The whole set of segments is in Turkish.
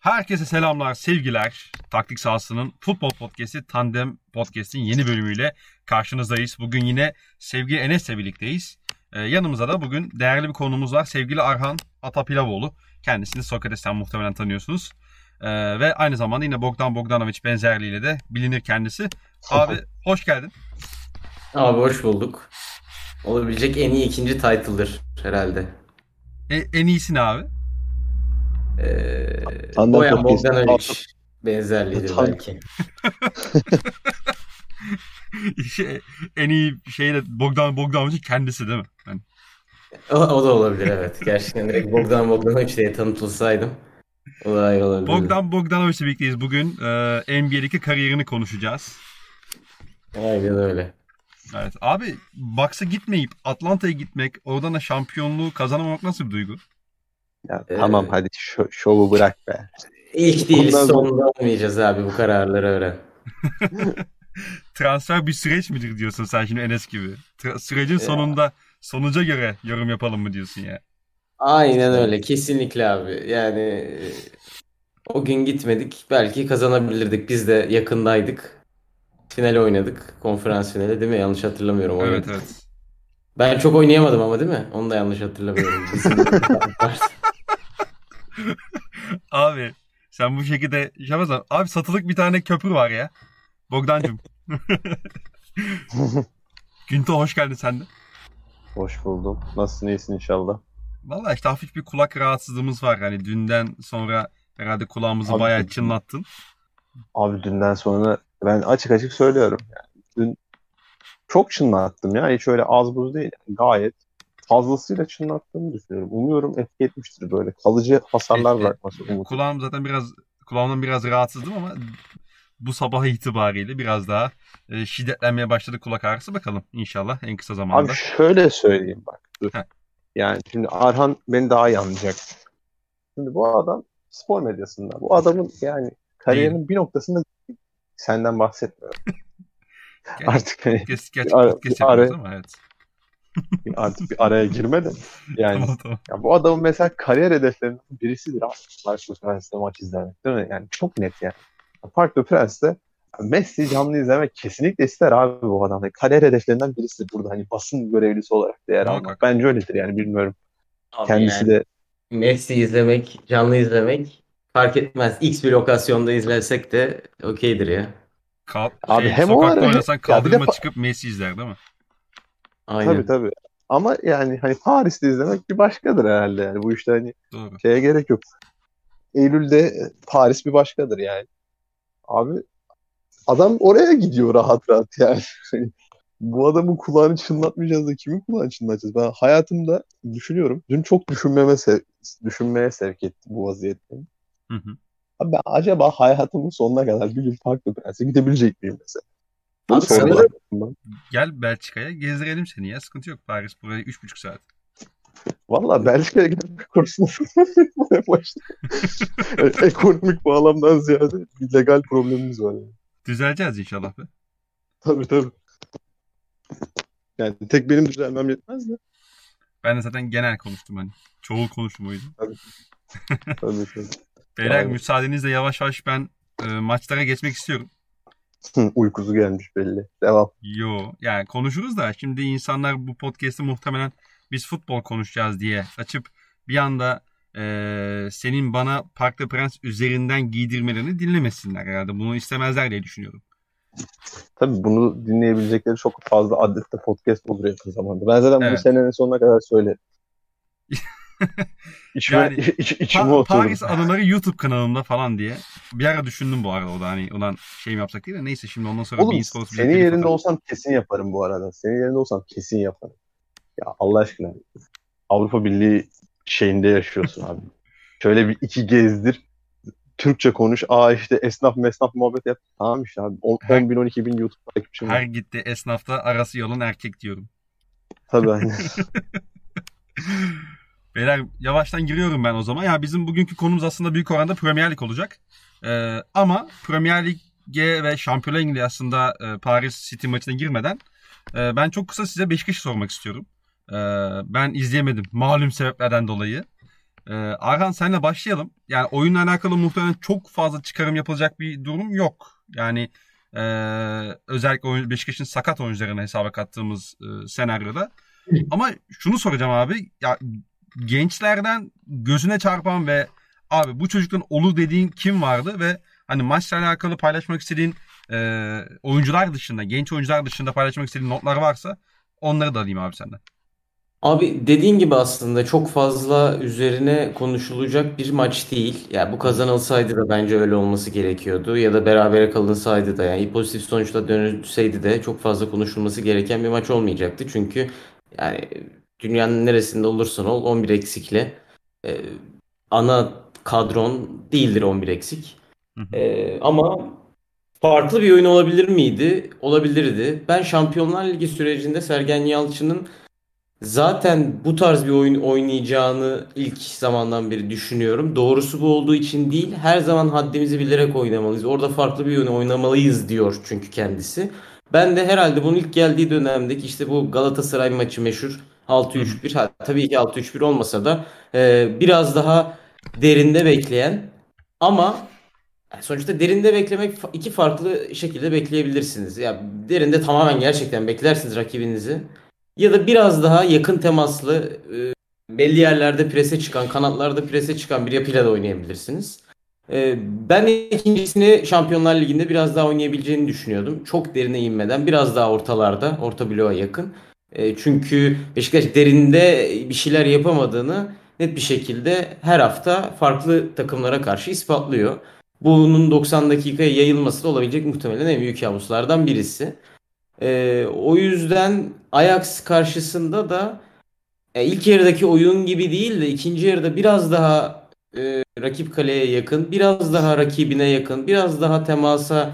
Herkese selamlar, sevgiler. Taktik Sahası'nın futbol podcast'i Tandem Podcast'in yeni bölümüyle karşınızdayız. Bugün yine sevgili Enes'le birlikteyiz. Yanımızda da bugün değerli bir konumuz var. Sevgili Arhan Atapilavoğlu. Kendisini Sokrates'ten muhtemelen tanıyorsunuz. Ve aynı zamanda yine Bogdan Bogdanovic benzerliğiyle de bilinir kendisi. Abi hoş geldin. Abi hoş bulduk. Olabilecek en iyi ikinci title'dır herhalde. En iyisi abi? Boyan Bogdanovic benzerliğidir belki. En iyi şey de Bogdan Bogdanovic'in kendisi değil mi? Yani... O da olabilir evet. Gerçekten direkt Bogdan Bogdanovic diye tanıtılsaydım o da iyi olabilir. Bogdan Bogdanovic'le birlikteyiz bugün. NBA'deki kariyerini konuşacağız. Aynen öyle. Evet. Abi Bucks'a gitmeyip Atlanta'ya gitmek, oradan da şampiyonluğu kazanamamak nasıl bir duygu? Ya tamam hadi şovu bırak be. İlk değil sonunda olmayacağız abi, bu kararları öğren. Transfer bir süreç midir diyorsun sen şimdi Enes gibi? Sürecin sonunda sonuca göre yorum yapalım mı diyorsun ya? Aynen öyle, kesinlikle abi. Yani o gün gitmedik, belki kazanabilirdik. Biz de yakındaydık. Finale oynadık. Konferans finali değil mi? Yanlış hatırlamıyorum. Evet evet. Ben çok oynayamadım ama değil mi? Onu da yanlış hatırlamıyorum. Abi sen bu şekilde yapamazsan. Abi satılık bir tane köprü var ya. Bogdancığım. Günto hoş geldin sen de. Hoş buldum. Nasılsın, iyisin inşallah? Vallahi işte hafif bir kulak rahatsızlığımız var. Hani dünden sonra herhalde kulağımızı abi, bayağı çınlattın. Abi dünden sonra ben açık açık söylüyorum. Yani dün çok çınlattım ya. Hiç öyle az buz değil. Yani gayet fazlasıyla çınlattığımı düşünüyorum. Umuyorum etki etmiştir böyle. Kalıcı hasarlar bırakması umut. Kulağımdan biraz rahatsızdım ama bu sabah itibariyle biraz daha şiddetlenmeye başladı kulak ağrısı. Bakalım inşallah en kısa zamanda. Abi şöyle söyleyeyim bak. Dur. Yani şimdi Arhan beni daha iyi anlayacak. Şimdi bu adam spor medyasında. Bu adamın yani kariyerinin bir noktasında senden bahsetmiyorum. Artık hani podcast yapıyoruz ama evet. Artık bir araya girme de. Yani tamam. Ya bu adamın mesela kariyer hedeflerinden birisidir abi. Farklı Prens'te maç izlemek değil mi? Yani çok net yani. Farklı Prens'te Messi canlı izlemek kesinlikle ister abi bu adam. Yani kariyer hedeflerinden birisidir burada. Hani basın görevlisi olarak değer almak. Bence öyledir yani, bilmiyorum. Abi kendisi yani, de Messi izlemek, canlı izlemek fark etmez. X bir lokasyonda izlesek de okeydir ya. Abi hem sokakta o oynasan kaldırıma çıkıp Messi izler değil mi? Aynen. Tabii. Ama yani hani Paris'te izlemek bir başkadır herhalde yani. Bu işte hani Doğru. Şeye gerek yok. Eylül'de Paris bir başkadır yani. Abi adam oraya gidiyor rahat rahat yani. Bu adamın kulağını çınlatmayacağız da kimin kulağını çınlatacağız? Ben hayatımda düşünüyorum. Dün çok düşünmeye sevk etti bu vaziyette. Abi ben acaba hayatımın sonuna kadar bir gün farklı prense gidebilecek miyim mesela? Abi sanırım gel Belçika'ya gezdirelim seni ya. Sıkıntı yok. Paris buraya 3,5 saat. Valla Belçika'ya gitmek konusunda ekonomik bağlamdan ziyade bir legal problemimiz var. Yani. Düzeleceğiz inşallah be. Tabii. Yani tek benim düzelmem yetmez de. Ben de zaten genel konuştum hani. Çoğul konuştum o yüzden. Tabii. Beyler müsaadenizle yavaş yavaş ben maçlara geçmek istiyorum. Uykusu gelmiş belli. Devam. Yo yani konuşuruz da şimdi insanlar bu podcast'ı muhtemelen biz futbol konuşacağız diye açıp bir anda senin bana Park de Prens üzerinden giydirmelerini dinlemesinler herhalde. Bunu istemezler diye düşünüyorum. Tabii bunu dinleyebilecekleri çok fazla adette podcast olur yakın zamanda. Ben zaten bu senenin sonuna kadar söylerim. Paris anıları YouTube kanalımda falan diye. Bir ara düşündüm bu arada o da hani ulan şey mi yapsak değil de neyse şimdi ondan sonra Oğlum, senin yerinde olsam kesin yaparım bu arada. Senin yerinde olsam kesin yaparım. Ya Allah aşkına Avrupa Birliği şeyinde yaşıyorsun abi. Şöyle bir iki gezdir. Türkçe konuş. İşte esnaf muhabbet yap. Tamam işte abi. 10.000-12.000 YouTube takipçim var. Her gitti esnafta arası yolun erkek diyorum. Tabii aynen. Beyler yavaştan giriyorum ben o zaman. Ya bizim bugünkü konumuz aslında büyük oranda Premier Lig olacak. Ama Premier Lig'e ve Şampiyonlar Ligi'nde aslında Paris City maçına girmeden ben çok kısa size Beşiktaş'ı sormak istiyorum. Ben izleyemedim malum sebeplerden dolayı. Arhan senle başlayalım. Yani oyunla alakalı muhtemelen çok fazla çıkarım yapılacak bir durum yok. Yani özellikle Beşiktaş'ın sakat oyuncularını hesaba kattığımız senaryoda. Ama şunu soracağım abi. Ya gençlerden gözüne çarpan ve abi bu çocuktan olur dediğin kim vardı ve hani maçla alakalı paylaşmak istediğin oyuncular dışında, genç oyuncular dışında paylaşmak istediğin notlar varsa onları da alayım abi senden. Abi dediğin gibi aslında çok fazla üzerine konuşulacak bir maç değil. Ya bu kazanılsaydı da bence öyle olması gerekiyordu. Ya da berabere kalınsaydı da yani pozitif sonuçla dönülseydi de çok fazla konuşulması gereken bir maç olmayacaktı. Çünkü yani dünyanın neresinde olursan ol 11 eksikle e, ana kadron değildir 11 eksik. Hı hı. Ama farklı bir oyun olabilir miydi? Olabilirdi. Ben Şampiyonlar Ligi sürecinde Sergen Yalçın'ın zaten bu tarz bir oyun oynayacağını ilk zamandan beri düşünüyorum. Doğrusu bu olduğu için değil, her zaman haddimizi bilerek oynamalıyız. Orada farklı bir oyun oynamalıyız diyor çünkü kendisi. Ben de herhalde bunun ilk geldiği dönemdeki işte bu Galatasaray maçı meşhur Hı hı. 6-3-1. Tabii ki 6-3-1 olmasa da biraz daha derinde bekleyen ama sonuçta derinde beklemek iki farklı şekilde bekleyebilirsiniz. Ya derinde tamamen gerçekten beklersiniz rakibinizi. Ya da biraz daha yakın temaslı, belli yerlerde prese çıkan, kanatlarda prese çıkan bir yapıyla da oynayabilirsiniz. Ben ikincisini Şampiyonlar Ligi'nde biraz daha oynayabileceğini düşünüyordum. Çok derine inmeden biraz daha ortalarda, orta bloğa yakın. Çünkü Beşiktaş derinde bir şeyler yapamadığını net bir şekilde her hafta farklı takımlara karşı ispatlıyor. Bunun 90 dakikaya yayılması da olabilecek muhtemelen en büyük kabuslardan birisi. O yüzden Ajax karşısında da ilk yarıdaki oyun gibi değil de ikinci yarıda biraz daha rakip kaleye yakın, biraz daha rakibine yakın, biraz daha temasa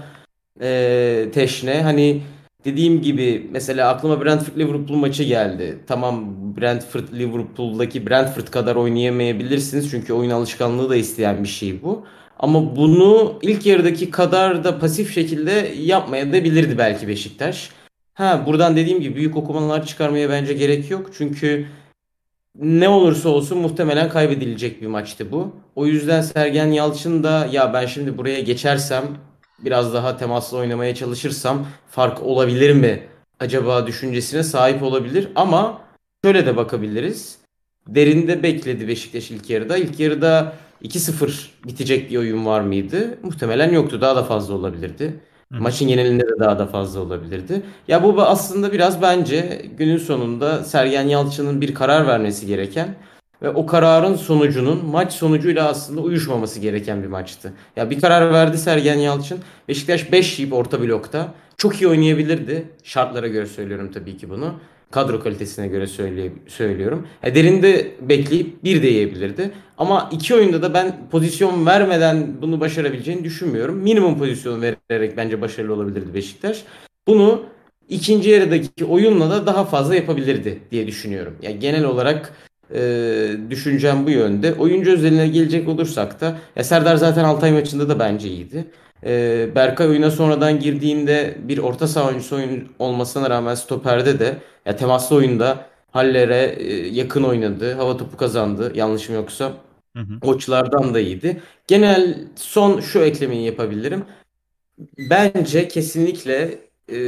teşne. Hani dediğim gibi mesela aklıma Brentford Liverpool maçı geldi. Tamam, Brentford Liverpool'daki Brentford kadar oynayamayabilirsiniz çünkü oyun alışkanlığı da isteyen bir şey bu. Ama bunu ilk yarıdaki kadar da pasif şekilde yapmaya da bilirdi belki Beşiktaş. Buradan dediğim gibi büyük okumalar çıkarmaya bence gerek yok. Çünkü ne olursa olsun muhtemelen kaybedilecek bir maçtı bu. O yüzden Sergen Yalçın da ya ben şimdi buraya geçersem biraz daha temaslı oynamaya çalışırsam fark olabilir mi acaba düşüncesine sahip olabilir. Ama şöyle de bakabiliriz. Derinde bekledi Beşiktaş ilk yarıda. İlk yarıda 2-0 bitecek bir oyun var mıydı? Muhtemelen yoktu. Daha da fazla olabilirdi. Hı hı. Maçın genelinde de daha da fazla olabilirdi. Ya bu aslında biraz bence günün sonunda Sergen Yalçın'ın bir karar vermesi gereken ve o kararın sonucunun maç sonucuyla aslında uyuşmaması gereken bir maçtı. Ya bir karar verdi Sergen Yalçın. Beşiktaş 5 yiyip orta blokta çok iyi oynayabilirdi. Şartlara göre söylüyorum tabii ki bunu. Kadro kalitesine göre söylüyorum. Derinde bekleyip bir de yiyebilirdi. Ama iki oyunda da ben pozisyon vermeden bunu başarabileceğini düşünmüyorum. Minimum pozisyon vererek bence başarılı olabilirdi Beşiktaş. Bunu ikinci yarıdaki oyunla da daha fazla yapabilirdi diye düşünüyorum. Yani genel olarak düşüncem bu yönde. Oyuncu özeline gelecek olursak da ya Serdar zaten Altay maçında da bence iyiydi. Berkay oyuna sonradan girdiğinde bir orta saha oyuncusu olmasına rağmen stoperde de ya temaslı oyunda Haller'e yakın oynadı. Hava topu kazandı. Yanlışım yoksa. Hı hı. Koçlardan da iyiydi. Genel son şu eklemeyi yapabilirim. Bence kesinlikle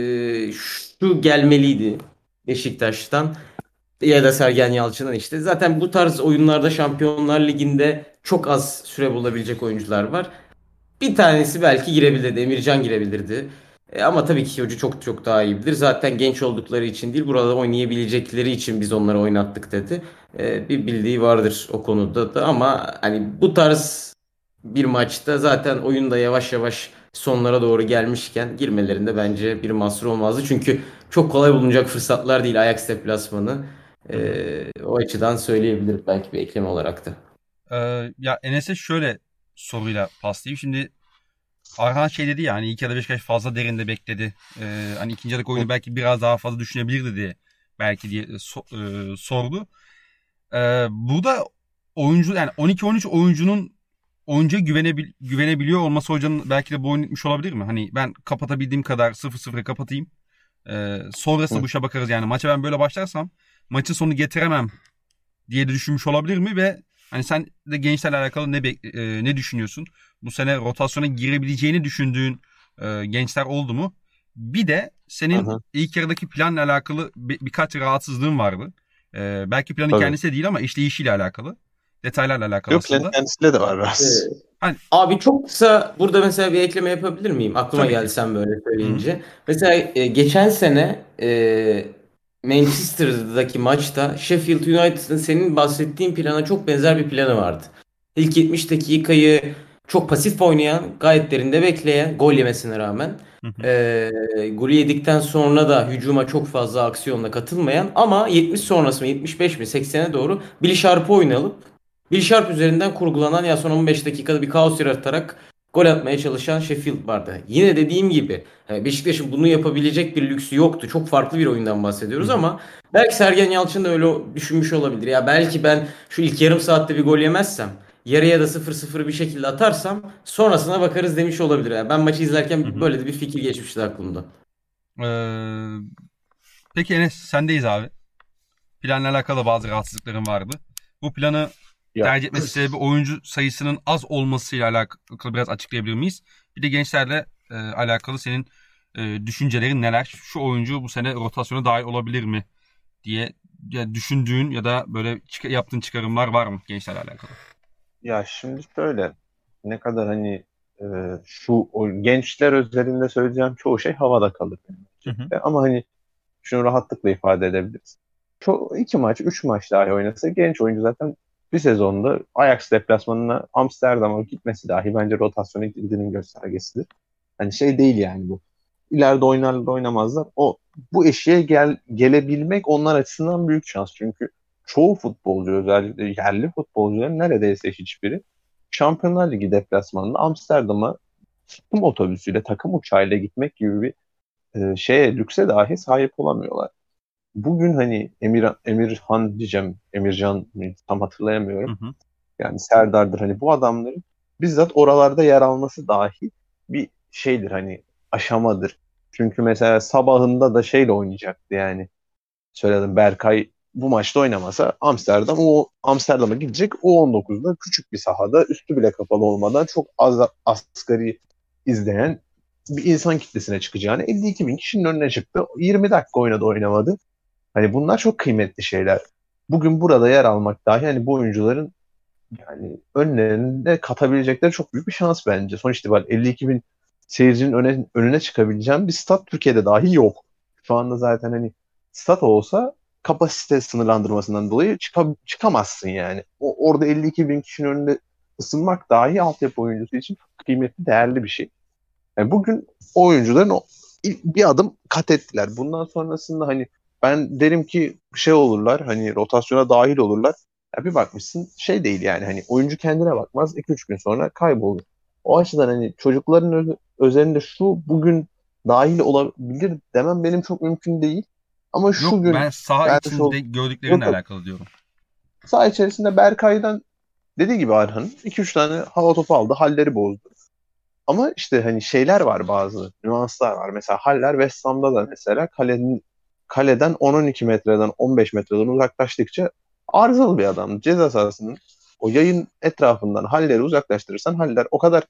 şu gelmeliydi Beşiktaş'tan ya da Sergen Yalçın'ın işte. Zaten bu tarz oyunlarda Şampiyonlar Ligi'nde çok az süre bulabilecek oyuncular var. Bir tanesi belki girebilirdi. Emircan girebilirdi. Ama tabii ki hoca çok çok daha iyi bilir. Zaten genç oldukları için değil, burada oynayabilecekleri için biz onları oynattık dedi. Bir bildiği vardır o konuda da ama hani bu tarz bir maçta zaten oyunda yavaş yavaş sonlara doğru gelmişken girmelerinde bence bir mahsur olmazdı. Çünkü çok kolay bulunacak fırsatlar değil Ajax deplasmanı. Hı hı. O açıdan söyleyebilirim belki bir ekleme olarak da. Ya Enes'e şöyle soruyla paslayayım. Şimdi Arhan şey dedi ya hani ilk yarıda Beşiktaş fazla derinde bekledi. Hani ikinci yarıdaki oyunu belki biraz daha fazla düşünebilirdi diye belki diye sordu. Burada oyuncu yani 12-13 oyuncuya güvenebiliyor olması hocanın belki de boyun etmiş olabilir mi? Hani ben kapatabildiğim kadar 0-0'a kapatayım. Sonrası bu işe bakarız yani. Maça ben böyle başlarsam maçın sonunu getiremem diye de düşünmüş olabilir mi? Ve Hani sen de gençlerle alakalı ne düşünüyorsun? Bu sene rotasyona girebileceğini düşündüğün gençler oldu mu? Bir de Hı senin hı. ilk yarıdaki planla alakalı birkaç rahatsızlığın vardı. Belki planın Tabii. kendisi de değil ama işleyişiyle alakalı. Detaylarla alakalı Yok, plan aslında. kendisiyle de var Ee, biraz. Hani Abi çok kısa burada mesela bir ekleme yapabilir miyim? Aklıma tabii geldi ki. sen böyle Hı-hı. söyleyince. Mesela geçen sene Manchester'daki maçta Sheffield United'ın senin bahsettiğin plana çok benzer bir planı vardı. İlk 70 dakikayı çok pasif oynayan, gayet derinde bekleyen, gol yemesine rağmen Hı-hı. golü yedikten sonra da hücuma çok fazla aksiyonla katılmayan ama 70 sonrası mı 75 mi 80'e doğru Billy Sharp'ı oynayıp Bill Sharp üzerinden kurgulanan ya son 15 dakikada bir kaos yaratarak gol atmaya çalışan Sheffield vardı. Yine dediğim gibi Beşiktaş'ın bunu yapabilecek bir lüksü yoktu. Çok farklı bir oyundan bahsediyoruz Hı-hı. ama belki Sergen Yalçın da öyle düşünmüş olabilir. Ya belki ben şu ilk yarım saatte bir gol yemezsem yarıya da 0-0 bir şekilde atarsam sonrasına bakarız demiş olabilir. Yani ben maçı izlerken Hı-hı. böyle de bir fikir geçmişti aklımda. Ee, peki Enes sendeyiz abi. Planla alakalı bazı rahatsızlıkların vardı. Bu planı Ya tercih etmesi sebebi oyuncu sayısının az olmasıyla alakalı biraz açıklayabilir miyiz? Bir de gençlerle alakalı senin düşüncelerin neler? Şu oyuncu bu sene rotasyona dahil olabilir mi diye ya düşündüğün ya da böyle yaptığın çıkarımlar var mı gençlerle alakalı? ya şimdi şöyle, ne kadar hani e, şu o gençler özelinde söyleyeceğim çoğu şey havada kalır Hı hı. bence. Ama hani şunu rahatlıkla ifade edebiliriz. İki maç, üç maç dahi oynasa genç oyuncu zaten bir sezonda Ajax deplasmanına Amsterdam'a gitmesi dahi bence rotasyona girdiğinin göstergesidir. Hani şey değil yani bu. İleride oynarlar oynamazlar. Bu eşiğe gelebilmek onlar açısından büyük şans. Çünkü çoğu futbolcu, özellikle yerli futbolcuların neredeyse hiçbiri Şampiyonlar Ligi deplasmanında Amsterdam'a takım otobüsüyle, takım uçağıyla gitmek gibi bir lükse dahi sahip olamıyorlar. Bugün hani Emirhan diyeceğim, Emircan mı? Tam Hı hatırlayamıyorum. hı. Yani Serdar'dır, hani bu adamların bizzat oralarda yer alması dahi bir şeydir, hani aşamadır. Çünkü mesela sabahında da şeyle oynayacaktı yani. Söyledim, Berkay bu maçta oynamasa Amsterdam'a gidecek. U19'da küçük bir sahada üstü bile kapalı olmadan çok az asgari izleyen bir insan kitlesine çıkacağını 52 bin kişinin önüne çıktı. 20 dakika oynadı, oynamadı. Hani bunlar çok kıymetli şeyler. Bugün burada yer almak dahi hani bu oyuncuların yani önlerinde katabilecekleri çok büyük bir şans bence. Sonuç itibariyle 52 bin seyircinin önüne çıkabileceğim bir stat Türkiye'de dahi yok. Şu anda zaten hani stat olsa kapasite sınırlandırmasından dolayı çıkamazsın yani. Orada 52 bin kişinin önünde ısınmak dahi altyapı oyuncusu için çok kıymetli, değerli bir şey. Yani bugün o oyuncuların bir adım kat ettiler. Bundan sonrasında hani ben derim ki şey olurlar, hani rotasyona dahil olurlar. Ya bir bakmışsın şey değil yani, hani oyuncu kendine bakmaz, 2-3 gün sonra kaybolur. O açıdan hani çocukların özelinde şu bugün dahil olabilir demem benim çok mümkün değil. Ama Yok şu ben gün saha vermiş içinde olduğum gördüklerinle yok yok. alakalı diyorum. Saha içerisinde Berkay'dan dediği gibi Arhan'ın 2-3 tane hava topu aldı, halleri bozdu. Ama işte hani şeyler var, bazı nüanslar var. Mesela Haller West Ham'da da mesela kaleden 10-12 metreden 15 metreden uzaklaştıkça arızalı bir adam. Ceza sahasının o yayın etrafından Haller'i uzaklaştırırsan Haller o kadar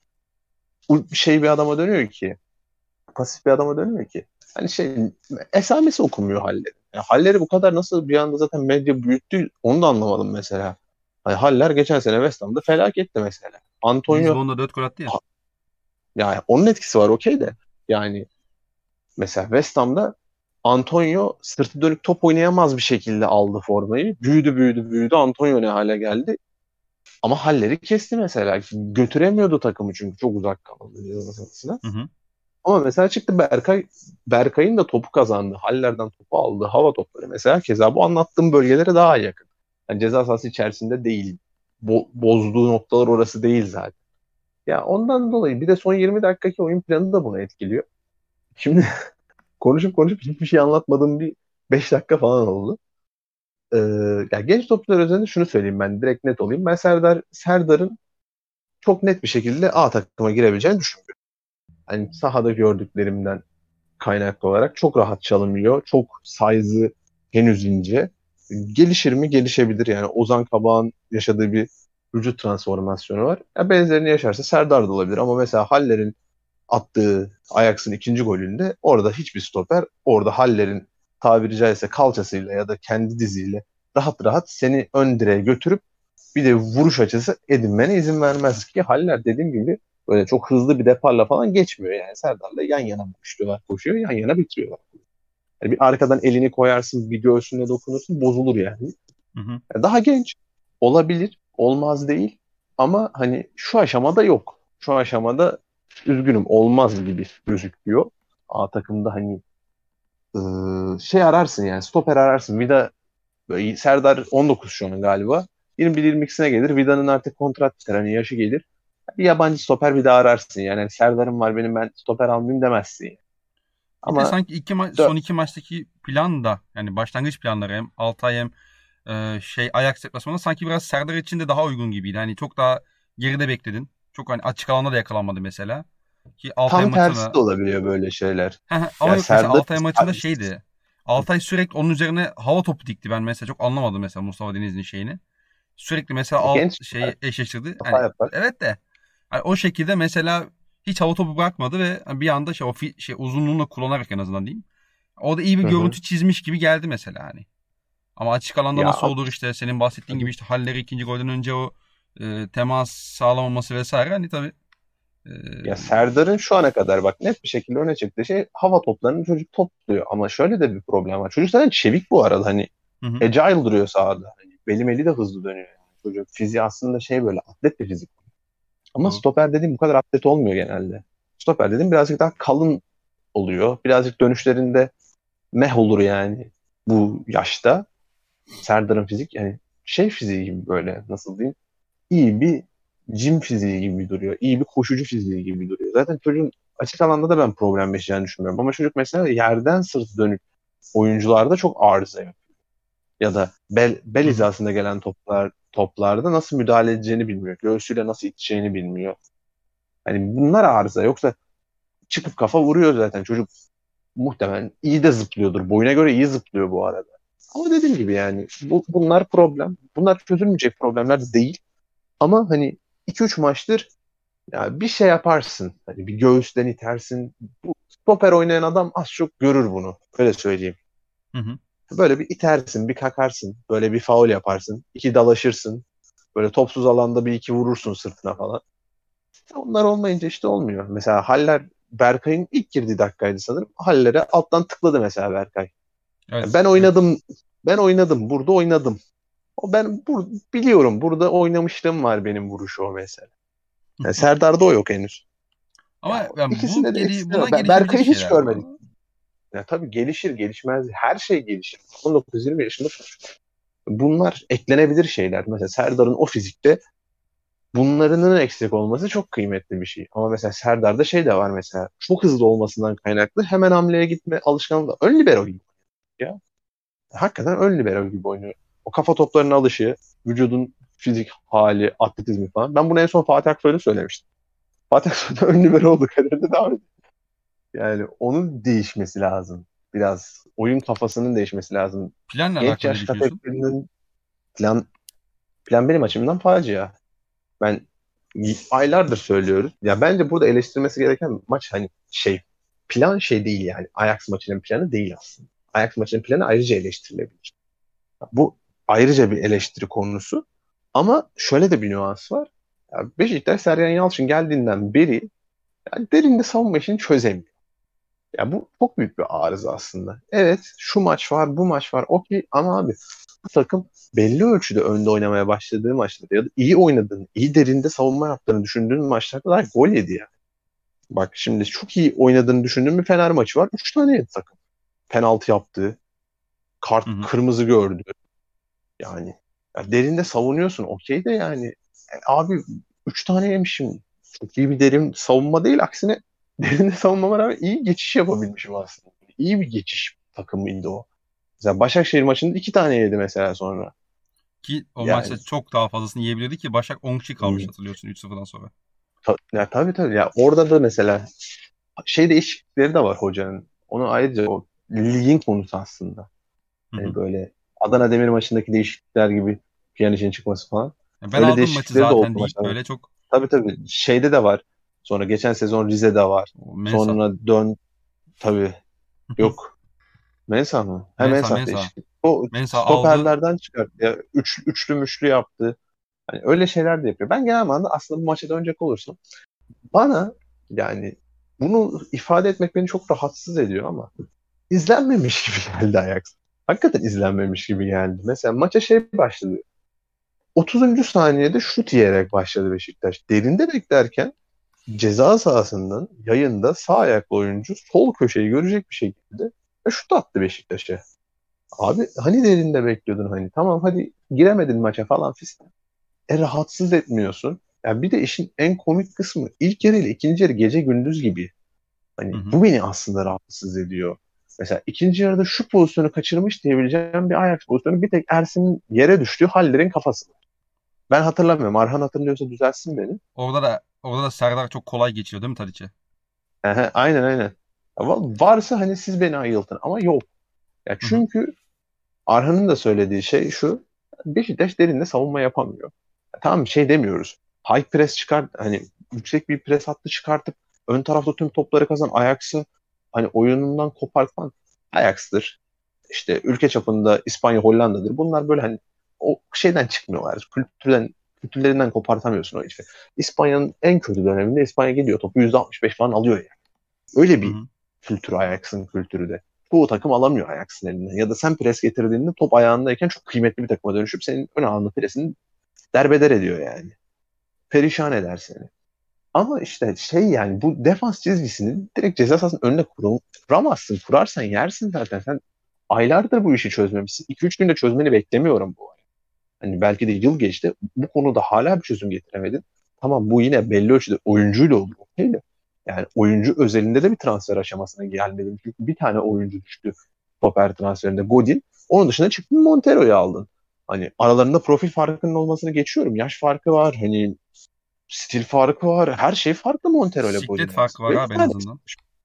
şey bir adama dönüyor ki, pasif bir adama dönüyor ki. Hani esamesi okunmuyor Haller'in. Yani Haller'i bu kadar nasıl bir anda zaten medya büyüttü, onu da anlamadım mesela. Hani Haller geçen sene West Ham'da felaketti mesela. Antonio, Lisbon'da 4 gol attı ya. yani onun etkisi var, okey de. Yani mesela West Ham'da Antonio sırtı dönük top oynayamaz bir şekilde aldı formayı. Büyüdü büyüdü büyüdü. Antonio ne hale geldi. Ama halleri kesti mesela. Götüremiyordu takımı çünkü çok uzak kaldı. Hı hı. Ama mesela çıktı Berkay'ın da topu kazandı. Haller'den topu aldı. Hava topları mesela. Keza bu anlattığım bölgelere daha yakın. Yani ceza sahası içerisinde değil. Bozduğu noktalar orası değil zaten. Ya ondan dolayı bir de son 20 dakikaki oyun planı da bunu etkiliyor. Şimdi konuşup konuşup hiçbir şey anlatmadığım bir 5 dakika falan oldu. Ee, Ya genç topçular üzerinde şunu söyleyeyim, ben direkt net olayım. Ben Serdar'ın çok net bir şekilde A takıma girebileceğini düşünmüyorum. Hani sahada gördüklerimden kaynaklı olarak çok rahat çalınıyor. Çok size'ı henüz ince. Gelişir mi? Gelişebilir. Yani Ozan Kabak'ın yaşadığı bir vücut transformasyonu var. Ya benzerini yaşarsa Serdar da olabilir ama mesela Haller'in attığı Ajax'ın ikinci golünde orada hiçbir stoper orada Haller'in tabiri caizse kalçasıyla ya da kendi diziyle rahat rahat seni ön direğe götürüp bir de vuruş açısı edinmene izin vermez ki Haller dediğim gibi böyle çok hızlı bir deparla falan geçmiyor yani. Serdar'la yan yana vuruşluyorlar, koşuyor, yan yana bitiriyorlar. Yani bir arkadan elini koyarsın, bir göğsüne dokunursun, bozulur yani. Hı hı. Yani daha genç olabilir, olmaz değil ama hani şu aşamada yok. Şu aşamada üzgünüm olmaz gibi gözüküyor. A takımda hani şey ararsın yani stoper ararsın. Vida böyle Serdar 19 şu an galiba. 21-22'sine gelir. Vida'nın artık kontrat biter. Hani yaşı gelir. Bir yabancı stoper bir daha ararsın. Yani hani Serdar'ım var benim ben stoper almayayım demezsin. Yani. Bir de Ama sanki son iki maçtaki plan da yani başlangıç planları hem Altay hem Ajax deplasmanı sanki biraz Serdar için de daha uygun gibiydi. Hani çok daha geride bekledin. Çok hani açık alanda da yakalanmadı mesela. Ki Altay tam tersi maçına de olabiliyor böyle şeyler. ama Ya yok mesela Serdar Altay maçında şeydi. Altay sürekli onun üzerine hava topu dikti. Ben mesela çok anlamadım mesela Mustafa Denizli'nin şeyini. Sürekli mesela genç şeyi eşleştirdi. hata Hani yapar. evet de hani o şekilde mesela hiç hava topu bırakmadı ve bir anda uzunluğunu da kullanarak en azından diyeyim. O da iyi bir Hı hı. görüntü çizmiş gibi geldi mesela hani. Ama açık alanda Ya nasıl olur işte senin bahsettiğin gibi işte Haller'i ikinci golden önce o temas sağlamaması vesaire hani tabii. E, Ya Serdar'ın şu ana kadar bak net bir şekilde öne çıktığı şey hava toplarını çocuk topluyor. Ama şöyle de bir problem var. Çocuk zaten çevik bu arada hani hı hı. agile duruyor sahada. Hani beli meli de hızlı dönüyor. Yani. Çocuk fiziği aslında şey böyle atlet bir fizik. Ama Doğru. stoper dediğim bu kadar atlet olmuyor genelde. Stoper dediğim birazcık daha kalın oluyor. Birazcık dönüşlerinde meh olur yani bu yaşta. Serdar'ın fizik yani şey fiziği gibi böyle nasıl diyeyim iyi bir jim fiziği gibi duruyor. İyi bir koşucu fiziği gibi duruyor. Zaten çocuğun açık alanda da ben problem yaşayacağını düşünmüyorum. Ama çocuk mesela yerden sırtı dönük oyuncularda çok arıza yapıyor. Ya da bel Hı hı. hizasında gelen toplarda nasıl müdahale edeceğini bilmiyor. Göğsüyle nasıl iteceğini bilmiyor. Hani bunlar arıza. Yoksa çıkıp kafa vuruyor zaten. Çocuk muhtemelen iyi de zıplıyordur. Boyuna göre iyi zıplıyor bu arada. Ama dediğim gibi yani bunlar problem. Bunlar çözülmeyecek problemler de değil. Ama hani 2-3 maçtır ya bir şey yaparsın. Hani bir göğüsten itersin. Bu stoper oynayan adam az çok görür bunu. Öyle söyleyeyim. Hı hı. Böyle bir itersin, bir kakarsın. Böyle bir faul yaparsın. İki dalaşırsın. Böyle topsuz alanda bir iki vurursun sırtına falan. Onlar olmayınca işte olmuyor. Mesela Haller Berkay'ın ilk girdiği dakikaydı sanırım. Haller'e alttan tıkladı mesela Berkay. Yani Evet. ben Evet. oynadım. Ben oynadım. Burada oynadım. Biliyorum. Burada oynamışlığım var benim vuruşu o mesela. Yani Serdar'da o yok henüz. Ya Ama yani ikisinde de ekstra. buna gelişebilecek Berkay'ı hiç şeyler bu görmedik. arada. Ya tabii gelişir gelişmez. Her şey gelişir. 19-20 yaşında çocuk. Bunlar eklenebilir şeyler. Mesela Serdar'ın o fizikte bunların eksik olması çok kıymetli bir şey. Ama mesela Serdar'da şey de var mesela. Çok hızlı olmasından kaynaklı hemen hamleye gitme alışkanlığı. Ön libero gibi ya. Hakikaten ön libero gibi oynuyor. O kafa toplarına alışı, vücudun fizik hali, atletizmi falan. Ben bunu en son Fatih Aksoy'da söylemiştim. Fatih Aksoy da ön libero oldu kariyerinde devam ediyor. Yani onun değişmesi lazım. Biraz oyun kafasının değişmesi lazım. Planla Genç alakalı ne yaş düşünüyorsun? kategorinin plan, plan benim açımdan facia. Ben aylardır söylüyoruz. Ya bence burada eleştirmesi gereken maç hani şey plan şey değil yani. Ajax maçının planı değil aslında. Ajax maçının planı ayrıca eleştirilebilir. Bu ayrıca bir eleştiri konusu. Ama şöyle de bir nüans var. Ya Beşiktaş Sergen Yalçın geldiğinden beri yani derinde savunma işini çözemiyor. Ya bu çok büyük bir arıza aslında. Evet şu maç var bu maç var okey ama abi bu takım belli ölçüde önde oynamaya başladığı maçlarda ya da iyi oynadığını, iyi derinde savunma yaptığını düşündüğün maçlarda da gol yedi ya. Bak şimdi çok iyi oynadığını düşündüğüm bir Fener maçı var. 3 tane yedi takım. Penaltı yaptı. Hı hı. Kırmızı gördü. Yani ya derinde savunuyorsun okey de yani abi 3 tane yemişim. Çok iyi bir derin savunma değil. Aksine derinde savunmama rağmen iyi geçiş yapabilmişim aslında. İyi bir geçiş takımıydı o. Mesela Başakşehir maçında 2 tane yedi mesela sonra. Ki o Yani maçta çok daha fazlasını yiyebilirdi ki Başak 10 kişi kalmış hatırlıyorsun 3-0'dan sonra. ya tabii tabii ya orada da mesela şey değişiklikleri de var hocanın. Onu ayrıca o ligin konusu aslında. Hı Yani hı. böyle Adana Demir maçındaki değişiklikler gibi Pjanic'in çıkması falan. Ya ben Öyle aldım maçı değişiklikleri de oldu zaten deyip maçta. böyle çok Tabii. Şeyde de var. Sonra geçen sezon Rize'de var. Mensah. Sonra tabii. Yok. Mensah mı? He, Mensah Mensah Mensah. değişiklik. O Mensah aldı. stoperlerden çıkarttı ya. Üçlü müçlü yaptı. Hani öyle şeyler de yapıyor. Ben genel manada aslında bu maça dönecek olursam bana yani bunu ifade etmek beni çok rahatsız ediyor ama izlenmemiş gibi geldi Ajax. Hakikaten izlenmemiş gibi geldi. Mesela maça başladı. 30. saniyede şut yiyerek başladı Beşiktaş. Derinde beklerken ceza sahasından yayında sağ ayaklı oyuncu sol köşeyi görecek bir şekilde şut attı Beşiktaş'a. Abi hani derinde bekliyordun hani. Tamam hadi giremedin maça falan fistan. Rahatsız etmiyorsun. Ya bir de işin en komik kısmı ilk yarı ile ikinci yarı gece gündüz gibi. Hani Hı hı. bu beni aslında rahatsız ediyor. Mesela ikinci yarıda şu pozisyonu kaçırmış diyebileceğim bir Ajax pozisyonu bir tek Ersin'in yere düştüğü Haller'in kafası. Ben hatırlamıyorum. Arhan hatırlıyorsa düzelsin beni. Orada da Serdar çok kolay geçiyor değil mi Tadiç'e? Aynen. Ama varsa hani siz beni ayıltın ama yok. Ya Hı hı. çünkü Arhan'ın da söylediği şey şu. Beşiktaş derinde savunma yapamıyor. Ya tamam şey demiyoruz. High press çıkart hani yüksek bir pres hattı çıkartıp ön tarafta tüm topları kazan Ajax'ı hani oyunundan kopar falan. Ajax'tır. İşte ülke çapında İspanya, Hollanda'dır. Bunlar böyle hani o şeyden çıkmıyorlar. Kültürlerinden kopartamıyorsun o işi. İspanya'nın en kötü döneminde İspanya geliyor. Topu %65 falan alıyor yani. Öyle Hı bir hı. kültür Ajax'ın kültürü de. Çoğu takım alamıyor Ajax'ın elinden. Ya da sen pres getirdiğinde top ayağındayken çok kıymetli bir takıma dönüşüp senin ön alanlı presini derbeder ediyor yani. Perişan eder seni. Ama işte yani bu defans çizgisini direkt ceza sahasının önüne kuramazsın. Kurarsan yersin zaten. Sen aylardır bu işi çözmemişsin. 2-3 günde çözmeni beklemiyorum bu arada. Hani belki de yıl geçti. Bu konuda hala bir çözüm getiremedin. Tamam bu yine belli ölçüde oyuncuyla olur. Okey de. Yani oyuncu özelinde de bir transfer aşamasına gelmedin. Çünkü bir tane oyuncu düştü stoper transferinde Godin. Onun dışında çıktın Montero'yu aldın. Hani aralarında profil farkının olmasını geçiyorum. Yaş farkı var. Hani stil farkı var. Her şey farklı Montero ile Siklet Godin farkı arasında. var Ve bir abi en tane azından.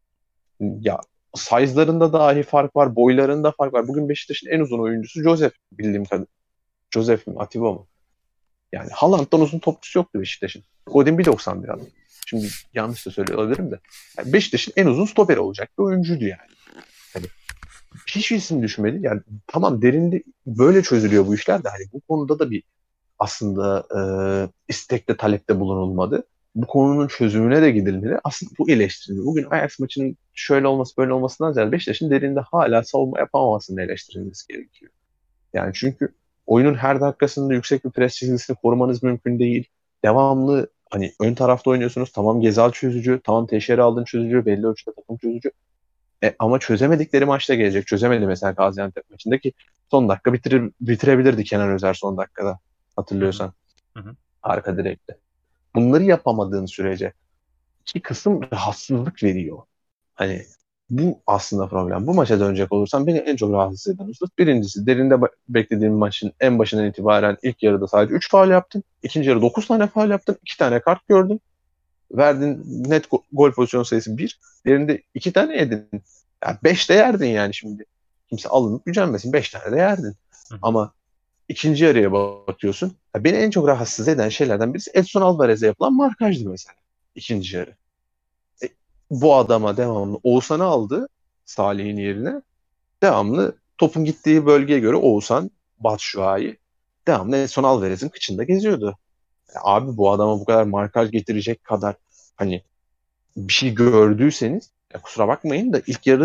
ya size'larında dahi fark var. Boylarında fark var. Bugün Beşiktaş'ın en uzun oyuncusu Joseph bildiğim kadarıyla. Joseph mi? Atiba mı? Yani Haaland'dan uzun topçusu yoktu Beşiktaş'ın. Godin 1.91 adam. Şimdi yanlış da söylüyor olabilirim de. Yani Beşiktaş'ın en uzun stoperi olacak bir oyuncuydu yani. Hani hiç isim düşmedi. Yani tamam derinde böyle çözülüyor bu işler de hani bu konuda da bir aslında istekte talepte bulunulmadı. Bu konunun çözümüne de gidilmedi. Aslında bu eleştirildi. Bugün Ajax maçının şöyle olması böyle olmasından ziyade Beşiktaş'ın derinde hala savunma yapamamasının eleştirilmesi gerekiyor. Yani çünkü oyunun her dakikasında yüksek bir pres çizgisini korumanız mümkün değil. Devamlı hani ön tarafta oynuyorsunuz. Tamam Gezal çözücü, tamam Teixeira aldın çözücü, belli ölçüde takım çözücü. Ama çözemedikleri maçta gelecek. Çözemedi mesela Gaziantep maçındaki son dakika bitirebilirdi Kenan Özer son dakikada Hı hı. hatırlıyorsan Hı hı. arka direkte. Bunları yapamadığın sürece iki kısım rahatsızlık veriyor. Hani bu aslında problem. Bu maça dönecek olursam beni en çok rahatsız eden husus birincisi derinde beklediğim maçın en başından itibaren ilk yarıda sadece 3 faul yaptın. İkinci yarı 9 tane faul yaptın. 2 tane kart gördün. Verdin net gol pozisyon sayısı 1. Derinde 2 tane yedin. Yani 5 de yerdin yani şimdi. Kimse alınıp gücenmesin. 5 tane de yerdin. Hı hı. Ama ikinci yarıya bakıyorsun. Ya beni en çok rahatsız eden şeylerden birisi Edson Alvarez'e yapılan markajdı mesela. İkinci yarı. E, Bu adama devamlı Oğuzhan'ı aldı Salih'in yerine. Devamlı topun gittiği bölgeye göre Oğuzhan, Batshuayi devamlı Edson Alvarez'in kıçında geziyordu. Abi bu adama bu kadar markaj getirecek kadar hani bir şey gördüyseniz kusura bakmayın da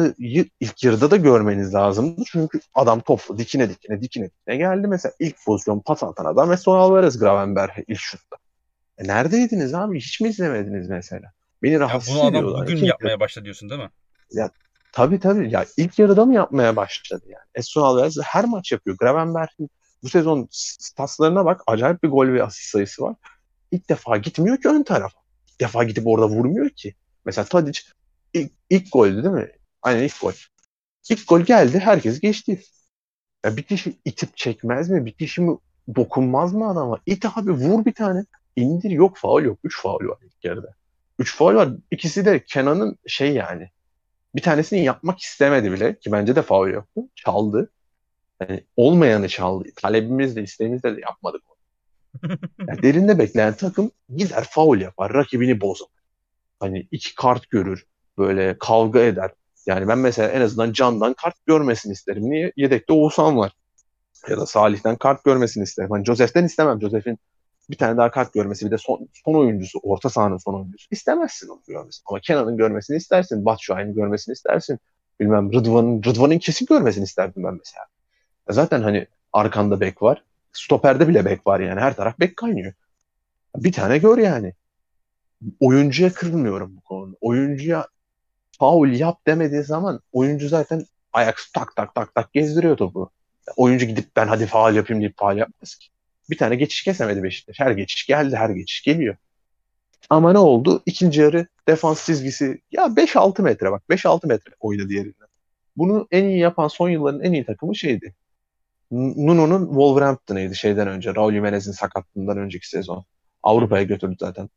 ilk yarıda da görmeniz lazımdı. Çünkü adam toplu dikine geldi. Mesela ilk pozisyon pas atan adam ve son Alvarez Gravenberg ilk şutta. Neredeydiniz abi? Hiç mi izlemediniz mesela? Beni Ya bunu rahatsız adam ediyorlar. bugün yapmaya başladı diyorsun değil mi? Ya, tabii. Ya ilk yarıda mı yapmaya başladı yani? Edson Alvarez her maç yapıyor. Gravenberg'in bu sezon statslarına bak. Acayip bir gol ve asist sayısı var. İlk defa gitmiyor ki ön tarafa. İlk defa gidip orada vurmuyor ki. Mesela Tadic ilk goldü değil mi? Aynen ilk gol. İlk gol geldi. Herkes geçti. Ya bir kişi itip çekmez mi? Bir kişi mi dokunmaz mı adama? İt abi vur bir tane. İndir yok faul yok. 3 faul var ilk yarıda. 3 faul var. İkisi de Kenan'ın yani. Bir tanesini yapmak istemedi bile ki bence de faul yoktu. Çaldı. Yani olmayanı çaldı. Talebimizle, isteğimizle de yapmadık onu. Yani derinde bekleyen takım gider faul yapar, rakibini bozar. Hani iki kart görür, böyle kavga eder. Yani ben mesela en azından Can'dan kart görmesini isterim. Niye? Yedekte Oğuzhan var. Ya da Salih'ten kart görmesini isterim. Hani Joseph'ten istemem. Joseph'in bir tane daha kart görmesi, bir de son oyuncusu, orta sahanın son oyuncusu. İstemezsin onu görmesini. Ama Kenan'ın görmesini istersin. Batshuayi'nin görmesini istersin. Bilmem Rıdvan'ın kesin görmesini isterdim ben mesela. Zaten hani arkanda bek var. Stoperde bile bek var yani. Her taraf bek kaynıyor. Bir tane gör yani. Oyuncuya kırılmıyorum bu konuda. Oyuncuya faul yap demediği zaman oyuncu zaten ayak tak tak tak tak gezdiriyor topu. Oyuncu gidip ben hadi faul yapayım deyip faul yapmaz ki. Bir tane geçiş kesemedi Beşiktaş. Her geçiş geldi, her geçiş geliyor. Ama ne oldu? İkinci yarı defans çizgisi ya 5-6 metre bak. 5-6 metre oynadı yerinden. Bunu en iyi yapan son yılların en iyi takımı şeydi. Nuno'nun Wolverhampton'ıydı şeyden önce. Raul Jimenez'in sakatlığından önceki sezon. Avrupa'ya götürdü zaten.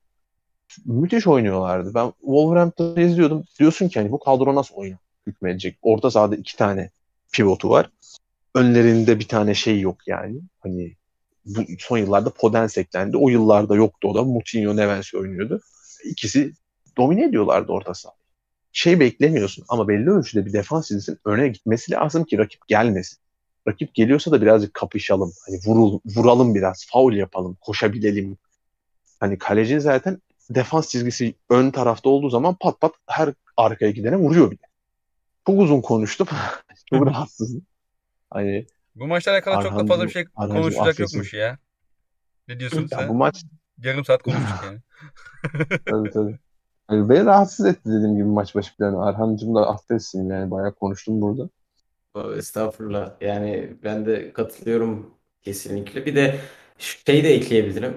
Müthiş oynuyorlardı. Ben Wolverhampton'ı izliyordum. Diyorsun ki hani bu kadro nasıl oyun hükmedecek? Orta sahada iki tane pivotu var. Önlerinde bir tane şey yok yani. Hani bu son yıllarda Podence eklendi. O yıllarda yoktu o da. Moutinho, Neves oynuyordu. İkisi domine ediyorlardı orta saha. Şey beklemiyorsun ama belli ölçüde bir defans dizisinin öne gitmesi lazım ki rakip gelmesin. Rakip geliyorsa da birazcık kapışalım. Hani vuralım biraz. Faul yapalım. Koşabilelim. Hani kaleci zaten defans çizgisi ön tarafta olduğu zaman pat pat her arkaya gidene vuruyor bile. Çok uzun konuştum. Çok rahatsızım. Hani Bu maçla alakalı çok da fazla bir şey Arhancım konuşacak affetsin. yokmuş ya. Ne diyorsun Ya bu sen? maç Yarım saat konuştuk yani. tabii tabii. Yani beni rahatsız etti dediğim gibi maç başı planı. Arhancım da affetsin yani bayağı konuştum burada. Estağfurullah. Yani ben de katılıyorum kesinlikle. Bir de şey de ekleyebilirim.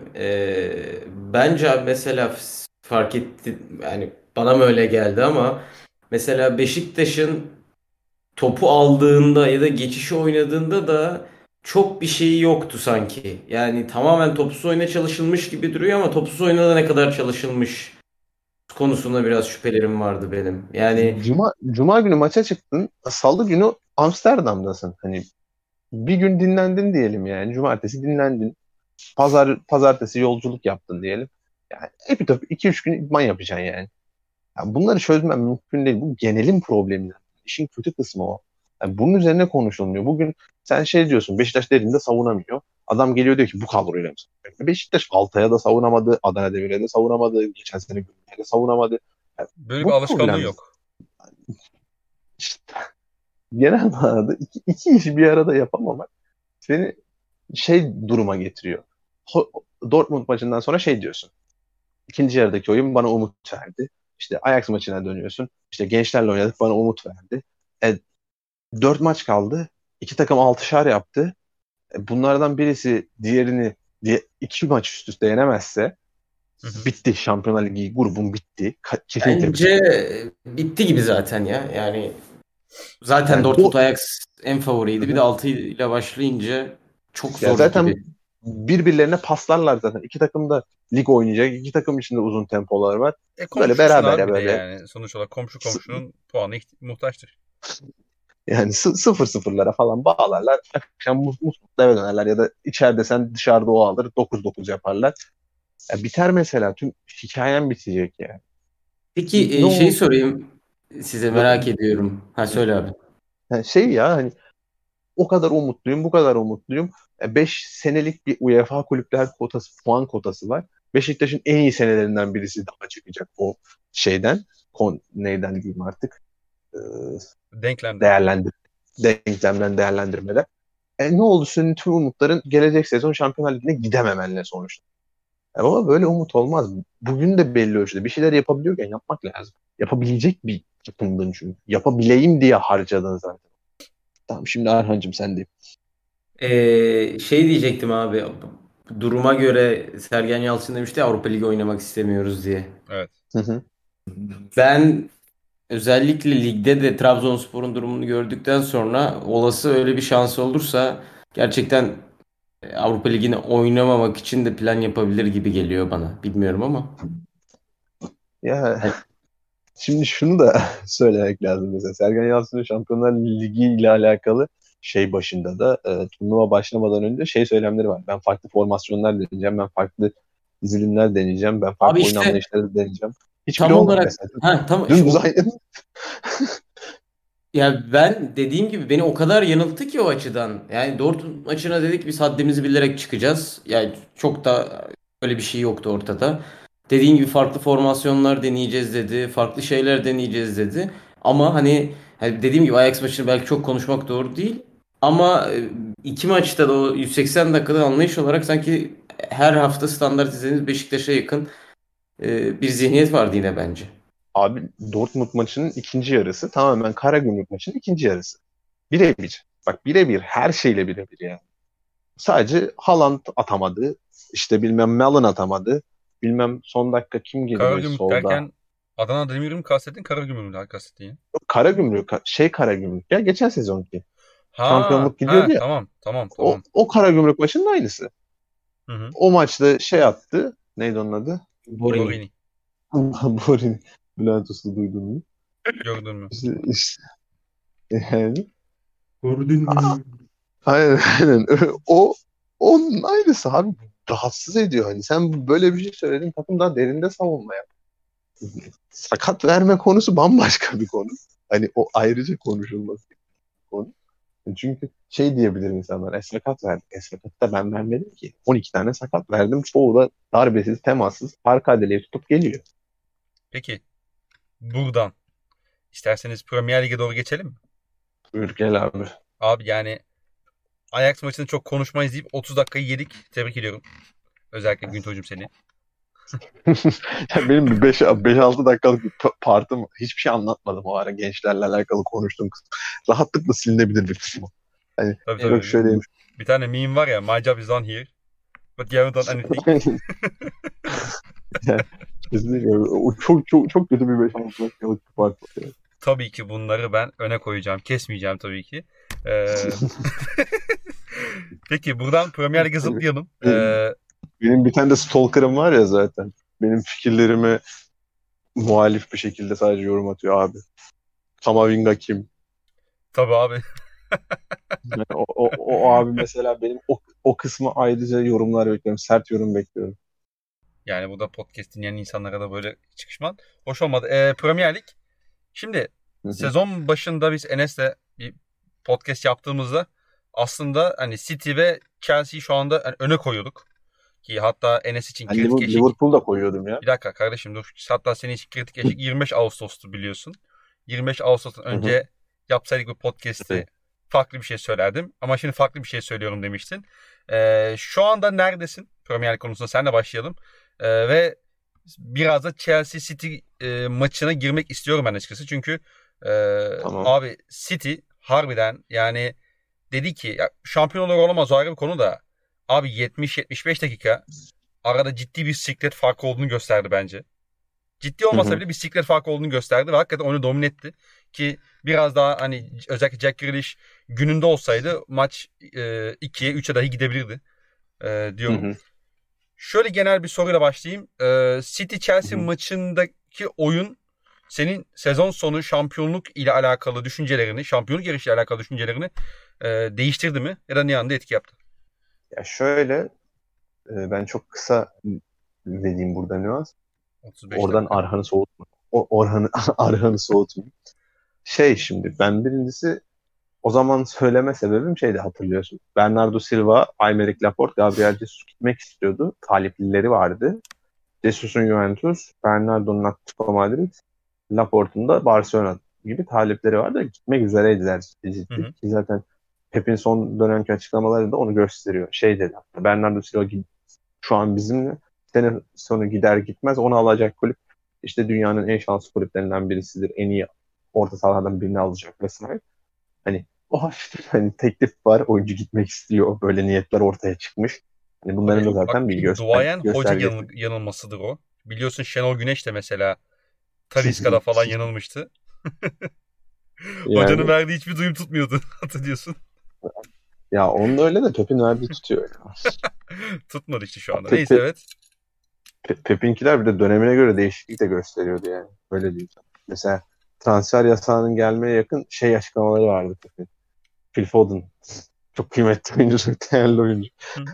Bence abi mesela fark etti yani bana mı öyle geldi ama mesela Beşiktaş'ın topu aldığında ya da geçişi oynadığında da çok bir şeyi yoktu sanki. Yani tamamen topsuz oyuna çalışılmış gibi duruyor ama topsuz oyuna da ne kadar çalışılmış konusunda biraz şüphelerim vardı benim. Yani Cuma günü maça çıktın. Salı günü Amsterdam'dasın. Hani bir gün dinlendin diyelim yani. Cumartesi dinlendin. Pazartesi yolculuk yaptın diyelim. Yani epitop 2-3 gün idman yapacaksın yani. Ya bunları çözmem mümkün değil. Bu genelin problemi. İşin kötü kısmı o. Yani bunun üzerine konuşulmuyor. Bugün sen şey diyorsun, Beşiktaş derinde savunamıyor. Adam geliyor diyor ki bu kadroyla mı savunamıyor? Beşiktaş Altay'a da savunamadı, Adana Demir'e de savunamadı, geçen sene Gümrük'e de savunamadı. Yani Böyle bir bu alışkanlığı problem. yok. İşte, genel manada iki işi bir arada yapamamak seni şey duruma getiriyor. Dortmund maçından sonra şey diyorsun. İkinci yarıdaki oyun bana umut verdi. İşte Ajax maçına dönüyorsun. İşte gençlerle oynadık bana umut verdi. 4 maç kaldı. İki takım altışar yaptı. Bunlardan birisi diğerini 2 maç üst üste yenemezse Hı hı. bitti. Şampiyonlar Ligi grubun bitti. Kesinlikle bence bitti. bitti gibi zaten ya. Yani zaten Yani Dortmund Ajax en favoriydi. Bir de Hı-hı. 6 ile başlayınca çok Ya zor zaten gibi. birbirlerine paslarlar zaten. İki takım da lig oynayacak. İki takım içinde uzun tempolar var. Böyle Komşusun abi berabere bir de böyle yani. Sonuç olarak komşu komşunun puanı muhtaçtır. yani 0-0'lara falan bağlarlar. Akşam mutlu eve dönerler ya da içeride sen dışarıda o alır 9-9 yaparlar. Ya biter mesela. Tüm hikayen bitecek yani. Ne Peki şeyi oldu? sorayım size merak ediyorum. Ha söyle abi. Yani şey ya hani o kadar umutluyum, bu kadar umutluyum. 5 senelik bir UEFA kulüpler kotası, puan kotası var. Beşiktaş'ın en iyi senelerinden birisi daha çıkacak o şeyden. Neyden diyeyim artık? Ee, Denklemden. değerlendir denklemden değerlendirmeden. Ne oldu senin tüm umutların gelecek sezon Şampiyonlar Ligi'ne gidememenle sonuçta. Ama böyle umut olmaz. Bugün de belli ölçüde bir şeyler yapabiliyorken yapmak lazım. Yapabilecek bir takımdın çünkü. Yapabileyim diye harcadın zaten. Tamam şimdi Erhan'cığım sen de. Şey diyecektim abi. Duruma göre Sergen Yalçın demişti ya, Avrupa Ligi oynamak istemiyoruz diye. Evet. Hı hı. Ben özellikle ligde de Trabzonspor'un durumunu gördükten sonra olası öyle bir şansı olursa gerçekten Avrupa Ligi'ni oynamamak için de plan yapabilir gibi geliyor bana. Bilmiyorum ama. Ya Yani şimdi şunu da söylemek lazım mesela. Sergen Yalçın'ın Şampiyonlar Ligi ile alakalı şey başında da turnuva başlamadan önce şey söylemleri var. Ben farklı formasyonlar deneyeceğim. Ben farklı dizilimler deneyeceğim. Ben Abi farklı oyun işte anlayışları deneyeceğim. Hiçbiri tam olmadı olarak mesela. tam Dümdüz aynı. ya ben dediğim gibi beni o kadar yanılttı ki o açıdan. Yani Dortmund maçına dedik biz haddimizi bilerek çıkacağız. Yani çok da öyle bir şey yoktu ortada. Dediğim gibi farklı formasyonlar deneyeceğiz dedi. Farklı şeyler deneyeceğiz dedi. Ama hani dediğim gibi Ajax maçını belki çok konuşmak doğru değil. Ama iki maçta da o 180 dakikada anlayış olarak sanki her hafta standart izlediğimiz Beşiktaş'a yakın bir zihniyet vardı yine bence. Abi Dortmund maçının ikinci yarısı tamamen Karagümrük maçının ikinci yarısı. Birebir. Bak birebir. Her şeyle birebir yani. Sadece Haaland atamadı. İşte bilmem Malin atamadı. Bilmem son dakika kim girdi böyle Karagümrük solda. derken Adana Demir'i mi kastettin? Karagümrük'ü mü kastettin ya? Karagümrük, Karagümrük ya geçen sezonki. Ha, Şampiyonluk gidiyordu ya. tamam, tamam, O, tamam. o Karagümrük maçının aynısı. Hı hı. O maçta şey attı. Neydi onun adı? Borini. Borini. Borin. Bülent Usta duydun mu? Gördün mü? İşte yani. Gördün mü? Aynen. O onun aynısı abi. Rahatsız ediyor. Hani sen böyle bir şey söyledin takım daha derinde savunma yap. Sakat verme konusu bambaşka bir konu. Hani o ayrıca konuşulması bir konu. Çünkü şey diyebilir insanlar. Sakat verdik. Sakat da ben vermedim ki. 12 tane sakat verdim. Çoğu da darbesiz, temassız. Arka adeleyi tutup geliyor. Peki, buradan isterseniz Premier Lig'e doğru geçelim mi? Buyur gel abi. Abi yani Ajax maçını çok konuşmayız deyip 30 dakikayı yedik. Tebrik ediyorum. Özellikle Güntocuğum seni. Ya benim bir 5-6 dakikalık bir partım hiçbir şey anlatmadım o ara gençlerle alakalı konuştuğum kısım. Rahatlıkla silinebilir bir kısmı. Hani Tabii yok tabii. şöyleymiş. Bir tane meme var ya. My job is done here. But you haven't done anything. Yani, kesinlikle o çok kötü bir 5-6 dakikalık bir part. Tabii ki bunları ben öne koyacağım. Kesmeyeceğim tabii ki. Peki buradan Premier Lig'e zıplayalım. Benim bir tane de stalker'ım var ya zaten. Benim fikirlerime muhalif bir şekilde sadece yorum atıyor abi. Kamavinga kim? Tabii abi. Yani o abi mesela benim o kısmı ayrıca yorumlar bekliyorum. Sert yorum bekliyorum. Yani bu da podcast dinleyen insanlara da böyle çıkışman hoş olmadı. Premier Lig. Şimdi sezon başında biz Enes'le bir podcast yaptığımızda aslında hani City ve Chelsea'yi şu anda hani öne koyuyorduk. Ki hatta Enes için Ben kritik eşik. Liverpool'da koyuyordum ya. Bir dakika kardeşim dur. Hatta senin için kritik eşik 25 Ağustos'tu biliyorsun. 25 Ağustos'tan önce yapsaydık bu podcast'i Evet. farklı bir şey söylerdim. Ama şimdi farklı bir şey söylüyorum demiştin. Şu anda neredesin? Premier Lig konusunda senle başlayalım. Ve biraz da Chelsea City maçına girmek istiyorum ben açıkçası. Çünkü Tamam. abi City harbiden yani dedi ki ya, şampiyon olur olamaz o ayrı bir konu da abi 70-75 dakika arada ciddi bir siklet farkı olduğunu gösterdi bence. Ciddi olmasa bile bir siklet farkı olduğunu gösterdi ve hakikaten onu domine etti. Ki biraz daha hani özellikle Jack Grealish gününde olsaydı maç 2'ye 3'e dahi gidebilirdi diyorum. Şöyle genel bir soruyla başlayayım. City-Chelsea maçındaki oyun senin sezon sonu şampiyonluk ile alakalı düşüncelerini, şampiyonluk yarışıyla alakalı düşüncelerini değiştirdi mi? Ya da ne anda etki yaptı? Ya şöyle ben çok kısa dediğim burada nüans. 35 Oradan dakika. Arhan'ı soğutma. Arhan'ı soğutmayayım. Şimdi ben birincisi o zaman söyleme sebebim şeydi hatırlıyorsun. Bernardo Silva, Aymeric Laporte, Gabriel Jesus gitmek istiyordu. Taliplileri vardı. Jesus'un Juventus, Bernardo'nun Atletico Madrid, Laporte'un da Barcelona gibi talipleri vardı. Gitmek üzereydiler ciddi. Ki zaten Pep'in son dönemki açıklamaları da onu gösteriyor. Şey dedi, Bernardo Silva şu an bizimle. Sene sonu gider gitmez onu alacak kulüp. İşte dünyanın en şanslı kulüplerinden birisidir. En iyi orta sahalardan birini alacak vesaire. Hani o hafif hani teklif var. Oyuncu gitmek istiyor. Böyle niyetler ortaya çıkmış. Hani bunların da zaten bir duayen hoca göstergesi. yanılmasıdır o. Biliyorsun Şenol Güneş de mesela Talisca'da falan yanılmıştı. Yani, hocanın verdiği hiçbir duyum tutmuyordu. Hatırlıyorsun. Ya onun öyle de Pep'in verdiği tutuyor. Tutmadı işte şu anda. Neyse evet. Pep'inkiler bir de dönemine göre değişiklik de gösteriyordu yani. Öyle diyeyim. Mesela transfer yasağının gelmeye yakın şey açıklamaları vardı Pep'in. Phil Foden. Çok kıymetli oyuncu, çok değerli oyuncu.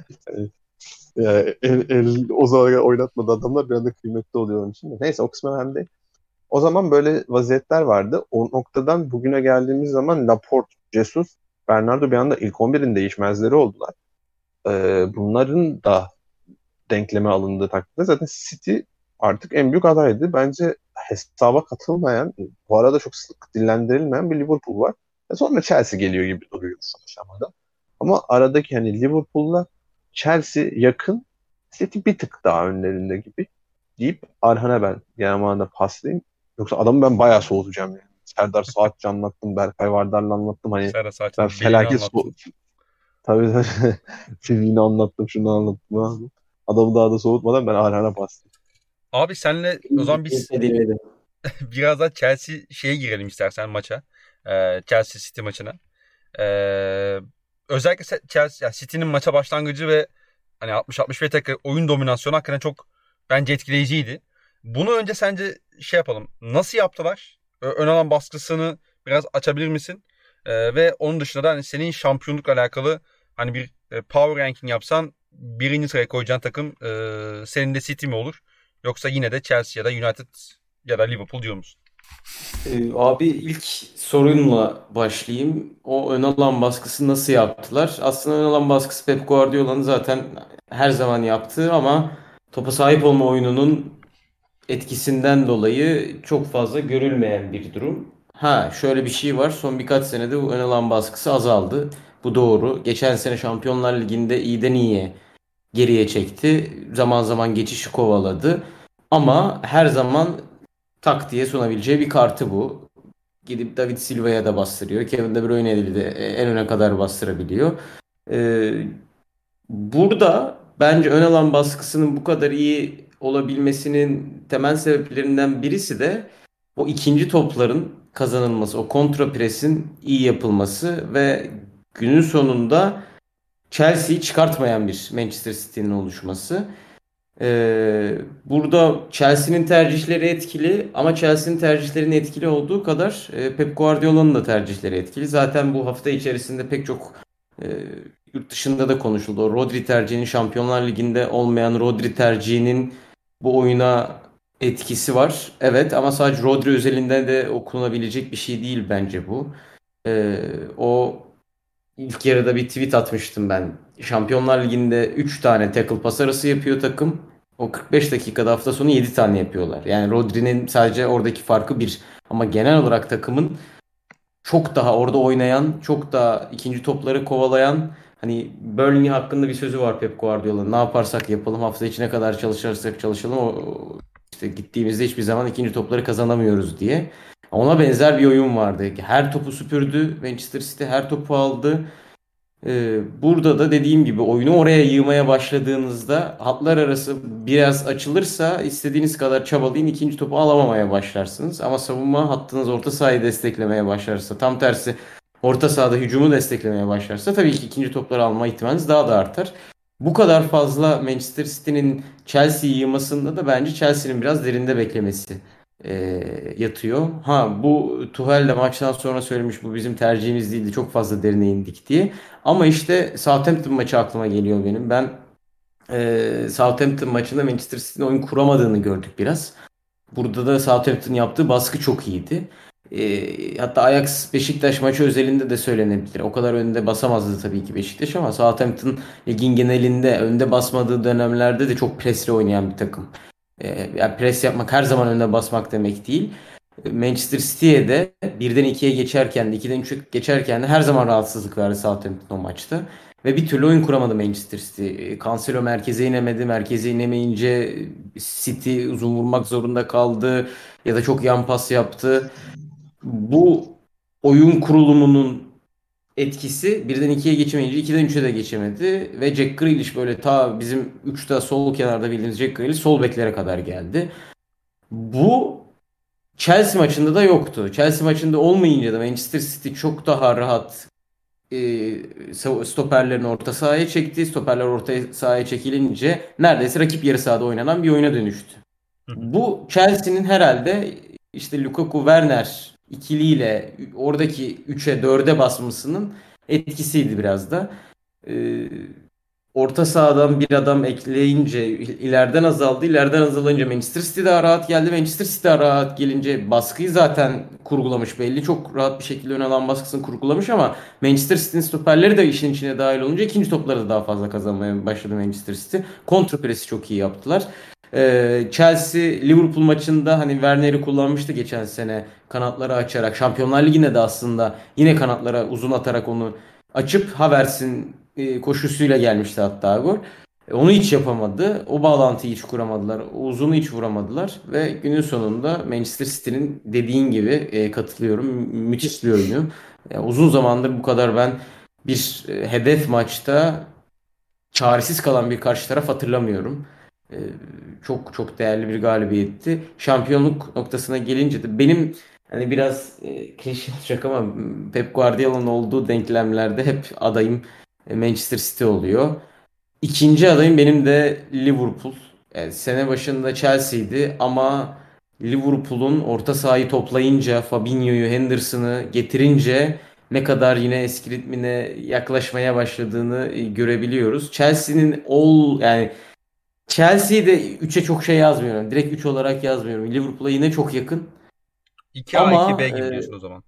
Yani o zaman oynatmadı adamlar bir anda kıymetli oluyor onun için. Neyse o kısmı önemli değil. O zaman böyle vaziyetler vardı. O noktadan bugüne geldiğimiz zaman Laporte, Jesus, Bernardo bir anda ilk 11'in değişmezleri oldular. Bunların da denkleme alındığı takdirde zaten City artık en büyük adaydı. Bence hesaba katılmayan, bu arada çok sık dillendirilmeyen bir Liverpool var. Sonra Chelsea geliyor gibi duruyor son aşamada. Ama aradaki hani Liverpool'la Chelsea yakın, City bir tık daha önlerinde gibi deyip Arhan'a ben genel manada paslayayım. Yoksa adamı ben bayağı soğutacağım yani. Serdar Saatçi anlattım, Berkay Vardar'la anlattım. Hani Serdar ben Saatçı'nın belini felaket anlattın. tabii filmini anlattım, şunu anlattım. Adamı daha da soğutmadan ben Arhan'a paslayayım. Abi senle o zaman biz biraz daha Chelsea şeye girelim istersen maça. Chelsea City maçına. Özellikle Chelsea, yani City'nin maça başlangıcı ve hani 60-65 dakika oyun dominasyonu hakikaten çok bence etkileyiciydi. Bunu önce sence şey yapalım. Nasıl yaptılar? Ön alan baskısını biraz açabilir misin? Ve onun dışında da hani senin şampiyonlukla alakalı hani bir power ranking yapsan birinci sıraya koyacağın takım senin de City mi olur? Yoksa yine de Chelsea ya da United ya da Liverpool diyor musun? Abi ilk sorunla başlayayım. O ön alan baskısı nasıl yaptılar? Aslında ön alan baskısı Pep Guardiola'nın zaten her zaman yaptığı ama topa sahip olma oyununun etkisinden dolayı çok fazla görülmeyen bir durum. Ha şöyle bir şey var. Son birkaç senede bu ön alan baskısı azaldı. Bu doğru. Geçen sene Şampiyonlar Ligi'nde iyiden iyiye geriye çekti. Zaman zaman geçişi kovaladı. Ama her zaman tak diye sunabileceği bir kartı bu. Gidip David Silva'ya da bastırıyor. Kevin De Bruyne'yi de en öne kadar bastırabiliyor. Ee, Burada bence ön alan baskısının bu kadar iyi olabilmesinin temel sebeplerinden birisi de o ikinci topların kazanılması, o kontra presin iyi yapılması ve günün sonunda Chelsea'yi çıkartmayan bir Manchester City'nin oluşması. Burada Chelsea'nin tercihleri etkili ama Chelsea'nin tercihlerinin etkili olduğu kadar Pep Guardiola'nın da tercihleri etkili. Zaten bu hafta içerisinde pek çok e, yurt dışında da konuşuldu. O Rodri tercihinin Şampiyonlar Ligi'nde olmayan Rodri tercihinin bu oyuna etkisi var. Evet ama sadece Rodri özelinde de okunabilecek bir şey değil bence bu. O İlk yarıda bir tweet atmıştım ben. Şampiyonlar Ligi'nde 3 tane tackle pas arası yapıyor takım. O 45 dakikada hafta sonu 7 tane yapıyorlar. Yani Rodri'nin sadece oradaki farkı bir. Ama genel olarak takımın çok daha orada oynayan, çok daha ikinci topları kovalayan, hani Burnley hakkında bir sözü var Pep Guardiola'nın. Ne yaparsak yapalım, hafta içine kadar çalışırsak çalışalım, işte gittiğimizde hiçbir zaman ikinci topları kazanamıyoruz diye. Ona benzer bir oyun vardı. Her topu süpürdü. Manchester City her topu aldı. Burada da dediğim gibi oyunu oraya yığmaya başladığınızda hatlar arası biraz açılırsa istediğiniz kadar çabalayın, ikinci topu alamamaya başlarsınız. Ama savunma hattınız orta sahayı desteklemeye başlarsa, tam tersi orta sahada hücumu desteklemeye başlarsa tabii ki ikinci topları alma ihtimaliniz daha da artar. Bu kadar fazla Manchester City'nin Chelsea'yi yığmasında da bence Chelsea'nin biraz derinde beklemesi yatıyor. Ha bu Tuchel de maçtan sonra söylemiş, bu bizim tercihimiz değildi, çok fazla derine indik diye. Ama işte Southampton maçı aklıma geliyor benim. Ben Southampton maçında Manchester City'nin oyun kuramadığını gördük biraz. Burada da Southampton yaptığı baskı çok iyiydi. Hatta Ajax Beşiktaş maçı özelinde de söylenebilir. O kadar önde basamazdı tabii ki Beşiktaş ama Southampton ligin genelinde önde basmadığı dönemlerde de çok presli oynayan bir takım. Yani pres yapmak her zaman önde basmak demek değil. Manchester City'ye de birden ikiye geçerken de 2'den 3'e geçerken de her zaman rahatsızlık verdi Southampton o maçta. Ve bir türlü oyun kuramadı Manchester City. Cancelo merkeze inemedi. Merkeze inemeyince City uzun vurmak zorunda kaldı. Ya da çok yan pas yaptı. Bu oyun kurulumunun etkisi birden ikiye geçemeyince 2'den 3'e de geçemedi. Ve Jack Grealish böyle ta bizim 3'te sol kenarda bildiğimiz Jack Grealish sol beklere kadar geldi. Bu Chelsea maçında da yoktu. Chelsea maçında olmayınca da Manchester City çok daha rahat stoperlerini orta sahaya çekti. Stoperler orta sahaya çekilince neredeyse rakip yarı sahada oynanan bir oyuna dönüştü. Bu Chelsea'nin herhalde işte Lukaku Werner ikiliyle oradaki 3'e 4'e basmasının etkisiydi biraz da. Ee, Orta sahadan bir adam ekleyince ileriden azaldı. İleriden azalınca Manchester City daha rahat geldi. Manchester City daha rahat gelince baskıyı zaten kurgulamış belli. Çok rahat bir şekilde ön alan baskısını kurgulamış ama Manchester City'nin stoperleri de işin içine dahil olunca ikinci topları da daha fazla kazanmaya başladı Manchester City. Kontra presi çok iyi yaptılar. Chelsea Liverpool maçında hani Werner'i kullanmıştı geçen sene kanatları açarak. Şampiyonlar Ligi'nde de aslında yine kanatlara uzun atarak onu açıp Havertz'in koşusuyla gelmişti hatta gol. Onu hiç yapamadı. O bağlantıyı hiç kuramadılar. O uzunu hiç vuramadılar. Ve günün sonunda Manchester City'nin dediğin gibi katılıyorum. Müthiş bir oyunu. Uzun zamandır bu kadar ben bir hedef maçta çaresiz kalan bir karşı taraf hatırlamıyorum. E, Çok çok değerli bir galibiyetti. Şampiyonluk noktasına gelince de benim hani biraz klişe olacak ama Pep Guardiola'nın olduğu denklemlerde hep adayım Manchester City oluyor. İkinci adayım benim de Liverpool. Yani sene başında Chelsea'ydi ama Liverpool'un orta sahayı toplayınca Fabinho'yu, Henderson'ı getirince ne kadar yine eski ritmine yaklaşmaya başladığını görebiliyoruz. Yani Chelsea'yi de 3'e çok şey yazmıyorum. Direkt 3 olarak yazmıyorum. Liverpool'a yine çok yakın. 2A Ama 2B gibi diyorsun o zaman.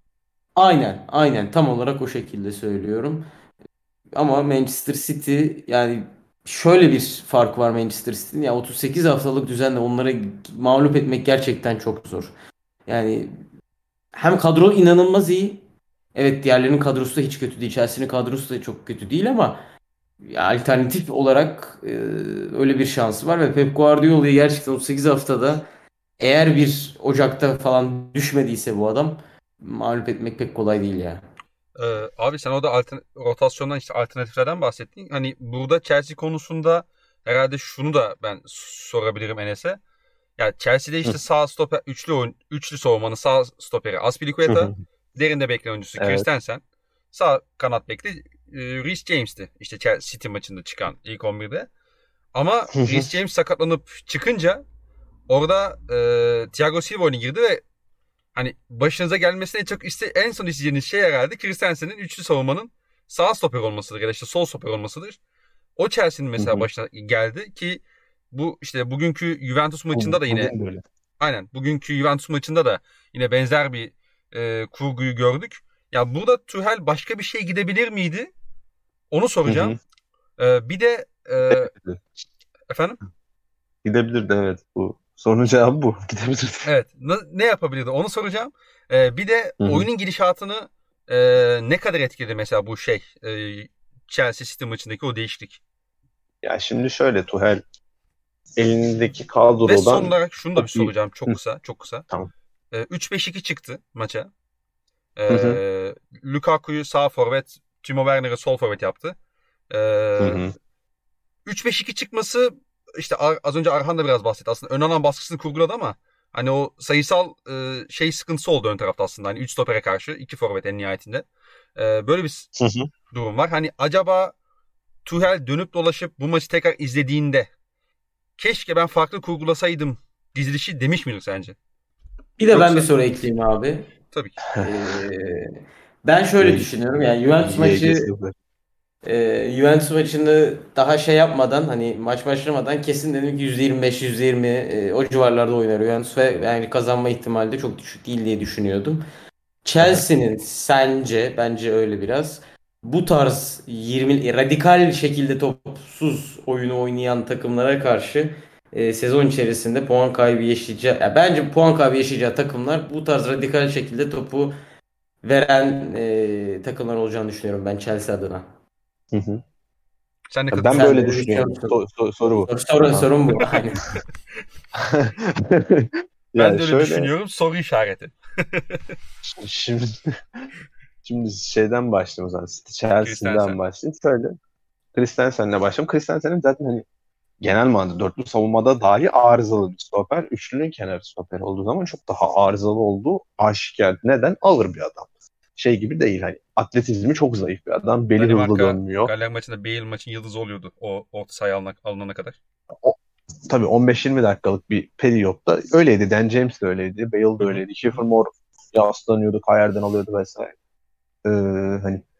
aynen tam olarak o şekilde söylüyorum. Ama Manchester City yani şöyle bir fark var Manchester City'nin. Ya 38 haftalık düzenle onları mağlup etmek gerçekten çok zor. Yani hem kadro inanılmaz iyi. Evet diğerlerinin kadrosu da hiç kötü değil. Chelsea'nin kadrosu da çok kötü değil ama ya alternatif olarak öyle bir şansı var ve Pep Guardiola'yı gerçekten 38 haftada eğer bir Ocak'ta falan düşmediyse bu adam mağlup etmek pek kolay değil ya. Abi sen orada rotasyondan işte alternatiflerden bahsettin. Hani burada Chelsea konusunda herhalde şunu da ben sorabilirim Enes'e. Ya Chelsea'de işte sağ stoper üçlü savunmanın sağ stoperi Azpilicueta, derinde bekleyen oyuncusu Evet. Christensen, sağ kanat bekli Reece James'ti. İşte City maçında çıkan ilk 11'de. Ama Reece James sakatlanıp çıkınca orada Thiago Silva oyuna girdi ve hani başınıza gelmesine çok en son isteyeceğiniz şey herhalde Christensen'in üçlü savunmanın sağ stoper olmasıdır ya da işte sol stoper olmasıdır. O Chelsea'nin mesela başına geldi ki bu işte bugünkü Juventus maçında da yine Bugün de öyle. aynen bugünkü Juventus maçında da yine benzer bir kurguyu gördük. Ya burada Tuchel başka bir şey gidebilir miydi? Onu soracağım. Bir de efendim? Gidebilirdi, evet. Bu sorunun cevabı bu. Gidebilirdi. Evet. Ne yapabilirdi? Onu soracağım. Bir de oyunun gidişatını ne kadar etkiledi mesela bu Chelsea City maçındaki o değişiklik. Ya şimdi şöyle, Tuchel elindeki Ve kadrodan son olarak şunu da bir çok iyi. soracağım çok kısa. Çok kısa. Tamam. 3-5-2 çıktı maça. Lukaku'yu sağ forvet, Timo Werner'ı sol forvet yaptı. 3-5-2 çıkması işte az önce Arhan da biraz bahsetti. Aslında ön alan baskısını kurguladı ama hani o sayısal sıkıntısı oldu ön tarafta aslında. Hani 3 stopere karşı 2 forvet en nihayetinde. Böyle bir durum var. Hani acaba Tuchel dönüp dolaşıp bu maçı tekrar izlediğinde keşke ben farklı kurgulasaydım dizilişi demiş midir sence? Bir de ben Yoksa bir soru ekleyeyim abi. tabii ki. Ben şöyle düşünüyorum yani Juventus maçını daha şey yapmadan hani maç başlamadan kesin dedim ki %25 %20 o civarlarda oynar Juventus ve yani kazanma ihtimali de çok düşük değil diye düşünüyordum. Chelsea'nin bence öyle biraz bu tarz 20 radikal şekilde topsuz oyunu oynayan takımlara karşı sezon içerisinde puan kaybı yaşayacağı bence puan kaybı yaşayacağı takımlar bu tarz radikal şekilde topu veren takımlar olacağını düşünüyorum ben Chelsea adına. Sen ne Ben katılıyorsun? böyle düşünüyorum. Soru bu. Sorun bu. Aynen. Ben de öyle şöyle, düşünüyorum. Soru işareti. şimdi şeyden başlayayım o zaman. Chelsea'den Christensen. başlayayım. Şöyle, Christensen'le başlayayım. Christensen'in zaten hani genel manada dörtlü savunmada dahi arızalı bir stoper. Üçlünün kenar stoper olduğu zaman çok daha arızalı olduğu aşikar. Neden? Ağır bir adam. Şey gibi değil, hani atletizmi çok zayıf bir adam. Beli hızlı dönmüyor. Galler maçında Bale maçın yıldızı oluyordu. O orta sahaya alınana kadar. Tabii 15-20 dakikalık bir periyotta öyleydi. Dan James de öyleydi. Bale de öyleydi. Kiefer Moore yaslanıyordu, kayardan alıyordu vesaire. Hani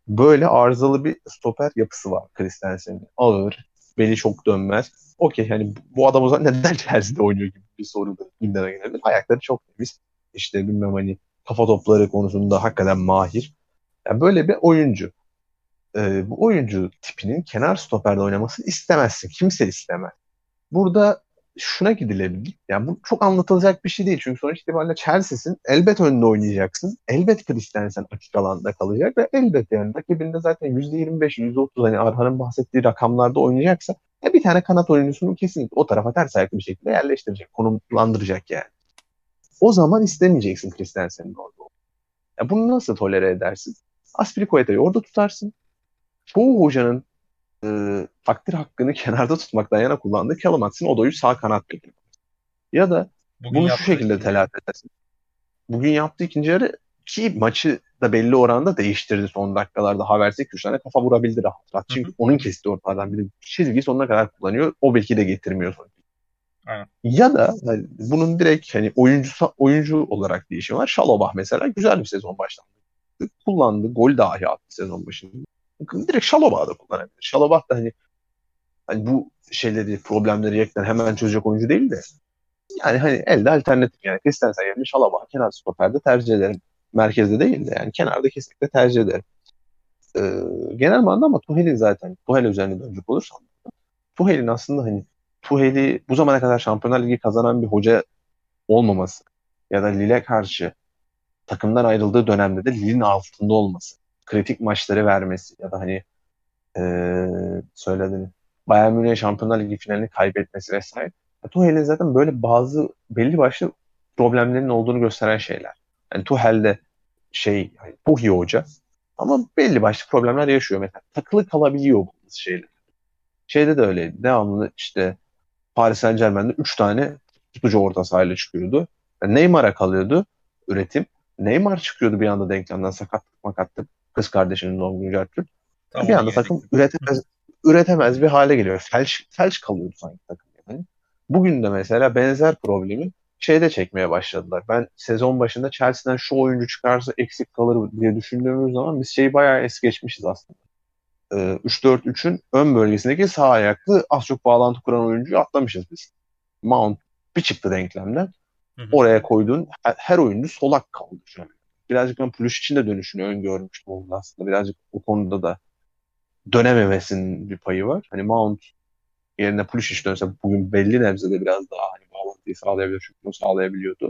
Böyle arızalı bir stoper yapısı var Christensen'in. Ağır, beli çok dönmez. Okey, hani bu adam o zaman neden Chelsea'de oynuyor gibi bir soru da gündeme gelebilir. Ayakları çok temiz. İşte bilmem hani kafa topları konusunda hakikaten mahir. Yani böyle bir oyuncu. Bu oyuncu tipinin kenar stoperde oynamasını istemezsin. Kimse istemez. Burada şuna gidilebilir. Yani bu çok anlatılacak bir şey değil. Çünkü sonuç itibariyle Chelsea'sin. Elbet önünde oynayacaksın. Elbet Christensen açık alanda kalacak ve elbet yani rakibinde zaten %25, %30 hani Arhan'ın bahsettiği rakamlarda oynayacaksa bir tane kanat oyuncusunu kesinlikle o tarafa ters ayaklı bir şekilde yerleştirecek. Konumlandıracak yani. O zaman istemeyeceksin Christensen'in orada. Ya bunu nasıl tolere edersin? Aspilicueta'yı orada tutarsın. Çoğu hocanın takdir hakkını kenarda tutmaktan yana kullandığı Callum Hudson-Odoi'yu sağ kanat bekliyor. Ya da Bugün bunu şu yaptığı şekilde ikinci telafi edersin. Bugün yaptığı ikinci yarı ki maçı da belli oranda değiştirdi son dakikalarda. Havertz'e 2-3 tane kafa vurabildi rahat rahat. Hı Çünkü hı. onun kestiği ortalardan biri çizgiyi sonuna kadar kullanıyor. O belki de getirmiyor sonra. Aynen. Ya da hani bunun direkt hani oyuncu olarak değişimi var. Şalobah mesela güzel bir sezon başladı. Kullandı. Gol dahi attı sezon başında. Direkt Şalobah'ı da kullanabilir. Şalobah da hani bu şeyleri, problemleri yekten hemen çözecek oyuncu değil de yani hani elde alternatif yani Christensen yerine Şalobah kenar stoperde tercih ederim. Merkezde değil de yani kenarda kesinlikle tercih ederim. Genel manada ama Tuchel üzerine dönecek olursam Tuchel'in aslında hani Tuchel'i bu zamana kadar Şampiyonlar Ligi kazanan bir hoca olmaması ya da Lille karşı takımdan ayrıldığı dönemde de Lille'in altında olması, kritik maçları vermesi ya da hani söylediğini Bayern Münih'e Şampiyonlar Ligi finalini kaybetmesi vesaire. Tuchel'in zaten böyle bazı belli başlı problemlerin olduğunu gösteren şeyler. Yani Tuchel'de yani çok iyi hoca ama belli başlı problemler yaşıyor. Mesela takılı kalabiliyor bu şeyler. Şeyde de öyleydi. Devamlı işte Paris Saint-Germain'de 3 tane tutucu orta sahayla çıkıyordu. Yani Neymar'a kalıyordu üretim. Neymar çıkıyordu bir anda denklemden sakatlık. Kız kardeşinin doğum günü Gertrude. Tam Bir ona anda takım gelecektim. üretemez bir hale geliyor. Felç kalıyordu sanki takım yani. Bugün de mesela benzer problemi şeyde çekmeye başladılar. Ben sezon başında Chelsea'den şu oyuncu çıkarsa eksik kalır diye düşündüğümüz zaman biz şeyi bayağı es geçmişiz aslında. 3-4-3'ün ön bölgesindeki sağ ayaklı az çok bağlantı kuran oyuncuyu atlamışız biz. Mount bir çıktı denklemden. Hı hı. Oraya koyduğun her oyuncu solak kaldı şu an. Birazcık ben Pulisic'in de dönüşünü öngörmüştüm onun aslında. Birazcık o konuda da dönememesinin bir payı var. Hani Mount yerine Pulisic dönse bugün belli nebzede biraz daha hani bağlantıyı sağlayabilir. Çünkü bunu sağlayabiliyordu.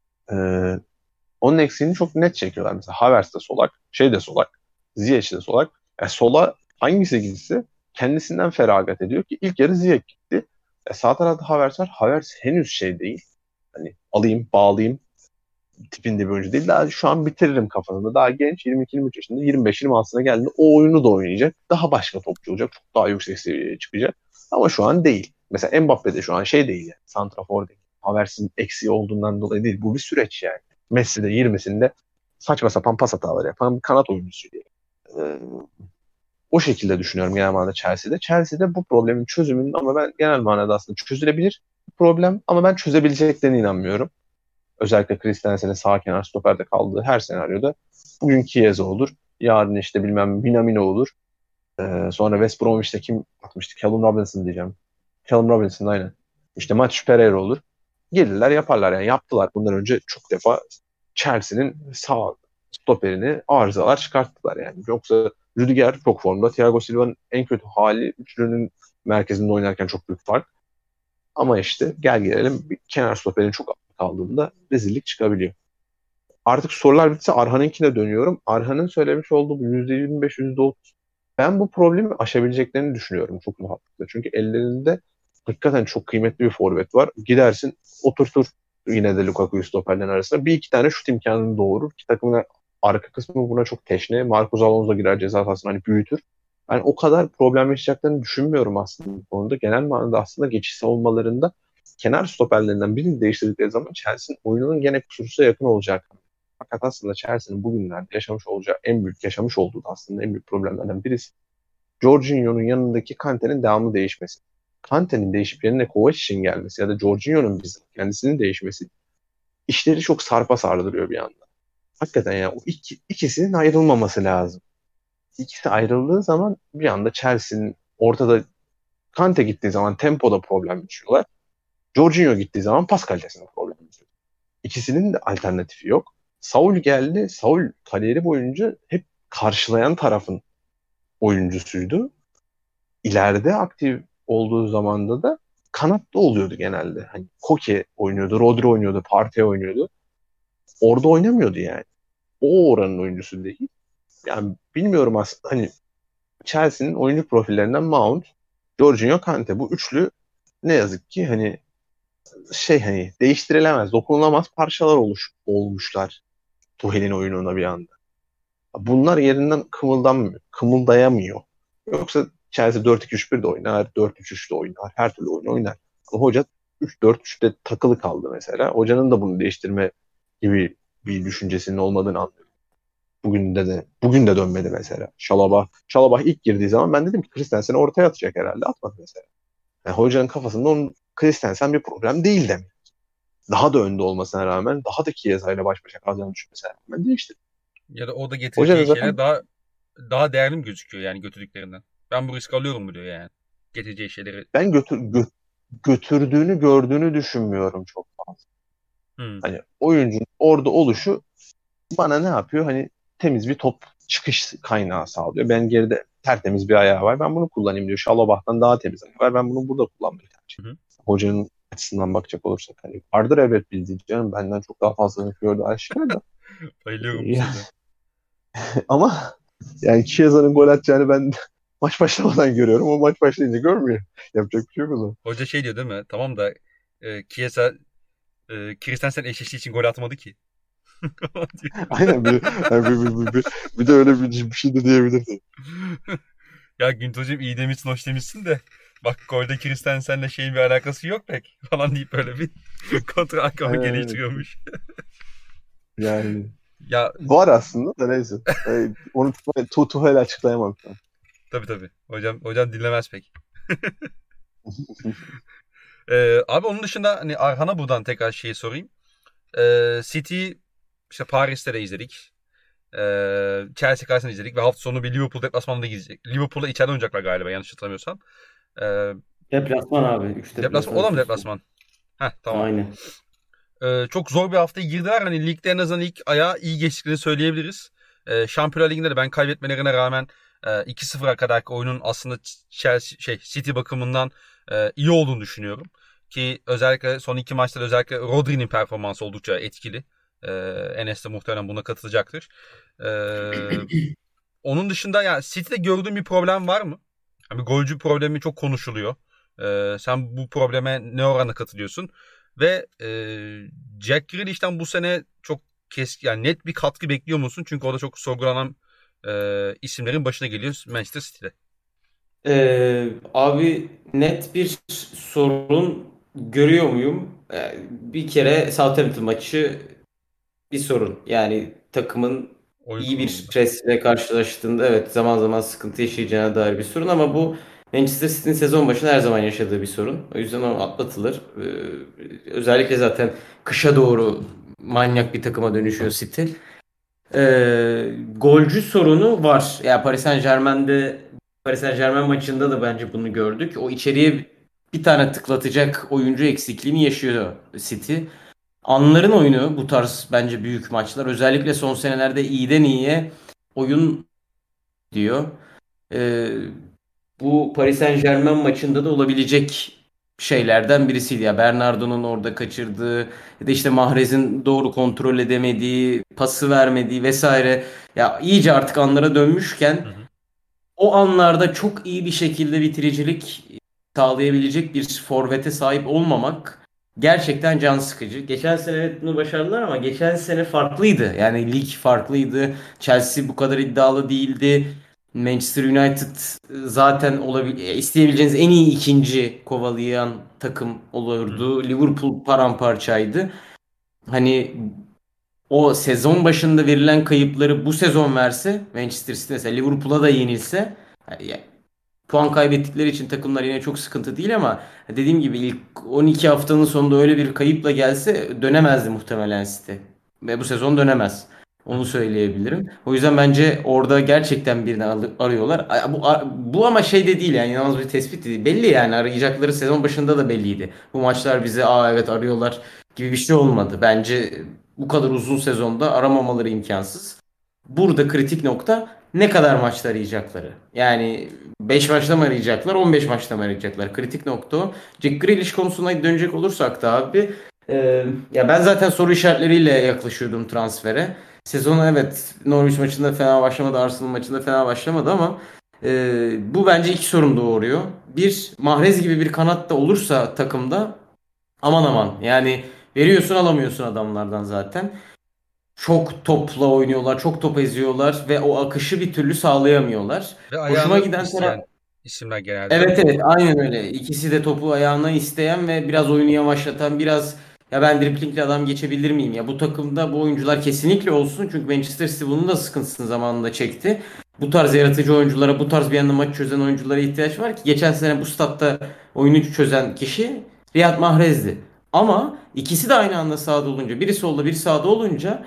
Ee, Onun eksiğini çok net çekiyorlar. Mesela Havertz de solak, şey de solak, Ziyech de solak. Sola hangisi gitse kendisinden feragat ediyor ki ilk yarı Ziyech gitti. Sağ tarafta Havertz var. Havertz henüz şey değil. Hani alayım, bağlayayım tipinde bir oyuncu değil. Daha şu an bitiririm kafasında. Daha genç 22-23 yaşında 25-26'sına geldiğinde o oyunu da oynayacak. Daha başka topçu olacak. Çok daha yüksek seviyeye çıkacak. Ama şu an değil. Mesela Mbappe de şu an şey değil yani. Santrafor değil. Havertz'in eksiği olduğundan dolayı değil. Bu bir süreç yani. Messi de 20'sinde saçma sapan pas hataları yapan bir kanat oyuncusu diye. Ee, O şekilde düşünüyorum genel manada Chelsea'de. Chelsea'de bu problemin çözümünün ama ben genel manada aslında çözülebilir bir problem ama ben çözebileceklerine inanmıyorum. Özellikle Christensen'in sağ kenar stoperde kaldığı her senaryoda bugün Chiesa olur. Yarın işte bilmem Minamino olur. Sonra West Bromwich'te kim atmıştı? Callum Robinson diyeceğim. Callum Robinson aynen. İşte Matheus Pereira olur. Gelirler yaparlar yani yaptılar. Bundan önce çok defa Chelsea'nin sağ stoperini arızalar çıkarttılar yani. Yoksa Rüdiger çok formda. Thiago Silva'nın en kötü hali üçlünün merkezinde oynarken çok büyük fark. Ama işte gel gelelim bir kenar stoperin çok kaldığında rezillik çıkabiliyor. Artık sorular bitse Arhan'ınkine dönüyorum. Arhan'ın söylemiş olduğu bu %25, %30 ben bu problemi aşabileceklerini düşünüyorum çok rahatlıkla. Çünkü ellerinde hakikaten çok kıymetli bir forvet var. Gidersin oturtur yine de Lukaku'yu stoperlerin arasında. Bir iki tane şut imkanını doğurur. Ki takımın arka kısmı buna çok teşne. Marcos Alonso da girer ceza sahasına hani büyütür. Ben o kadar problem yaşayacaklarını düşünmüyorum aslında bu konuda. Genel manada aslında geçiş savunmalarında kenar stoperlerinden birini değiştirdikleri zaman Chelsea'nin oyununun gene kusursuza yakın olacak. Fakat aslında Chelsea'nin bugünlerde yaşamış olduğu da aslında en büyük problemlerden birisi Jorginho'nun yanındaki Kante'nin devamlı değişmesi. Kante'nin değişip yerine Kovacic'in gelmesi ya da Jorginho'nun bizzat kendisinin değişmesi işleri çok sarpa sardırıyor bir anda. Hakikaten ya o ikisinin ayrılmaması lazım. ikisi ayrıldığı zaman bir anda Chelsea'nin ortada Kante gittiği zaman tempoda problem yaşıyorlar. Jorginho gittiği zaman pas kalitesinde problem yaşıyor. İkisinin de alternatifi yok. Saul geldi. Saul kariyeri boyunca hep karşılayan tarafın oyuncusuydu. İleride aktif olduğu zamanda da kanatta oluyordu genelde. Hani Koke oynuyordu, Rodri oynuyordu, Partey oynuyordu. Orada oynamıyordu yani. O oranın oyuncusu değil. Yani bilmiyorum aslında hani Chelsea'nin oyuncu profillerinden Mount, Jorginho, Kante bu üçlü ne yazık ki hani hani değiştirilemez, dokunulamaz parçalar olmuşlar Tuchel'in oyununa bir anda. Bunlar yerinden kımıldayamıyor. Yoksa Chelsea 4-2-3-1 de oynar, 4-3-3 de oynar, her türlü oyun oynar. Ama hoca 3-4-3'te takılı kaldı mesela. Hocanın da bunu değiştirme gibi bir düşüncesinin olmadığını anlıyorum. Bugün de dönmedi mesela. Şalabah ilk girdiği zaman ben dedim ki Christensen'i ortaya atacak herhalde. Atmadı mesela. Yani hocanın kafasında onun Christensen bir problem değil demek. Daha da önde olmasına rağmen daha da Chiesa ile baş başa kalacağını düşünmesine rağmen değiştirdi. Ya da o da Hoca da getireceği zaten şeyler daha değerli mi gözüküyor yani götürdüklerinden? Ben bu risk alıyorum mu diyor yani. Getireceği şeyleri. ben götürdüğünü gördüğünü düşünmüyorum çok fazla. Hani oyuncunun orada oluşu bana ne yapıyor? Hani temiz bir top çıkış kaynağı sağlıyor. Ben geride tertemiz bir ayağı var. Ben bunu kullanayım diyor. Şalabah'tan daha temiz ayağı var. Ben bunu burada kullanmayı tercih ediyorum. Hocanın açısından bakacak olursak hani vardır evet bildiği canım benden çok daha fazla gördü aşikar da. Bayılıyorum bu sözü. Ama yani Chiesa'nın gol atacağını ben maç başlamadan görüyorum. O maç başlayınca görmüyor. Yapacak bir şey yok o zaman. Hoca şey diyor değil mi? Tamam da Chiesa Christensen eşleştiği için gol atmadı ki. Aynen bir de öyle bir şey de diyebilirdi. Ya Güntocuğum iyi demişsin, hoş demişsin de bak golde Christensen'le şeyin bir alakası yok pek falan deyip böyle bir kontra arkamı geliştiriyormuş. Yani ya var aslında da neyse. Onu Tuhel'e açıklayamam şu an. Tabii. Hocam dinlemez pek. Abi onun dışında hani Arhan'a buradan tekrar şeyi sorayım. City işte Paris'te de izledik. Chelsea karşısında izledik ve hafta sonu bir Liverpool deplasmanında gidecek. Liverpool'la içeride oynayacaklar galiba yanlış hatırlamıyorsam. Deplasman abi. 3 Deplasman. O da mı deplasman? Heh, tamam. Aynen. Çok zor bir haftaya girdiler. Hani ligde en azından ilk ayağı iyi geçtiklerini söyleyebiliriz. Şampiyonlar Ligi'nde de ben kaybetmelerine rağmen 2-0'a kadarki oyunun aslında City bakımından iyi olduğunu düşünüyorum. Ki özellikle son iki maçta özellikle Rodri'nin performansı oldukça etkili. Enes de muhtemelen buna katılacaktır. Onun dışında yani City'de gördüğün bir problem var mı? Yani golcü problemi çok konuşuluyor. Sen bu probleme ne oranda katılıyorsun? Ve Jack Grealish'ten bu sene çok yani net bir katkı bekliyor musun? Çünkü o da çok sorgulanan isimlerin başına geliyor Manchester City'de. Abi net bir sorun görüyor muyum? Bir kere Southampton maçı bir sorun. Yani takımın Oyun iyi bir kurulumunda. presle karşılaştığında evet zaman zaman sıkıntı yaşayacağına dair bir sorun ama bu Manchester City'nin sezon başında her zaman yaşadığı bir sorun. O yüzden o atlatılır. Özellikle zaten kışa doğru manyak bir takıma dönüşüyor City. Golcü sorunu var. Ya Paris Saint-Germain maçında da bence bunu gördük. O içeriye bir tane tıklatacak oyuncu eksikliğini yaşıyor City. Anların oyunu bu tarz bence büyük maçlar. Özellikle son senelerde iyiden iyiye oyun diyor. Ee, Bu Paris Saint-Germain maçında da olabilecek şeylerden birisiydi. Ya Bernardo'nun orada kaçırdığı ya da işte Mahrez'in doğru kontrol edemediği, pası vermediği vesaire. Ya iyice artık anlara dönmüşken o anlarda çok iyi bir şekilde bitiricilik sağlayabilecek bir forvete sahip olmamak gerçekten can sıkıcı. Geçen sene evet bunu başardılar ama geçen sene farklıydı. Yani lig farklıydı. Chelsea bu kadar iddialı değildi. Manchester United zaten isteyebileceğiniz en iyi ikinci kovalayan takım olurdu. Liverpool paramparçaydı. Hani o sezon başında verilen kayıpları bu sezon verse Manchester City mesela Liverpool'a da yenilse yani puan kaybettikleri için takımlar yine çok sıkıntı değil ama dediğim gibi ilk 12 haftanın sonunda öyle bir kayıpla gelse dönemezdi muhtemelen City. Ve bu sezon dönemez. Onu söyleyebilirim. O yüzden bence orada gerçekten birini arıyorlar. Bu ama şey de değil yani inanılmaz bir tespit de değil. Belli yani arayacakları sezon başında da belliydi. Bu maçlar bize evet arıyorlar gibi bir şey olmadı. Bence bu kadar uzun sezonda aramamaları imkansız. Burada kritik nokta ne kadar maçta arayacakları. Yani 5 maçta mı arayacaklar, 15 maçta mı arayacaklar? Kritik nokta o. Jack Grealish konusuna dönecek olursak da abi ya ben zaten soru işaretleriyle yaklaşıyordum transfere. Sezonu evet Norwich maçında fena başlamadı, Arsenal maçında fena başlamadı ama bu bence iki sorun doğuruyor. Bir, Mahrez gibi bir kanat da olursa takımda aman aman yani veriyorsun alamıyorsun adamlardan zaten. Çok topla oynuyorlar, çok top eziyorlar ve o akışı bir türlü sağlayamıyorlar. Ve Hoşuma ayağını giden taraf isteyen isimler genelde. evet evet aynen öyle. İkisi de topu ayağına isteyen ve biraz oyunu yavaşlatan biraz ya ben driplingle adam geçebilir miyim ya bu takımda bu oyuncular kesinlikle olsun çünkü Manchester City bunun da sıkıntısını zamanında çekti. Bu tarz yaratıcı oyunculara bu tarz bir anda maç çözen oyunculara ihtiyaç var ki geçen sene bu statta oyunu çözen kişi Riyad Mahrez'di. Ama ikisi de aynı anda sahada olunca biri solda biri sağda olunca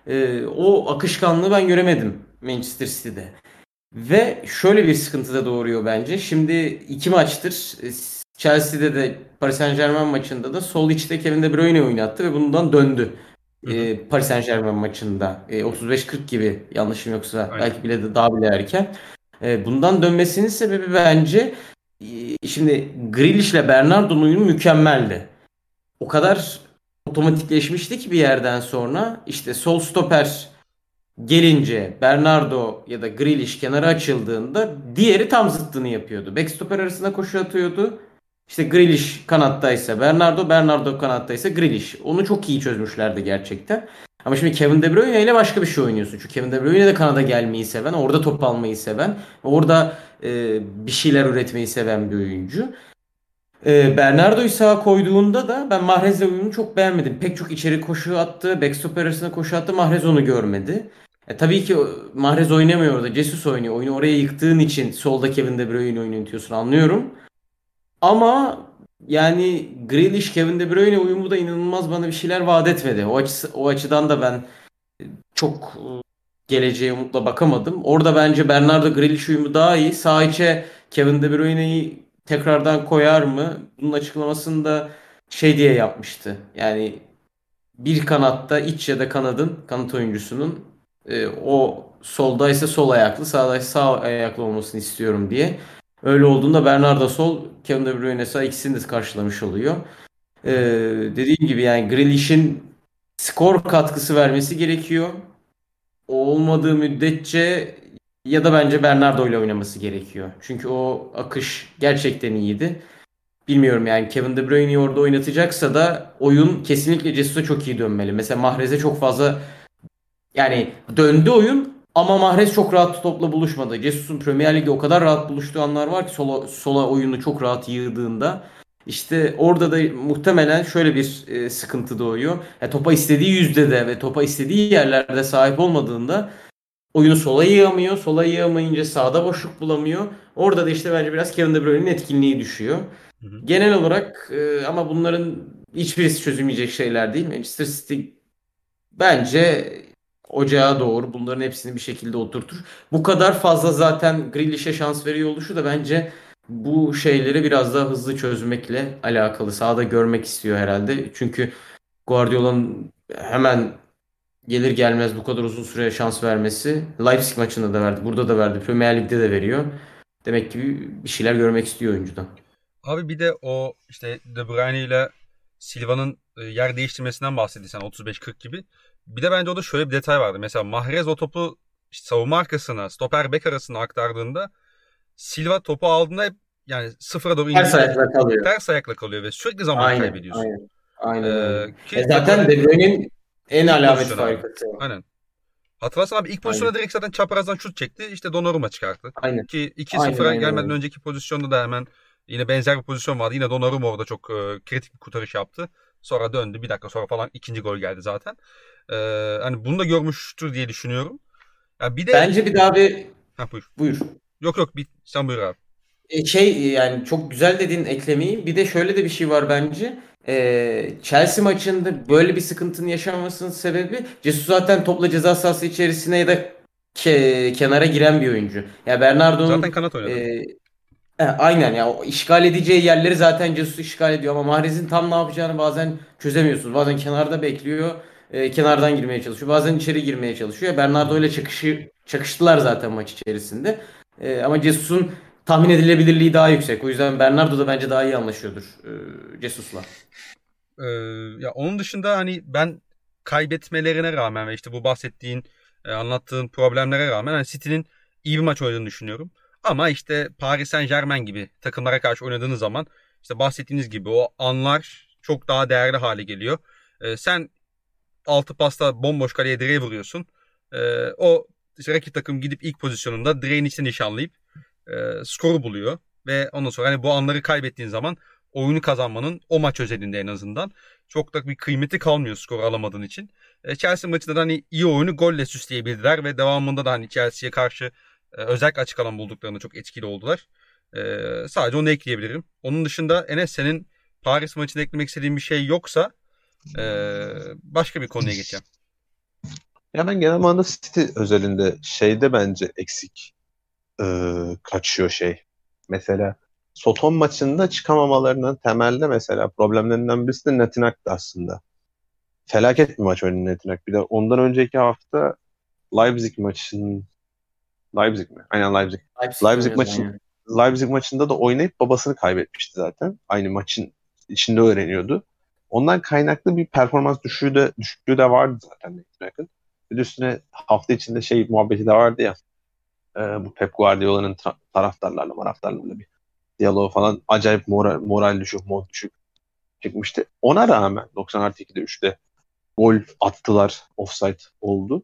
o akışkanlığı ben göremedim Manchester City'de. Ve şöyle bir sıkıntı da doğuruyor bence. Şimdi iki maçtır Chelsea'de de Paris Saint-Germain maçında da sol içte Kevin De Bruyne oynattı ve bundan döndü. Hı hı. Paris Saint-Germain maçında 35-40 gibi yanlışım yoksa Aynen. belki bile de daha bile erken. Bundan dönmesinin sebebi bence şimdi Grealish ile Bernardo'nun uyumu mükemmeldi. O kadar otomatikleşmişti ki bir yerden sonra işte sol stoper gelince Bernardo ya da Grealish kenara açıldığında diğeri tam zıttını yapıyordu. Backstoper arasında koşu atıyordu. İşte Grealish kanattaysa Bernardo, Bernardo kanattaysa Grealish. Onu çok iyi çözmüşlerdi gerçekten. Ama şimdi Kevin De Bruyne ile başka bir şey oynuyorsun. Çünkü Kevin De Bruyne de kanada gelmeyi seven, orada top almayı seven, orada bir şeyler üretmeyi seven bir oyuncu. Bernardo'yu sağa koyduğunda da ben Mahrez'le uyumunu çok beğenmedim. Pek çok içeri koşu attı. Backstop arasına koşu attı. Mahrez onu görmedi. Tabii ki Mahrez oynamıyor orada. Jesus oynuyor. Oyunu oraya yıktığın için solda Kevin De Bruyne oynatıyorsun anlıyorum. Ama yani Grealish Kevin De Bruyne uyumu da inanılmaz bana bir şeyler vaat etmedi. O açıdan da ben çok geleceğe umutla bakamadım. Orada bence Bernardo Grealish uyumu daha iyi. Sağ içe Kevin De Bruyne'yi tekrardan koyar mı? Bunun açıklamasını da şey diye yapmıştı. Yani bir kanatta iç ya da kanat oyuncusunun o soldaysa sol ayaklı, sağdaysa sağ ayaklı olmasını istiyorum diye. Öyle olduğunda Bernardo sol, Kevin De Bruyne sağ ikisini de karşılamış oluyor. E, Dediğim gibi yani Grealish'in skor katkısı vermesi gerekiyor. O olmadığı müddetçe ya da bence Bernardo ile oynaması gerekiyor. Çünkü o akış gerçekten iyiydi. Bilmiyorum yani Kevin De Bruyne'yi orada oynatacaksa da oyun kesinlikle Jesus'a çok iyi dönmeli. Mesela Mahrez'e çok fazla yani döndü oyun ama Mahrez çok rahat topla buluşmadı. Jesus'un Premier Lig'de o kadar rahat buluştuğu anlar var ki sola oyunu çok rahat yığdığında. İşte orada da muhtemelen şöyle bir sıkıntı doğuyor. Topa istediği yüzdede ve topa istediği yerlerde sahip olmadığında oyunu sola yığamıyor. Sola yığamayınca sağda boşluk bulamıyor. Orada da işte bence biraz Kevin De Bruyne'nin etkinliği düşüyor. Hı hı. Genel olarak ama bunların hiçbirisi çözülmeyecek şeyler değil. Manchester City bence ocağa doğru bunların hepsini bir şekilde oturtur. Bu kadar fazla zaten Grealish'e şans veriyor oluşu da bence bu şeyleri biraz daha hızlı çözmekle alakalı. Sahada görmek istiyor herhalde. Çünkü Guardiola'nın hemen gelir gelmez bu kadar uzun süre şans vermesi Leipzig maçında da verdi. Burada da verdi. Premier Lig'de de veriyor. Demek ki bir şeyler görmek istiyor oyuncudan. Abi bir de o işte De Bruyne ile Silva'nın yer değiştirmesinden bahsediysen 35-40 gibi. Bir de bence orada şöyle bir detay vardı. Mesela Mahrez o topu işte savunma arkasına, stoper bek arasına aktardığında Silva topu aldığında hep yani sıfıra doğru Ters indiğinde ayakla kalıyor. ters ayakla kalıyor ve sürekli zaman Aynen, kaybediyorsun. aynen. Aynen öyle. Ki De Zaten Bruyne De Bruyne'nin en ilk alamet pozisyon abi. farikası. Aynen. Hatırlarsan abi ilk pozisyona Aynen. direkt zaten çaprazdan şut çekti. İşte Donnarumma çıkarttı. Aynen. Ki Aynen 2-0'a aynen gelmeden öyle. önceki pozisyonda da hemen yine benzer bir pozisyon vardı. Yine Donnarumma orada çok kritik bir kurtarış yaptı. Sonra döndü. Bir dakika sonra falan ikinci gol geldi zaten. Hani bunu da görmüştür diye düşünüyorum. Ya bir de Bence bir daha bir ha, buyur. buyur. Yok sen buyur abi. Yani çok güzel dediğin eklemeyi. Bir de şöyle de bir şey var bence. Chelsea maçında böyle bir sıkıntının yaşanmasının sebebi Jesus zaten topla ceza sahası içerisine ya da kenara giren bir oyuncu. Ya Zaten Bernardo'nun kanat oynadı. aynen ya o işgal edeceği yerleri zaten Jesus işgal ediyor ama Mahrez'in tam ne yapacağını bazen çözemiyorsunuz. Bazen kenarda bekliyor, kenardan girmeye çalışıyor. Bazen içeri girmeye çalışıyor. Bernardo ile çakıştılar zaten maç içerisinde. Ama Jesus'un tahmin edilebilirliği daha yüksek. O yüzden Bernardo da bence daha iyi anlaşıyordur Jesus'la. Ee, Ya onun dışında hani ben kaybetmelerine rağmen ve işte bu bahsettiğin anlattığın problemlere rağmen hani City'nin iyi bir maç oynadığını düşünüyorum. Ama işte Paris Saint-Germain gibi takımlara karşı oynadığınız zaman işte bahsettiğiniz gibi o anlar çok daha değerli hale geliyor. Sen 6 pasta bomboş kaleye direğe vuruyorsun. O işte rakip takım gidip ilk pozisyonunda direğin içine nişanlayıp skoru buluyor. Ve ondan sonra hani bu anları kaybettiğin zaman oyunu kazanmanın o maç özelinde en azından çok da bir kıymeti kalmıyor skor alamadığın için. Chelsea maçında da hani iyi oyunu golle süsleyebildiler ve devamında da hani Chelsea'ye karşı özellikle açık alan bulduklarında çok etkili oldular. Sadece onu ekleyebilirim. Onun dışında Enes senin Paris maçında eklemek istediğin bir şey yoksa başka bir konuya geçeceğim. Ya ben genel manada City özelinde şeyde bence eksik kaçıyor şey. Mesela Soton maçında çıkamamalarının temelde mesela problemlerinden birisi de Natinak aslında. Felaket bir maç oynadı Natinak. Bir de ondan önceki hafta Leipzig maçının Leipzig mi? Aynen Leipzig. Leipzig'le Leipzig oynuyordu maçın aynen. Leipzig maçında da oynayıp babasını kaybetmişti zaten. Aynı maçın içinde öğreniyordu. Ondan kaynaklı bir performans düşüklüğü de vardı zaten Natinak'ın. Bir de üstüne hafta içinde şey muhabbeti de vardı ya. Bu Pep Guardiola'nın taraftarlarla bir diyaloğu falan acayip moral düşük, mod düşük çıkmıştı. Ona rağmen 90+2'de 3'te gol attılar. Offside oldu.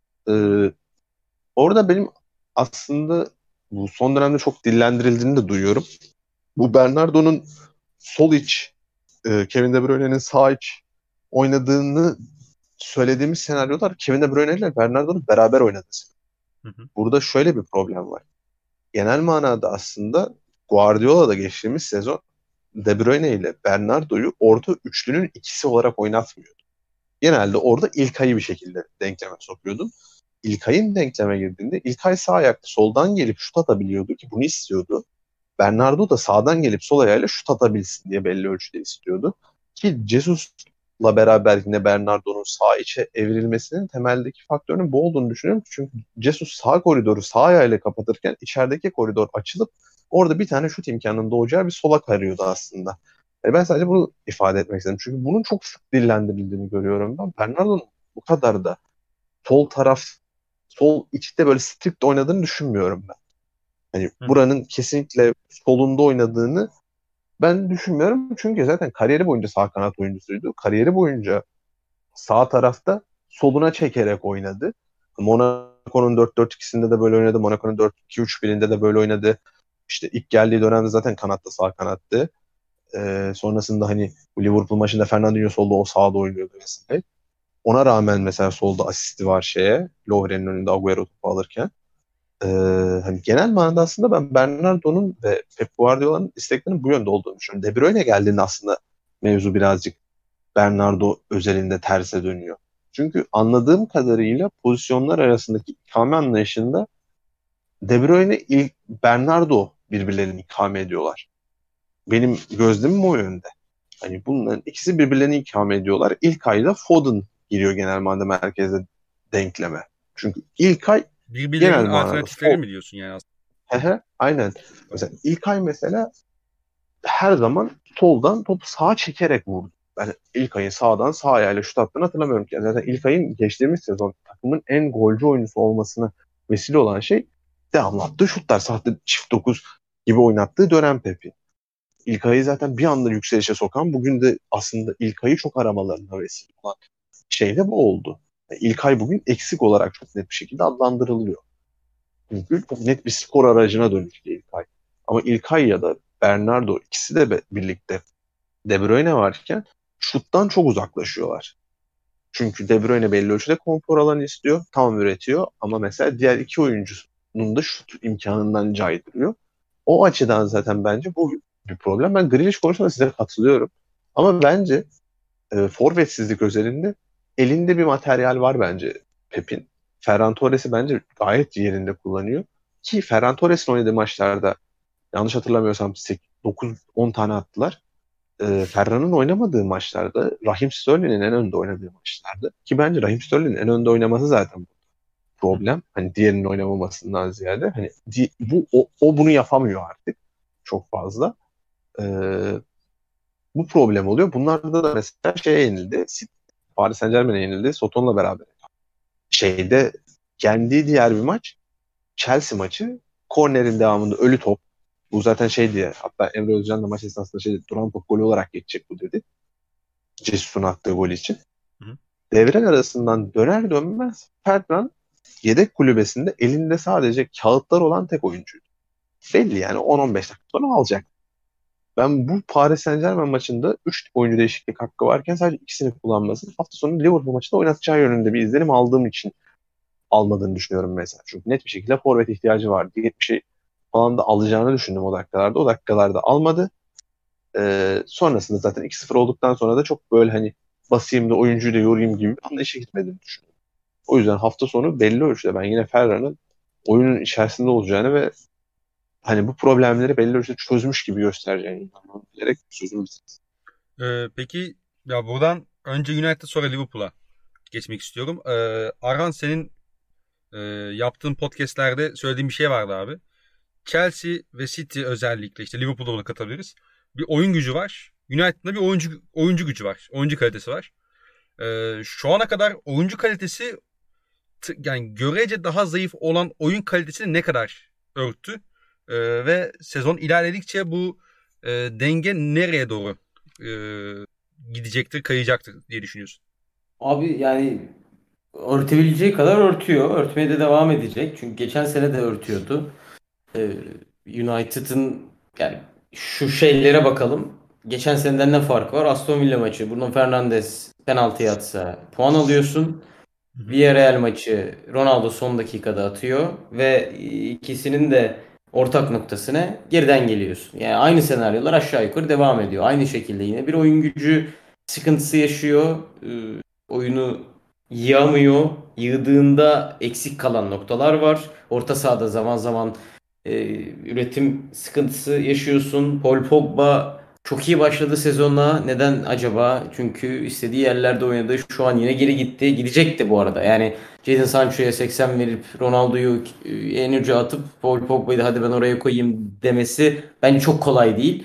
Ee, Orada benim aslında bu son dönemde çok dillendirildiğini de duyuyorum. Bu Bernardo'nun sol iç, Kevin De Bruyne'nin sağ iç oynadığını söylediğimiz senaryolar Kevin De Bruyne ile Bernardo'nun beraber oynadığı. Hı hı. Burada şöyle bir problem var. Genel manada aslında Guardiola'da geçtiğimiz sezon De Bruyne ile Bernardo'yu orta üçlünün ikisi olarak oynatmıyordu. Genelde orada İlkay'ı bir şekilde denkleme sokuyordu. İlkay'ın denkleme girdiğinde İlkay sağ ayakta soldan gelip şut atabiliyordu ki bunu istiyordu. Bernardo da sağdan gelip sol ayağıyla şut atabilsin diye belli ölçüde istiyordu. Ki Jesus'la beraber yine Bernardo'nun sağ içe evrilmesinin temeldeki faktörünün bu olduğunu düşünüyorum. Çünkü Jesus sağ koridoru sağ ayağıyla kapatırken içerideki koridor açılıp orada bir tane şut imkanının doğacağı bir sola kayıyordu aslında. Ben sadece bunu ifade etmek istedim. Çünkü bunun çok sık dillendirildiğini görüyorum ben. Bernardo'nun bu kadar da sol taraf, sol içte böyle strict oynadığını düşünmüyorum ben. Hani buranın kesinlikle solunda oynadığını ben düşünmüyorum. Çünkü zaten kariyeri boyunca sağ kanat oyuncusuydu. Kariyeri boyunca sağ tarafta soluna çekerek oynadı. Monaco'nun 4-4-2'sinde de böyle oynadı. Monaco'nun 4-2-3-1'inde de böyle oynadı. İşte ilk geldiği dönemde zaten kanatta sağ kanattı. Sonrasında hani bu Liverpool maçında Fernandinho solda o sağda oynuyordu mesela. Ona rağmen mesela solda asisti var Lovren'in önünde Agüero topu alırken. Hani genel manada aslında ben Bernardo'nun ve Pep Guardiola'nın isteklerinin bu yönde olduğunu düşünüyorum. De Bruyne geldiğinde aslında mevzu birazcık Bernardo özelinde terse dönüyor. Çünkü anladığım kadarıyla pozisyonlar arasındaki ikame anlayışında De Bruyne ilk Bernardo birbirlerini ikame ediyorlar. Benim gözlemim o yönde. Hani bunların ikisi birbirlerini ikame ediyorlar. İlk ayda Foden giriyor genel manada merkezde denkleme. Çünkü ilk ay Birbirlerinin genel manada alternatifleri mi diyorsun yani aslında? aynen. Mesela ilk ay mesela her zaman soldan topu sağa çekerek vurdu. Ben ilk ayın sağdan sağ ayağıyla şut attığını hatırlamıyorum ki. Zaten ilk ayın geçtiğimiz sezon takımın en golcü oyuncusu olmasına vesile olan şey devamlı attığı şutlar. Sahte çift dokuz gibi oynattığı dönem Pep'i. İlkay'ı zaten bir anda yükselişe sokan, bugün de aslında İlkay'ı çok aramalarına vesile olan şey de bu oldu. Yani İlkay bugün eksik olarak çok net bir şekilde adlandırılıyor. Çünkü çok net bir skor aracına dönüştü İlkay. Ama İlkay ya da Bernardo ikisi de birlikte De Bruyne varken şuttan çok uzaklaşıyorlar. Çünkü De Bruyne belli ölçüde konfor alanı istiyor. Tamam üretiyor ama mesela diğer iki oyuncunun da şut imkanından caydırıyor. O açıdan zaten bence bu bir problem. Ben Grealish konusunda size katılıyorum. Ama bence forvetsizlik özelinde elinde bir materyal var bence Pep'in. Ferran Torres'i bence gayet yerinde kullanıyor. Ki Ferran Torres'in oynadığı maçlarda yanlış hatırlamıyorsam 9-10 tane attılar. Ferran'ın oynamadığı maçlarda Raheem Sterling'in en önde oynadığı maçlarda ki bence Raheem Sterling'in en önde oynaması zaten problem. Hani diğerinin oynamamasından ziyade hani o bunu yapamıyor artık çok fazla. Bu problem oluyor. Bunlarda da mesela yenildi. Paris Saint-Germain'e yenildi. Soton'la beraber. Yendiği diğer bir maç Chelsea maçı. Kornerin devamında ölü top. Bu zaten diye. Hatta Emre Özcan da maç esnasında duran top golü olarak geçecek bu dedi. Jesus'un attığı gol için. Devre arasından döner dönmez Ferran yedek kulübesinde elinde sadece kağıtlar olan tek oyuncuydu. Belli yani 10-15 dakika sonra alacak. Ben bu Paris Saint-Germain maçında 3 oyuncu değişiklik hakkı varken sadece ikisini kullanması hafta sonu Liverpool maçında oynatacağı yönünde bir izlenim aldığım için almadığını düşünüyorum mesela. Çünkü net bir şekilde forvet ihtiyacı vardı. 70'i falan da alacağını düşündüm o dakikalarda. O dakikalarda almadı. Sonrasında zaten 2-0 olduktan sonra da çok böyle hani basayım da oyuncuyu da yorayım gibi bir anlayışa gitmediğini düşünüyorum. O yüzden hafta sonu belli ölçüde ben yine Ferran'ın oyunun içerisinde olacağını ve hani bu problemleri belli ölçüde çözmüş gibi göstereceğini bilerek sözümü bitirdim. Peki ya buradan önce United sonra Liverpool'a geçmek istiyorum. Arhan senin yaptığın podcastlerde söylediğin bir şey vardı abi. Chelsea ve City özellikle işte Liverpool'da buna katabiliriz. Bir oyun gücü var. United'da bir oyuncu gücü var. Oyuncu kalitesi var. Şu ana kadar oyuncu kalitesi yani görece daha zayıf olan oyun kalitesini ne kadar örttü? Ve sezon ilerledikçe bu denge nereye doğru gidecektir, kayacaktır diye düşünüyorsun? Abi yani örtebileceği kadar örtüyor. Örtmeye de devam edecek. Çünkü geçen sene de örtüyordu. United'ın yani şu şeylere bakalım. Geçen seneden ne farkı var? Aston Villa maçı. Bruno Fernandes penaltı atsa puan alıyorsun. Villarreal maçı Ronaldo son dakikada atıyor ve ikisinin de ortak noktasına geriden geliyorsun. Yani aynı senaryolar aşağı yukarı devam ediyor. Aynı şekilde yine bir oyun gücü sıkıntısı yaşıyor. Oyunu yığamıyor. Yığdığında eksik kalan noktalar var. Orta sahada zaman zaman üretim sıkıntısı yaşıyorsun. Paul Pogba çok iyi başladı sezona. Neden acaba? Çünkü istediği yerlerde oynadı. Şu an yine geri gitti. Gidecekti bu arada. Yani Jadon Sancho'ya 80 verip Ronaldo'yu en uca atıp Paul Pogba'yı da hadi ben oraya koyayım demesi bence çok kolay değil.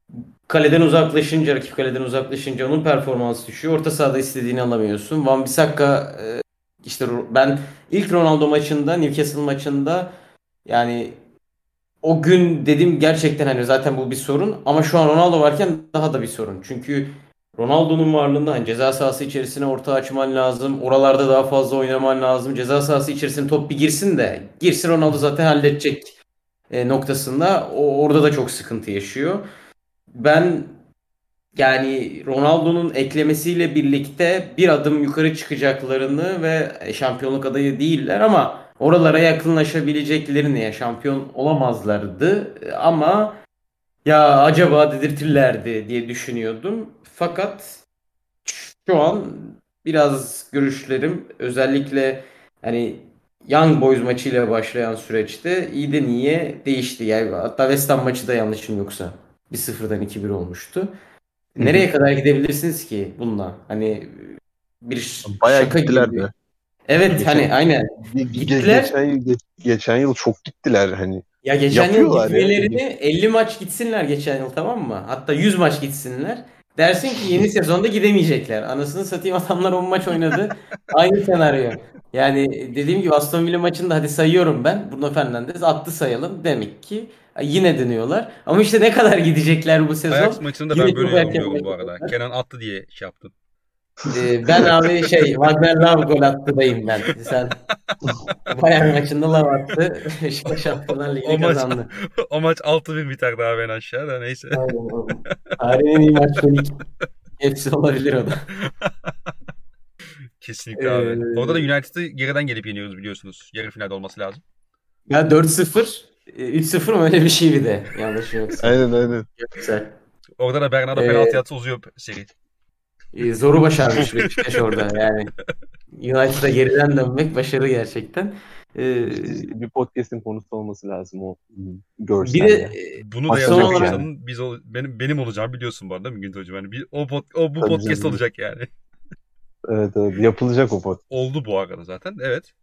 Rakip kaleden uzaklaşınca onun performansı düşüyor. Orta sahada istediğini alamıyorsun. Wan-Bissaka işte ben ilk Ronaldo maçında, Newcastle maçında yani o gün dedim gerçekten hani zaten bu bir sorun ama şu an Ronaldo varken daha da bir sorun. Çünkü Ronaldo'nun varlığında hani ceza sahası içerisine orta açman lazım. Oralarda daha fazla oynaman lazım. Ceza sahası içerisine top bir girsin de girsin Ronaldo zaten halledecek noktasında orada da çok sıkıntı yaşıyor. Ben yani Ronaldo'nun eklemesiyle birlikte bir adım yukarı çıkacaklarını ve şampiyonluk adayı değiller ama oralara yakınlaşabileceklerini şampiyon olamazlardı ama ya acaba dedirtirlerdi diye düşünüyordum. Fakat şu an biraz görüşlerim özellikle hani Young Boys maçıyla başlayan süreçte iyiden iyiye değişti. Yani hatta West Ham maçı da yanlışım yoksa 1-0'dan 2-1 olmuştu. Nereye kadar gidebilirsiniz ki bununla? Hani bir Bayağı şaka gittiler gibi. de. Evet hani aynen. Gittiler. Geçen yıl çok gittiler hani. Ya geçen yıl Yapıyorlar ya. gitmelerini 50 maç gitsinler geçen yıl tamam mı? Hatta 100 maç gitsinler. Dersin ki yeni sezonda gidemeyecekler. Anasını satayım adamlar 10 maç oynadı. Aynı senaryo. Yani dediğim gibi Aston Villa maçında hadi sayıyorum ben. Bruno Fernandes attı sayalım. Demek ki yine deniyorlar. Ama işte ne kadar gidecekler bu sezon? Ajax maçını da Yine ben böyle çok erken yorumluyorum bu arada. başladılar. Kenan attı diye şey yaptım. Ben abi Wagner Love gol attı dayım ben. Sen Bayern maçında Love attı. Beşiktaş Şampiyonlar Ligi'ni kazandı. O maç 6-1 biter daha ben aşağıda neyse. Aynen. Tarihin en iyi maçları hepsi olabilir o da. Kesinlikle abi. Orada da United'ı geriden gelip yeniyoruz biliyorsunuz. Yarı finalde olması lazım. Ya 4-0 3-0 mı öyle bir şey bir de yanlış yoksa. Aynen. Çok güzel. Orada da Bernardo Ee, penaltı atsa uzuyor seri. Zoru başarmış Beşiktaş orada yani. United'a geriden dönmek başarı gerçekten. Ee, Bir podcast'in konusu olması lazım o Bir de görselde. Bunu da son yapacak olarak insanın benim olacağım biliyorsun bu arada Mügün Hocam. Yani bu Tabii podcast canım. olacak yani. Evet yapılacak o podcast. Oldu bu arada zaten. Evet.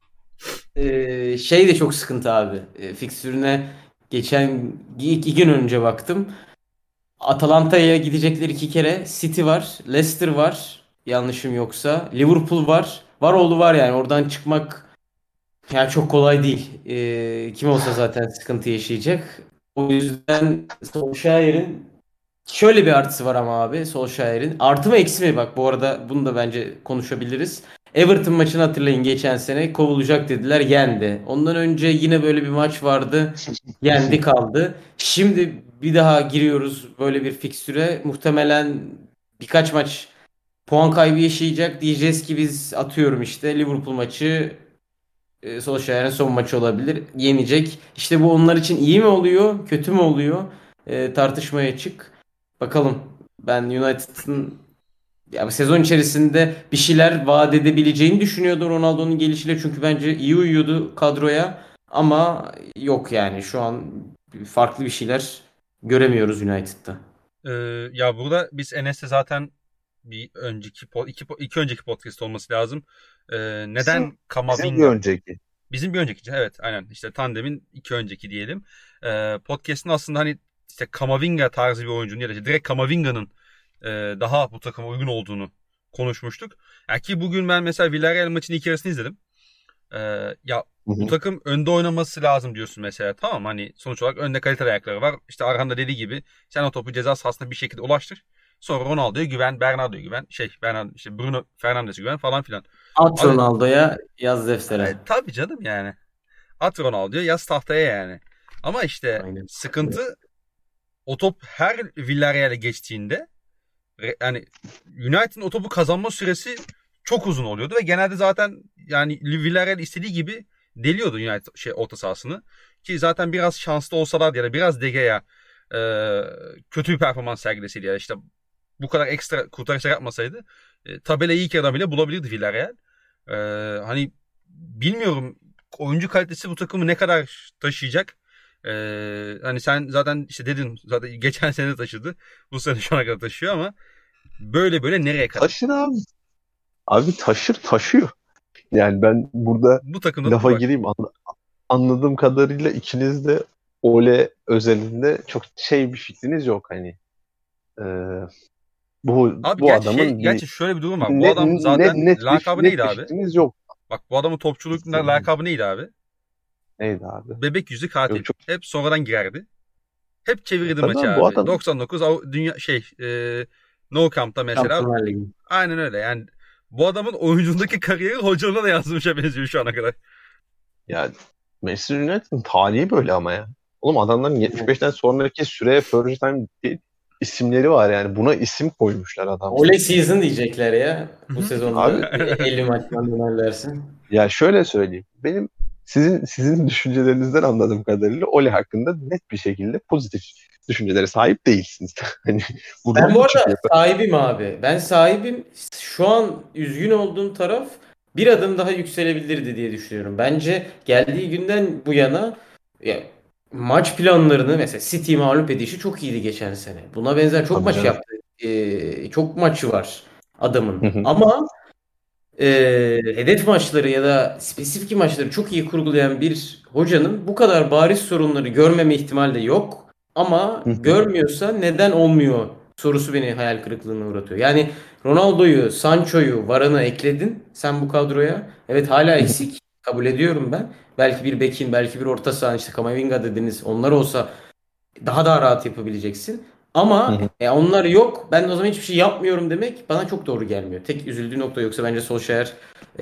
şey de çok sıkıntı abi. Fikstürüne geçen 2 gün önce baktım. Atalanta'ya gidecekler 2 kere. City var, Leicester var. Yanlışım yoksa. Liverpool var. Var oğlu var yani. Oradan çıkmak yani çok kolay değil. Kim olsa zaten sıkıntı yaşayacak. O yüzden Solskjaer'in şöyle bir artısı var ama abi Solskjaer'in. Artı mı eksi mi? Bak bu arada bunu da bence konuşabiliriz. Everton maçını hatırlayın geçen sene kovulacak dediler yendi. Ondan önce yine böyle bir maç vardı. Yendi kaldı. Şimdi bir daha giriyoruz böyle bir fikstüre. Muhtemelen birkaç maç puan kaybı yaşayacak. Diyeceğiz ki biz atıyorum işte Liverpool maçı Solskjaer'in son maçı olabilir. Yenecek. İşte bu onlar için iyi mi oluyor, kötü mü oluyor? Tartışmaya açık. Bakalım. Ben United'ın ya sezon içerisinde bir şeyler vaat edebileceğini düşünüyordu Ronaldo'nun gelişiyle. Çünkü bence iyi uyuyordu kadroya. Ama yok yani şu an farklı bir şeyler göremiyoruz United'da. Ya burada biz Enes'le zaten bir önceki iki önceki podcast olması lazım. Neden Bizim bir Kamavinga? önceki. Bizim bir önceki, evet aynen işte Tandem'in iki önceki diyelim. Podcast'ın aslında hani işte Kamavinga tarzı bir oyuncunun ya da işte direkt Kamavinga'nın daha bu takıma uygun olduğunu konuşmuştuk. Ya ki bugün ben mesela Villarreal maçının ilk yarısını izledim. Ya bu takım önde oynaması lazım diyorsun mesela. Tamam hani sonuç olarak önde kaliteli ayakları var. İşte Arhan'da dediği gibi sen o topu ceza sahasına bir şekilde ulaştır. Sonra Ronaldo'ya güven, Bernardo'ya güven, Bernardo, işte Bruno Fernandes'e güven falan filan. At Abi, Ronaldo'ya yaz deftere. tabii canım yani. At Ronaldo'ya yaz tahtaya yani. Ama işte Aynen. sıkıntı o top her Villarreal'e geçtiğinde yani United'ın o topu kazanma süresi çok uzun oluyordu ve genelde zaten yani Villarreal istediği gibi deliyordu United orta sahasını. Ki zaten biraz şanslı olsalar ya da biraz De Gea kötü bir performans sergileseydi ya da işte bu kadar ekstra kurtarışlar yapmasaydı tabelayı ilk yarıdan bile bulabilirdi Villarreal. Hani bilmiyorum oyuncu kalitesi bu takımı ne kadar taşıyacak. Hani sen zaten işte dedin zaten geçen sene taşıdı. Bu sene şu ana kadar taşıyor ama böyle nereye kadar? Taşır abi. Abi taşıyor. Yani ben burada Bu takımda da lafa bu var. gireyim. Anladığım kadarıyla ikiniz de Ole özelinde çok bir fikriniz yok hani. Ee, Abi bu adamın gerçi şöyle bir durum var. Bu adam zaten lakabı neydi net bir abi? fikriniz yok. Bak bu adamın topçulukla lakabı neydi abi? Neydi abi? Bebek yüzü katil. Yok, çok... Hep sonradan girerdi. Hep çevirdi Tabii maçı abi, bu abi. adam 99 dünya Nou Camp'ta mesela. Şampiyonlar Ligi. Aynen öyle. Yani bu adamın oyunculuğundaki kariyeri hocalığına da yazmışa benziyor şu ana kadar. ya Manchester United'ın tarihi böyle ama ya. Oğlum adamların 75'ten sonraki süreye Fergie Time isimleri var yani. Buna isim koymuşlar adam. Ole season diyecekler ya bu sezonda. Abi 50 maçtan dönerlersin. ya şöyle söyleyeyim. Benim sizin düşüncelerinizden anladığım kadarıyla Ole hakkında net bir şekilde pozitif düşüncelere sahip değilsiniz. Hani Ben bu arada çıkıyor. sahibim abi. Ben sahibim. Şu an üzgün olduğum taraf bir adım daha yükselebilirdi diye düşünüyorum. Bence geldiği günden bu yana ya, maç planlarını mesela City mağlup edişi çok iyiydi geçen sene. Buna benzer çok Tabii maç canım. yaptı. Çok maçı var adamın. Hı hı. Ama hedef maçları ya da spesifik maçları çok iyi kurgulayan bir hocanın bu kadar bariz sorunları görmeme ihtimali de yok. Ama Hı hı. görmüyorsa neden olmuyor sorusu beni hayal kırıklığına uğratıyor. Yani Ronaldo'yu, Sancho'yu, Varane'ı ekledin sen bu kadroya. Evet hala eksik. Kabul ediyorum ben. Belki bir bekin, belki bir orta saha işte Kamavinga dediniz. Onlar olsa daha rahat yapabileceksin. Hı Ama hı. onlar yok. Ben o zaman hiçbir şey yapmıyorum demek bana çok doğru gelmiyor. Tek üzüldüğü nokta yoksa bence Solskjaer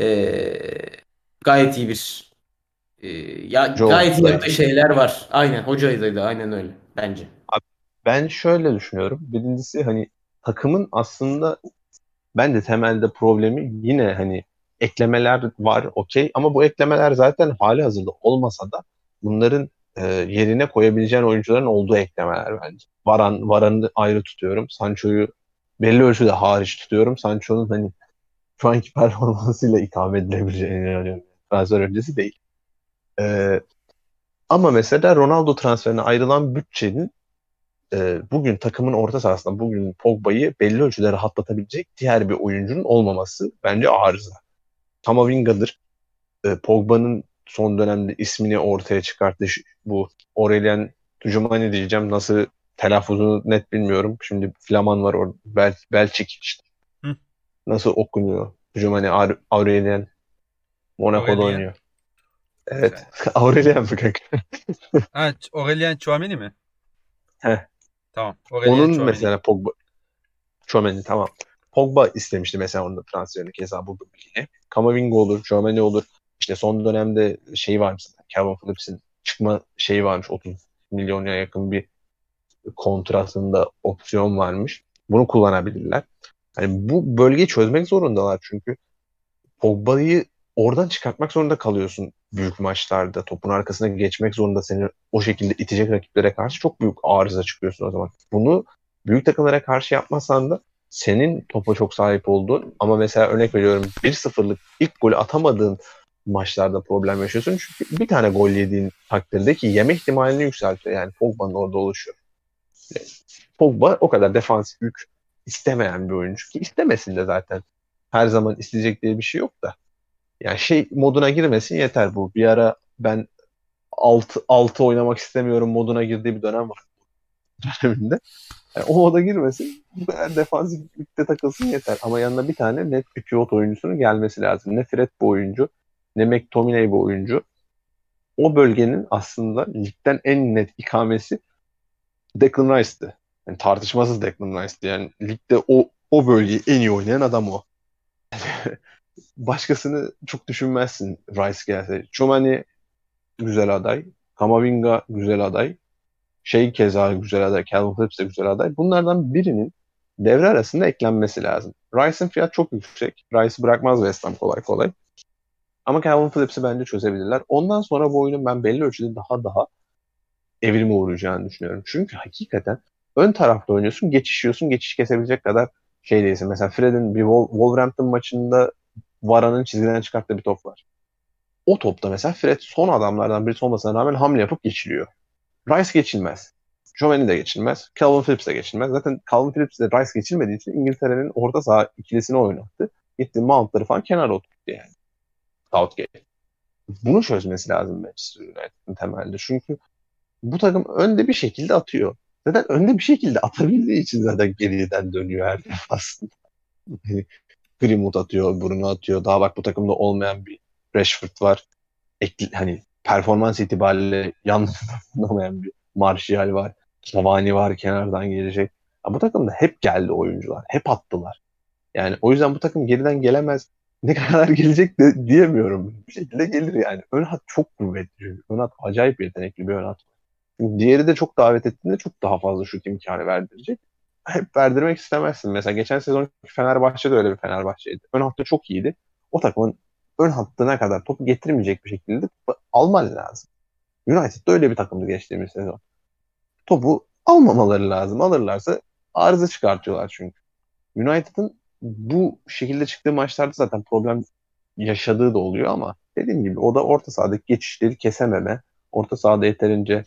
gayet iyi bir gayet iyi yaptığı şeyler var. Aynen hocaydı da aynen öyle bence. Abi, ben şöyle düşünüyorum. Birincisi hani takımın aslında ben de temelde problemi yine hani eklemeler var okey ama bu eklemeler zaten hali hazırda olmasa da bunların yerine koyabileceğin oyuncuların olduğu eklemeler bence. Varan'ı ayrı tutuyorum. Sancho'yu belli ölçüde hariç tutuyorum. Sancho'nun hani şu anki performansıyla itham edilebileceğine inanıyorum. Transfer öncesi değil. E, Ama mesela Ronaldo transferine ayrılan bütçenin bugün takımın orta sahasında bugün Pogba'yı belli ölçüde rahatlatabilecek diğer bir oyuncunun olmaması bence arıza. Kamavinga'dır. Pogba'nın son dönemde ismini ortaya çıkarttı. Bu Aurelien Tchouameni diyeceğim. Nasıl telaffuzunu net bilmiyorum. Şimdi Flaman var orada. Belçik işte. Hı. Nasıl okunuyor? Tchouameni, Aurelien Monaco'da Aurelien. oynuyor. Evet. Aurelien mi kanka? Ha, Aurelien Tchouameni mi? Heh. Tamam. Aurelien Onun Tchouameni. mesela Pogba. Tchouameni tamam. Pogba istemişti mesela onun da transferini keza buldum bilgiyi. Camavinga olur, Tchouameni olur. İşte son dönemde şey varmış. Calvin Phillips'in çıkma şeyi varmış. 30 milyona yakın bir kontratında opsiyon varmış. Bunu kullanabilirler. Hani bu bölgeyi çözmek zorundalar çünkü Pogba'yı oradan çıkartmak zorunda kalıyorsun büyük maçlarda. Topun arkasına geçmek zorunda seni o şekilde itecek rakiplere karşı çok büyük arıza çıkıyorsun o zaman. Bunu büyük takımlara karşı yapmasan da senin topa çok sahip olduğun ama mesela örnek veriyorum 1-0'lık ilk golü atamadığın maçlarda problem yaşıyorsun. Çünkü bir tane gol yediğin takdirde ki yeme ihtimalini yükseltiyor. Yani Pogba'nın orada oluşuyor. Pogba o kadar defansif yük istemeyen bir oyuncu ki istemesin de zaten. Her zaman isteyecek diye bir şey yok da. Yani şey moduna girmesin yeter bu. Bir ara ben 6 oynamak istemiyorum moduna girdiği bir dönem var döneminde. Yani o moda girmesin. Bu kadar defansiflikte takılsın yeter. Ama yanına bir tane net bir pivot oyuncusunun gelmesi lazım. Ne Fred bu oyuncu, ne McTominay bu oyuncu. O bölgenin aslında ligden en net ikamesi Declan Rice'tı. Yani tartışmasız Declan Rice'tı. Yani ligde o bölgeyi en iyi oynayan adam o. Başkasını çok düşünmezsin Rice gelse. Chouamani güzel aday. Kamavinga güzel aday. Şey keza güzel aday. Calvin Phillips de güzel aday. Bunlardan birinin devre arasında eklenmesi lazım. Rice'ın fiyat çok yüksek. Rice'ı bırakmaz West Ham kolay kolay. Ama Calvin Phillips'i bence çözebilirler. Ondan sonra bu oyunun ben belli ölçüde daha evrime uğrayacağını düşünüyorum. Çünkü hakikaten ön tarafta oynuyorsun, geçişiyorsun, geçiş kesebilecek kadar şey değilsin. Mesela Fred'in bir Wolverhampton maçında Vara'nın çizgiden çıkarttığı bir top var. O topta mesela Fred son adamlardan birisi olmasına rağmen hamle yapıp geçiliyor. Rice geçilmez. Giovanni de geçilmez. Calvin Phillips de geçilmez. Zaten Calvin Phillips de Rice geçilmediği için İngiltere'nin orta saha ikilisini oynattı. Gitti Mount'ları falan kenara oturttu yani. Southgate. Bunu çözmesi lazım Manchester United'ın temelde. Çünkü bu takım önde bir şekilde atıyor. Zaten önde bir şekilde atabildiği için zaten geriden dönüyor her defasında. Greenwood atıyor, Bruno atıyor. Daha bak bu takımda olmayan bir Rashford var. Hani performans itibariyle yanlış olmayan bir Martial var. Cavani var kenardan gelecek. Ya bu takımda hep geldi oyuncular. Hep attılar. Yani o yüzden bu takım geriden gelemez. Ne kadar gelecek de diyemiyorum. Bir şekilde gelir yani. Ön hat çok kuvvetli. Ön hat acayip yetenekli bir ön hat. Çünkü diğeri de çok davet ettiğinde çok daha fazla şut imkanı verdirecek. Hep verdirmek istemezsin. Mesela geçen sezon Fenerbahçe'de öyle bir Fenerbahçeydi. Ön hattı çok iyiydi. O takımın ön hattına kadar topu getirmeyecek bir şekilde alman lazım. United'da öyle bir takımdı geçtiğimiz sezon. Topu almamaları lazım. Alırlarsa arıza çıkartıyorlar çünkü. United'ın bu şekilde çıktığı maçlarda zaten problem yaşadığı da oluyor ama dediğim gibi o da orta sahadaki geçişleri kesememe, orta sahada yeterince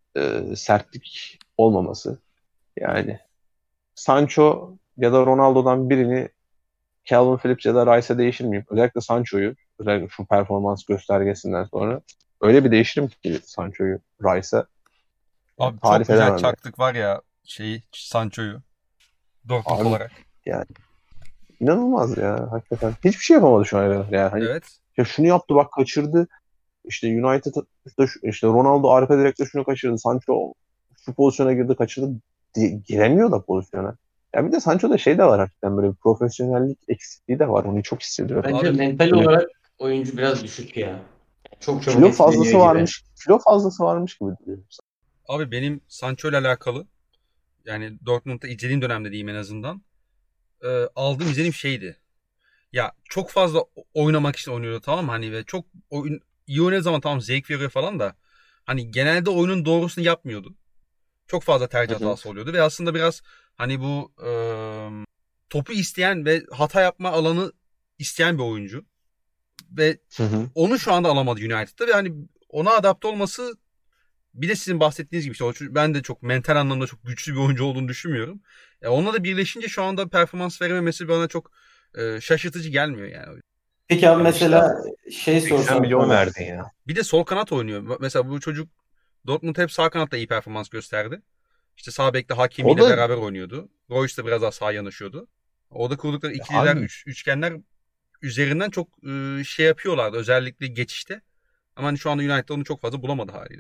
sertlik olmaması. Yani Sancho ya da Ronaldo'dan birini Calvin Phillips ya da Rice'a değişir miyim? Özellikle Sancho'yu, özellikle şu performans göstergesinden sonra öyle bir değişirim ki Sancho'yu Rice'a. Abi çok Tarif güzel edemem çaktık var ya Sancho'yu Dortmund Abi, olarak. yani inanılmaz ya hakikaten. Hiçbir şey yapamadı şu ana kadar. Yani hani Evet. ya şunu yaptı bak kaçırdı. İşte United işte Ronaldo arka direkte şunu kaçırdı. Sancho şu pozisyona girdi kaçırdı. Giremiyor da pozisyona. Ya bir de Sancho'da şey de var hakikaten böyle bir profesyonellik eksikliği de var. Onu çok hissediyorum. Bence Abi mental Böyle olarak oyuncu biraz düşük ya. Çok çabuk kilo etkileniyor fazlası gibi. varmış. Kilo fazlası varmış gibi duruyor. abi benim Sancho ile alakalı yani Dortmund'da izlediğim dönemde diyeyim en azından aldığım izlediğim şeydi. Ya çok fazla oynamak için oynuyordu tamam mı? Hani ve çok iyi oynadığı zaman tamam zevk veriyor falan da hani genelde oyunun doğrusunu yapmıyordu. Çok fazla tercih hatası oluyordu ve aslında biraz hani bu topu isteyen ve hata yapma alanı isteyen bir oyuncu. Ve onu şu anda alamadı United'da ve hani ona adapte olması, bir de sizin bahsettiğiniz gibi işte ben de çok mental anlamda çok güçlü bir oyuncu olduğunu düşünmüyorum. Onunla da birleşince şu anda performans verememesi bana çok şaşırtıcı gelmiyor yani. Peki abi mesela şey 80 sorsam milyon sana. verdin ya. Bir de sol kanat oynuyor. Mesela bu çocuk Dortmund hep sağ kanatta iyi performans gösterdi. İşte sağ bekte Hakimi ile beraber oynuyordu. Royce de biraz daha sağa yanaşıyordu. Orada kurdukları ikililer, üçgenler üzerinden çok şey yapıyorlardı. Özellikle geçişte. Ama hani şu anda United onu çok fazla bulamadı haliyle.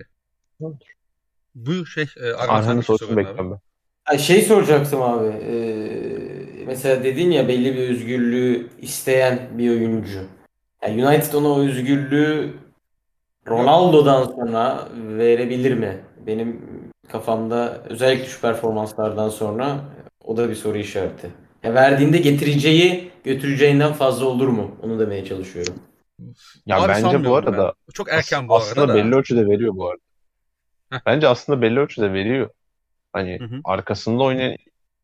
Buyur Arhan'ın sorusunu bekliyorum ben. Şey soracaktım abi. Mesela dedin ya belli bir özgürlüğü isteyen bir oyuncu. Yani United ona o özgürlüğü Ronaldo'dan sonra verebilir mi? Benim kafamda özellikle şu performanslardan sonra o da bir soru işareti. Ya verdiğinde getireceği götüreceğinden fazla olur mu? Onu demeye çalışıyorum. Ya Abi bence bu arada ben. Çok erken bu arada aslında da. belli ölçüde veriyor bu arada. Bence aslında belli ölçüde veriyor. Hani arkasında oynayan,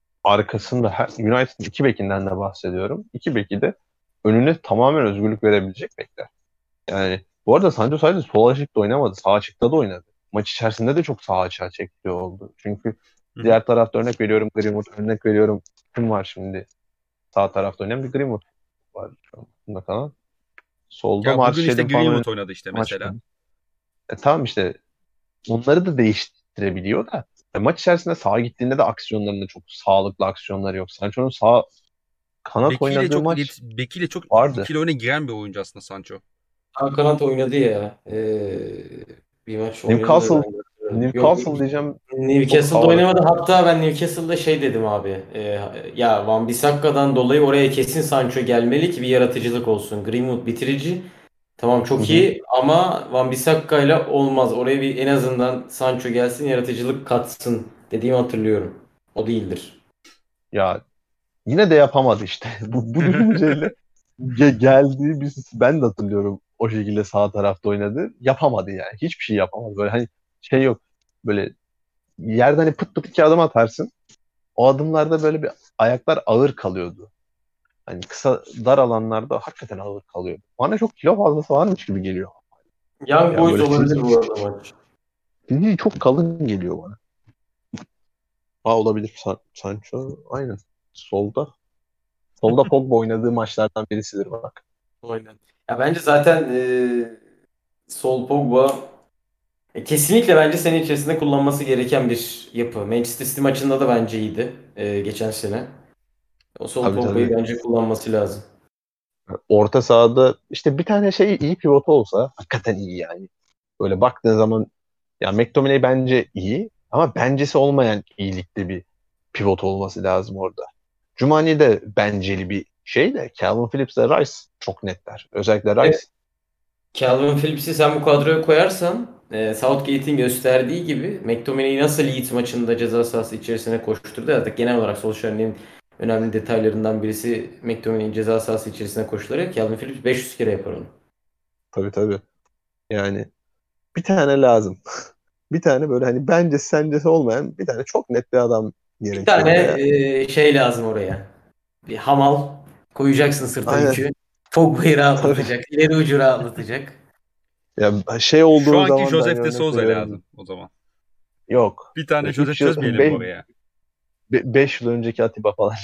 United'ın iki bekinden de bahsediyorum. İki beki de önüne tamamen özgürlük verebilecek bekler. Yani bu arada Sancho sadece sol açıkta oynamadı. Sağ açıkta da oynadı. Maç içerisinde de çok sağ açığa çektiği oldu. Çünkü diğer tarafta örnek veriyorum Greenwood, örnek veriyorum kim var şimdi? Sağ tarafta oynayan bir Greenwood var şu anda kalan. Solda Ya bugün işte Marşed'in falan Greenwood oynadı işte mesela. Tamam işte onları da değiştirebiliyor da maç içerisinde sağa gittiğinde de aksiyonlarında çok sağlıklı aksiyonları yok. Sancho'nun sağ kanat oynadığı maç Bekiyle çok vardı. ikili oyuna giren bir oyuncu aslında Sancho. Kanat oynadı ya. Bir maç oynadı. Newcastle diyeceğim. Newcastle'da oynamadı. Hatta ben Newcastle'da şey dedim abi. Ya Wan-Bissakka'dan dolayı oraya kesin Sancho gelmeli ki bir yaratıcılık olsun. Greenwood bitirici. Tamam çok iyi ama Wan-Bissaka ile olmaz. Oraya bir en azından Sancho gelsin, yaratıcılık katsın dediğimi hatırlıyorum. O değildir. Ya yine de yapamadı işte. Bu düşünceyle geldiği ben de hatırlıyorum o şekilde sağ tarafta oynadı. Yapamadı yani. Hiçbir şey yapamadı. Böyle hani şey yok. Böyle yerden hani pıt pıt iki adım atarsın. O adımlarda böyle bir ayaklar ağır kalıyordu. Hani kısa dar alanlarda hakikaten ağır kalıyordu. Bana çok kilo fazlası varmış gibi geliyor. Young Boys olabilir bu arada maç. Fiziği çok kalın geliyor bana. Olabilir Sancho. Aynen. Solda Pogba oynadığı maçlardan birisidir bak. Aynen. Ya bence zaten sol Pogba kesinlikle bence sene içerisinde kullanması gereken bir yapı. Manchester City maçında da bence iyiydi geçen sene. O sol Pogba'yı bence kullanması lazım. Orta sahada işte bir tane iyi pivot olsa hakikaten iyi yani. Böyle baktığın zaman ya McTominay bence iyi ama bencesi olmayan iyilikte bir pivot olması lazım orada. Cumani de benceli bir şey de Calvin Phillips ile Rice çok netler. Özellikle Rice. Calvin Phillips'i sen bu kadroya koyarsan Southgate'in gösterdiği gibi McTominay'i nasıl Leeds maçında ceza sahası içerisine koşturdu. Artık genel olarak Solskjaer'in önemli detaylarından birisi McTominay'in ceza sahası içerisine koşuları. Calvin Phillips 500 kere yapar onu. Tabii. Yani bir tane lazım. Bir tane böyle hani sencesi olmayan bir tane çok net bir adam gerekiyor. Bir tane şey lazım oraya. Bir hamal koyacaksın sırta yükü. Pogba'yı rahatlatacak. İleri ucu rahatlatacak. Ya olduğu zaman... Şu anki zaman Josef de Souza lazım o zaman. Yok. Bir tane Josef çözmeyelim oraya. 5 yıl önceki Atiba falan.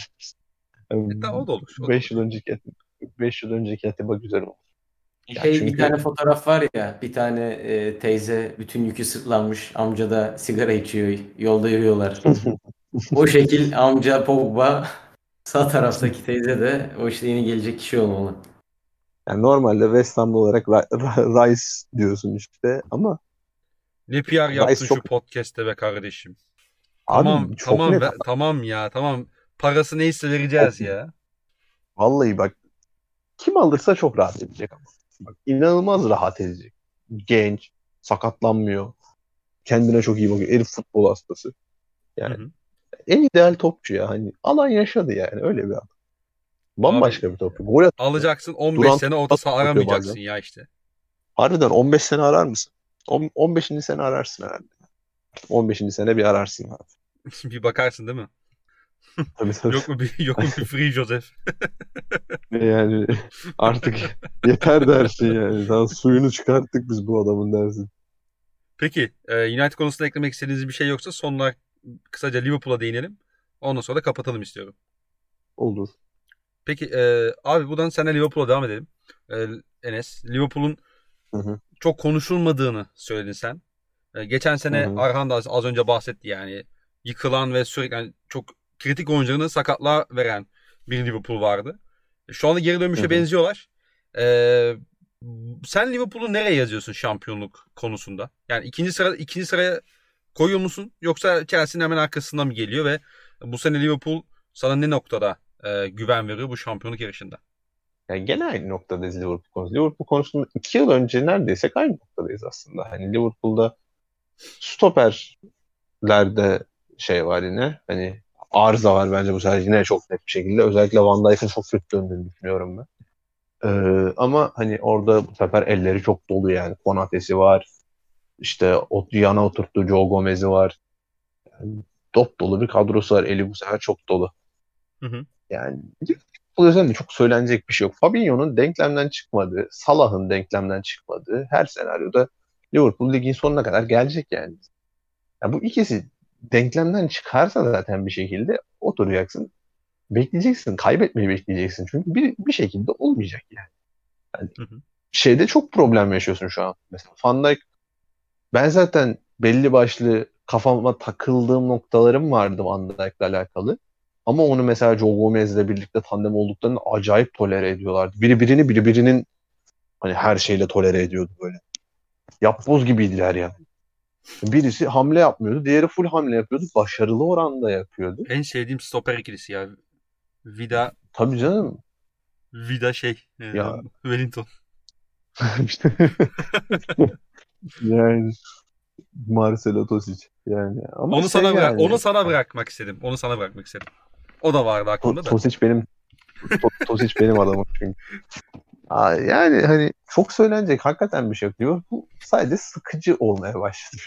O da olur. 5 yıl önceki Atiba güzel olur. Bir tane fotoğraf var ya, bir tane teyze bütün yükü sırtlanmış, amca da sigara içiyor, yolda yürüyorlar. O şekil amca Pogba, sağ taraftaki teyze de o işte yeni gelecek kişi olmalı. Yani normalde West Ham'da olarak Rice diyorsun işte ama ne PR yaptın şu podcast'te be kardeşim. Abi, tamam ya. Parası neyse vereceğiz ya. Vallahi bak kim alırsa çok rahat edecek ama. Bak, inanılmaz rahat edecek. Genç, sakatlanmıyor. Kendine çok iyi bakıyor. Herif futbol hastası. Yani en ideal topçu ya. Hani alan yaşadı yani. Öyle bir adam. Bambaşka bir topçu. Gol alacaksın 15 sene orta saha aramayacaksın ya işte. Harbiden 15 sene arar mısın? 15. sene ararsın herhalde. 15. sene bir ararsın abi. Bir bakarsın değil mi? Tabii tabii. Yok mu bir Free Joseph? Yani artık yeter dersin yani. Daha suyunu çıkarttık biz bu adamın dersin. Peki United konusunda eklemek istediğiniz bir şey yoksa sonuna kısaca Liverpool'a değinelim. Ondan sonra da kapatalım istiyorum. Olur. Peki abi buradan seninle Liverpool'a devam edelim. Enes, Liverpool'un Hı hı. çok konuşulmadığını söyledin sen. Geçen sene Hı hı. Arhan da az önce bahsetti yani. Yıkılan ve sürekli yani çok kritik oyuncularını sakatlığa veren bir Liverpool vardı. Şu anda geri dönmüşe Hı hı. benziyorlar. Sen Liverpool'u nereye yazıyorsun şampiyonluk konusunda? Yani ikinci sıraya koyuyor musun? Yoksa Chelsea'nin hemen arkasında mı geliyor ve bu sene Liverpool sana ne noktada güven veriyor bu şampiyonluk yarışında? Yani gene aynı noktadayız Liverpool konusunda. Liverpool konusunda 2 yıl önce neredeyse aynı noktadayız aslında. Hani Liverpool'da stoperlerde şey var yine. Hani arıza var bence bu sefer yine çok net bir şekilde. Özellikle Van Dijk'ın çok kötü döndüğünü düşünüyorum ben. Ama hani orada bu sefer elleri çok dolu yani. Konate'si var. İşte yana oturttuğu Joe Gomez'i var. Yani dop dolu bir kadrosu var. Eli bu sefer çok dolu. Hı hı. Yani bu yüzden de çok söylenecek bir şey yok. Fabinho'nun denklemden çıkmadığı, Salah'ın denklemden çıkmadığı her senaryoda Liverpool ligin sonuna kadar gelecek yani. Ya bu ikisi denklemden çıkarsa zaten bir şekilde oturacaksın. Bekleyeceksin. Kaybetmeyi bekleyeceksin. Çünkü bir şekilde olmayacak yani. Yani Hı hı. şeyde çok problem yaşıyorsun şu an. Mesela Van Dijk, ben zaten belli başlı kafama takıldığım noktalarım vardı Van Dijk'la alakalı. Ama onu mesela Joe Gomez'le birlikte tandem olduklarını acayip tolere ediyorlardı. Biri birinin hani her şeyle tolere ediyordu böyle. Yapboz gibiydiler yani. Birisi hamle yapmıyordu, diğeri full hamle yapıyordu. Başarılı oranda yapıyordu. En sevdiğim stoper ikilisi ya. Vida Tabii canım. Ya Wellington. yani Marcelo Tosic yani ama Onu yani sana bırakmak istedim. O da vardı aklımda da. Tosic benim adamım çünkü. Yani hani çok söylenecek hakikaten bir şey yok diyor. Bu sadece sıkıcı olmaya başladı.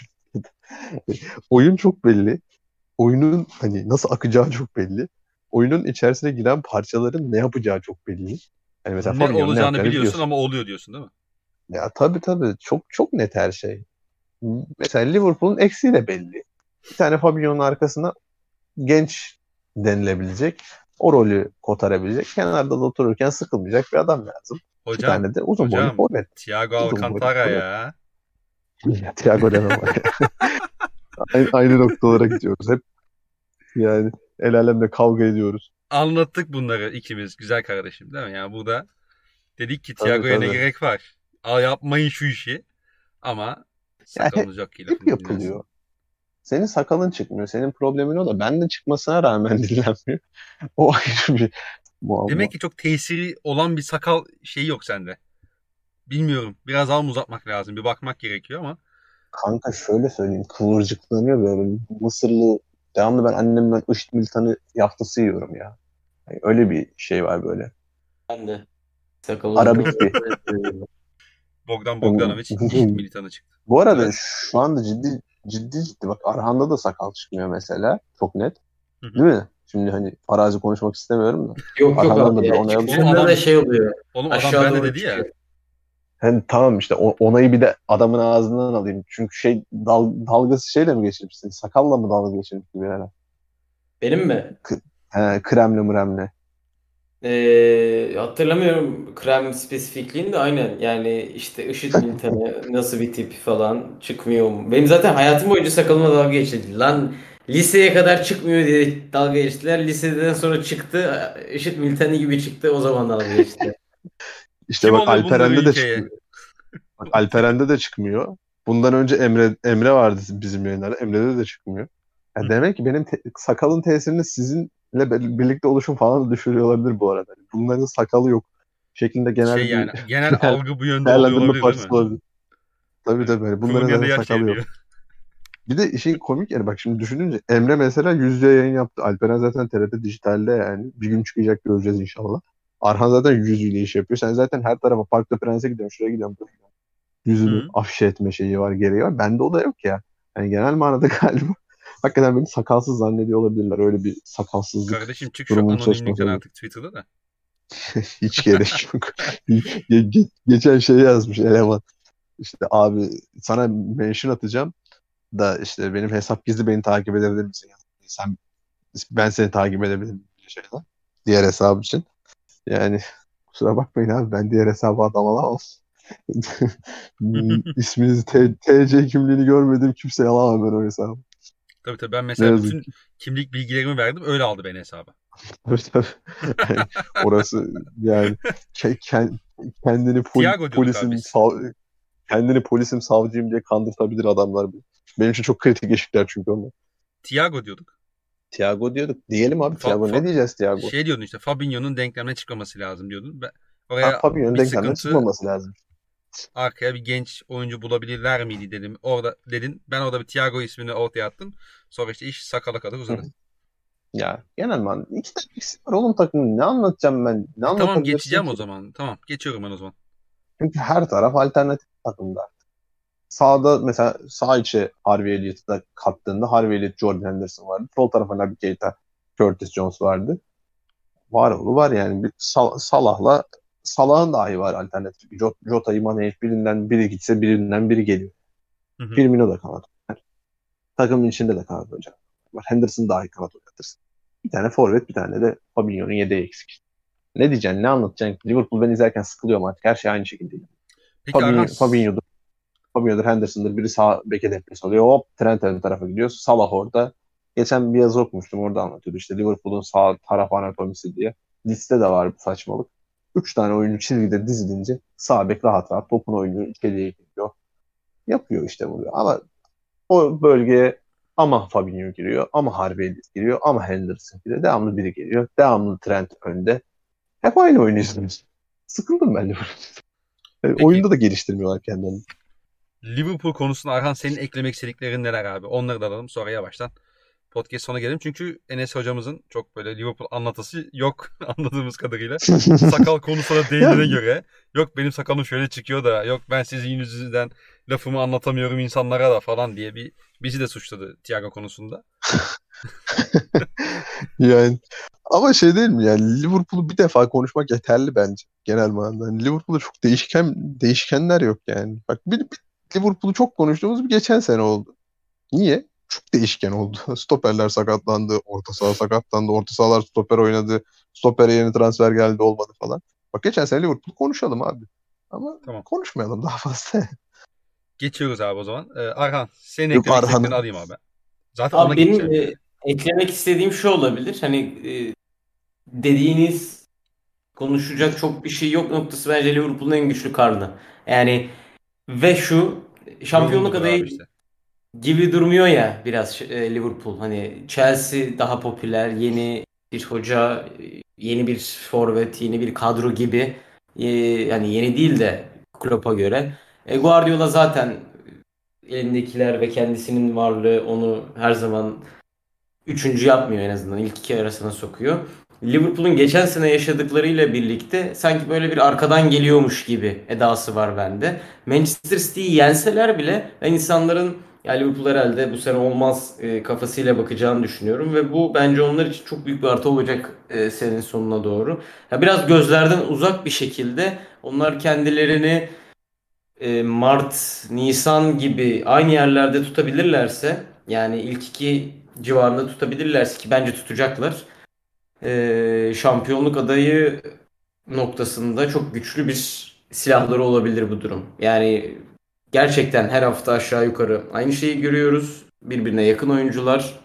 Oyun çok belli. Oyunun hani nasıl akacağı çok belli. Oyunun içerisine giren parçaların ne yapacağı çok belli. Yani mesela Ne Fabinho'nun ne olacağını yapacağını biliyorsun biliyorsun. ama oluyor diyorsun değil mi? Ya tabii çok çok net her şey. Mesela Liverpool'un eksiği de belli. Bir tane Fabinho'nun arkasına genç denilebilecek, o rolü kotarabilecek, kenarda da otururken sıkılmayacak bir adam lazım. Bir tane de uzun boylu Hocam forvet. Thiago Uzun boylu Alcantara forvet. ya. Ya, Thiago demem var ya. Aynı noktalara gidiyoruz hep. Yani el alemle kavga ediyoruz. Anlattık bunları ikimiz güzel kardeşim değil mi? Yani burada dedik ki Tabii Thiago'ya ne tabii. gerek var? Yapmayın şu işi. Ama Ya sakalımız yok ki hep lafımızı dinlersin. yapılıyor. Senin sakalın çıkmıyor. Senin problemin o da. Benden çıkmasına rağmen dinlenmiyor. O ayrı bir muamma. Demek ki çok tesiri olan bir sakal şeyi yok sende. Bilmiyorum. Biraz daha mı uzatmak lazım? Bir bakmak gerekiyor ama. Kanka şöyle söyleyeyim. Kıvırcıklanıyor böyle. Mısırlı devamlı ben annemden IŞİD militanı yaftası yiyorum ya. Yani öyle bir şey var böyle. Ben de. Sakal olunca Arabik bir. Bogdan Bogdanovic IŞİD militanı çıktı. Bu arada Evet. şu anda ciddi bak Arhan'da da sakal çıkmıyor mesela. Çok net. Hı hı. Değil mi? Şimdi hani farazi konuşmak istemiyorum da. Yok Arhan'dan da abi bir ya. onay alıyor. Çıktığında da şey oluyor. Adam Aşağı ben de doğru dedi ya. çıkıyor. Hani tamam işte onayı bir de adamın ağzından alayım. Çünkü dalgası şeyle mi geçirmişsin? Sakalla mı dalga geçirmiş gibi yani? Benim mi? Kremle mremle. Hatırlamıyorum krem spesifikliğini de aynen. Yani işte IŞİD militanı nasıl bir tip falan çıkmıyor mu? Benim zaten hayatım boyunca sakalıma dalga geçildi. Lan liseye kadar çıkmıyor diye dalga geçtiler. Liseden sonra çıktı. IŞİD militanı gibi çıktı. O zaman dalga geçti. İşte Kim bak alıyor bunları Alperen'de de ülkeye? çıkmıyor. Bak Alperen'de de çıkmıyor. Bundan önce Emre vardı bizim yayınlarda. Emre'de de çıkmıyor. Hı. Ya demek ki benim sakalın tesirini sizinle birlikte oluşum falan da düşürüyor olabilir bu arada. Bunların sakalı yok şeklinde Şey genel yani bir genel algı bu yönde oluyor değerlendirme olabilir değil parçası mi? olabilir. Tabii Yani tabii. Bunların kurumaya da zaten yak sakalı yok. diyor. Bir de işin komik yani bak şimdi düşününce Emre mesela yüzde yayın yaptı. Alperen zaten TRT Dijital'de yani. Bir gün çıkacak göreceğiz inşallah. Arhan zaten yüz yüze iş yapıyor. Sen zaten her tarafa Parkta Prens'e gidiyorsun. Şuraya gidiyorsun. Buraya gidiyorsun. yüzünü Hı. afişe etme şeyi var, gereği var. Bende o da yok ya. Yani genel manada galiba hakikaten beni sakalsız zannediyor olabilirler. Öyle bir sakalsızlık Kardeşim çık şu durumunun söz konusu anonimlikten olabilir. artık Twitter'da da. Hiç gerek yok. Geçen şey yazmış eleman. İşte abi sana mention atacağım da işte benim hesap gizli, beni takip edebilir misin? Yani ben seni takip edebilirim diye şeyler. Diğer hesabı için. Yani kusura bakmayın abi, ben diğer hesabı adam alamam. İsminizi, TC kimliğini görmediğim kimseye alamam ben o hesabı. Tabii tabii, ben Ne mesela yazık bütün ki. kimlik bilgilerimi verdim. Öyle aldı beni hesaba. Tabii, tabii. Yani orası yani kendini Tiago diyorduk abi biz. kendini polisim, savcıyım diye kandırtabilir adamlar. Benim için çok kritik eşikler çünkü onlar. Tiago diyorduk. Tiago diyorduk. Diyelim abi Fa- Tiago. Ne fa- diyeceğiz Tiago? Şey diyordun işte, Fabinho'nun denklemine çıkmaması lazım diyordun. Ha, Oraya Fabinho'nun bir denklemden sıkıntı, çıkmaması lazım. arkaya bir genç oyuncu bulabilirler miydi dedim. Orada dedin. Ben orada bir Thiago ismini ortaya attım. Sonra işte iş sakala kadar Hı uzadı. hı. Ya genel man. İki tane eksik var oğlum takımın. Ne anlatacağım ben? Ne Tamam, anlatabilirsin geçeceğim ki? o zaman. Tamam, geçiyorum ben o zaman. Çünkü her taraf alternatif takımda. Sağda mesela sağ içe Harvey Elliott'u da kattığında Harvey Elliott, Jordan Henderson vardı. Sol tarafa Naby Keita, Curtis Jones vardı. Var oğlu var yani. Salah'ın dahi var alternatif. Jota'yı, Mane'yi, birinden biri gitse birinden biri geliyor. Hı hı. Firmino da kanat oynar. Takımın içinde de kanat oynar. Henderson dahi kanat oynatırsın. Bir tane forvet, bir tane de Fabinho'nun yedeği eksik. Ne diyeceksin, ne anlatacaksın? Liverpool ben izlerken sıkılıyorum artık. Her şey aynı şekilde. Peki Arhan, Fabinho'dur, Henderson'dır. Biri sağ beke depres alıyor. Hop Trent ön tarafa gidiyor. Salah orada. Geçen bir yazı okumuştum. Orada anlatıyordu. İşte Liverpool'un sağ taraf anatomisi diye. Liste de var bu saçmalık. 3 tane oyuncu çizgide dizilince sağ bek rahat rahat topun oyunu içeriye gidiyor. Yapıyor işte bunu. Ama o bölgeye ama Fabinho giriyor, ama Harvey Elliott giriyor, ama Henderson giriyor. Devamlı biri geliyor. Devamlı Trent önde. Hep aynı oyunu izliyoruz. Sıkıldım ben Liverpool. peki Oyunda da geliştirmiyorlar kendilerini. Liverpool konusunda Arhan, senin eklemek istediklerin neler abi? Onları da alalım, sonra yavaştan podcast sona gelelim. Çünkü Enes hocamızın çok böyle Liverpool anlatısı yok anladığımız kadarıyla. Sakal konusuna Ya değinene göre, yok benim sakalım şöyle çıkıyor da, yok ben sizin yüzünüzden lafımı anlatamıyorum insanlara da falan diye bizi de suçladı Thiago konusunda. yani ama şey değil mi yani, Liverpool'u bir defa konuşmak yeterli bence genel manada. Yani Liverpool'da çok değişkenler yok yani. Bak bir Liverpool'u çok konuştuğumuz bir geçen sene oldu. Niye? Çok değişken oldu. Stoperler sakatlandı, orta saha sakatlandı, orta sahalar stoper oynadı. Stopere yeni transfer geldi, olmadı falan. Bak geçen sene Liverpool konuşalım abi. Ama Tamam. konuşmayalım daha fazla. Geçiyoruz abi o zaman. Arhan, senin Yok eklemek istediklerini Arhan'ı. alayım abi. Zaten ona Abi benim geçeceğim yani. eklemek istediğim şu olabilir. Hani dediğiniz konuşacak çok bir şey yok noktası bence Liverpool'un en güçlü karnı. Yani ve şu şampiyonluk Yorumludur abi adayı işte. gibi durmuyor ya biraz Liverpool. Hani Chelsea daha popüler, yeni bir hoca, yeni bir forvet, yeni bir kadro gibi. Yani yeni değil de Klopp'a göre. Guardiola zaten elindekiler ve kendisinin varlığı onu her zaman üçüncü yapmıyor, en azından ilk iki arasına sokuyor. Liverpool'un geçen sene yaşadıklarıyla birlikte sanki böyle bir arkadan geliyormuş gibi edası var bende. Manchester City'yi yenseler bile ben insanların ya Liverpool herhalde bu sene olmaz kafasıyla bakacağını düşünüyorum ve bu bence onlar için çok büyük bir artı olacak senenin sonuna doğru. Ya biraz gözlerden uzak bir şekilde onlar kendilerini Mart, Nisan gibi aynı yerlerde tutabilirlerse, yani ilk iki civarında tutabilirlerse ki bence tutacaklar. Şampiyonluk adayı noktasında çok güçlü bir silahları olabilir bu durum. Yani gerçekten her hafta aşağı yukarı aynı şeyi görüyoruz. Birbirine yakın oyuncular.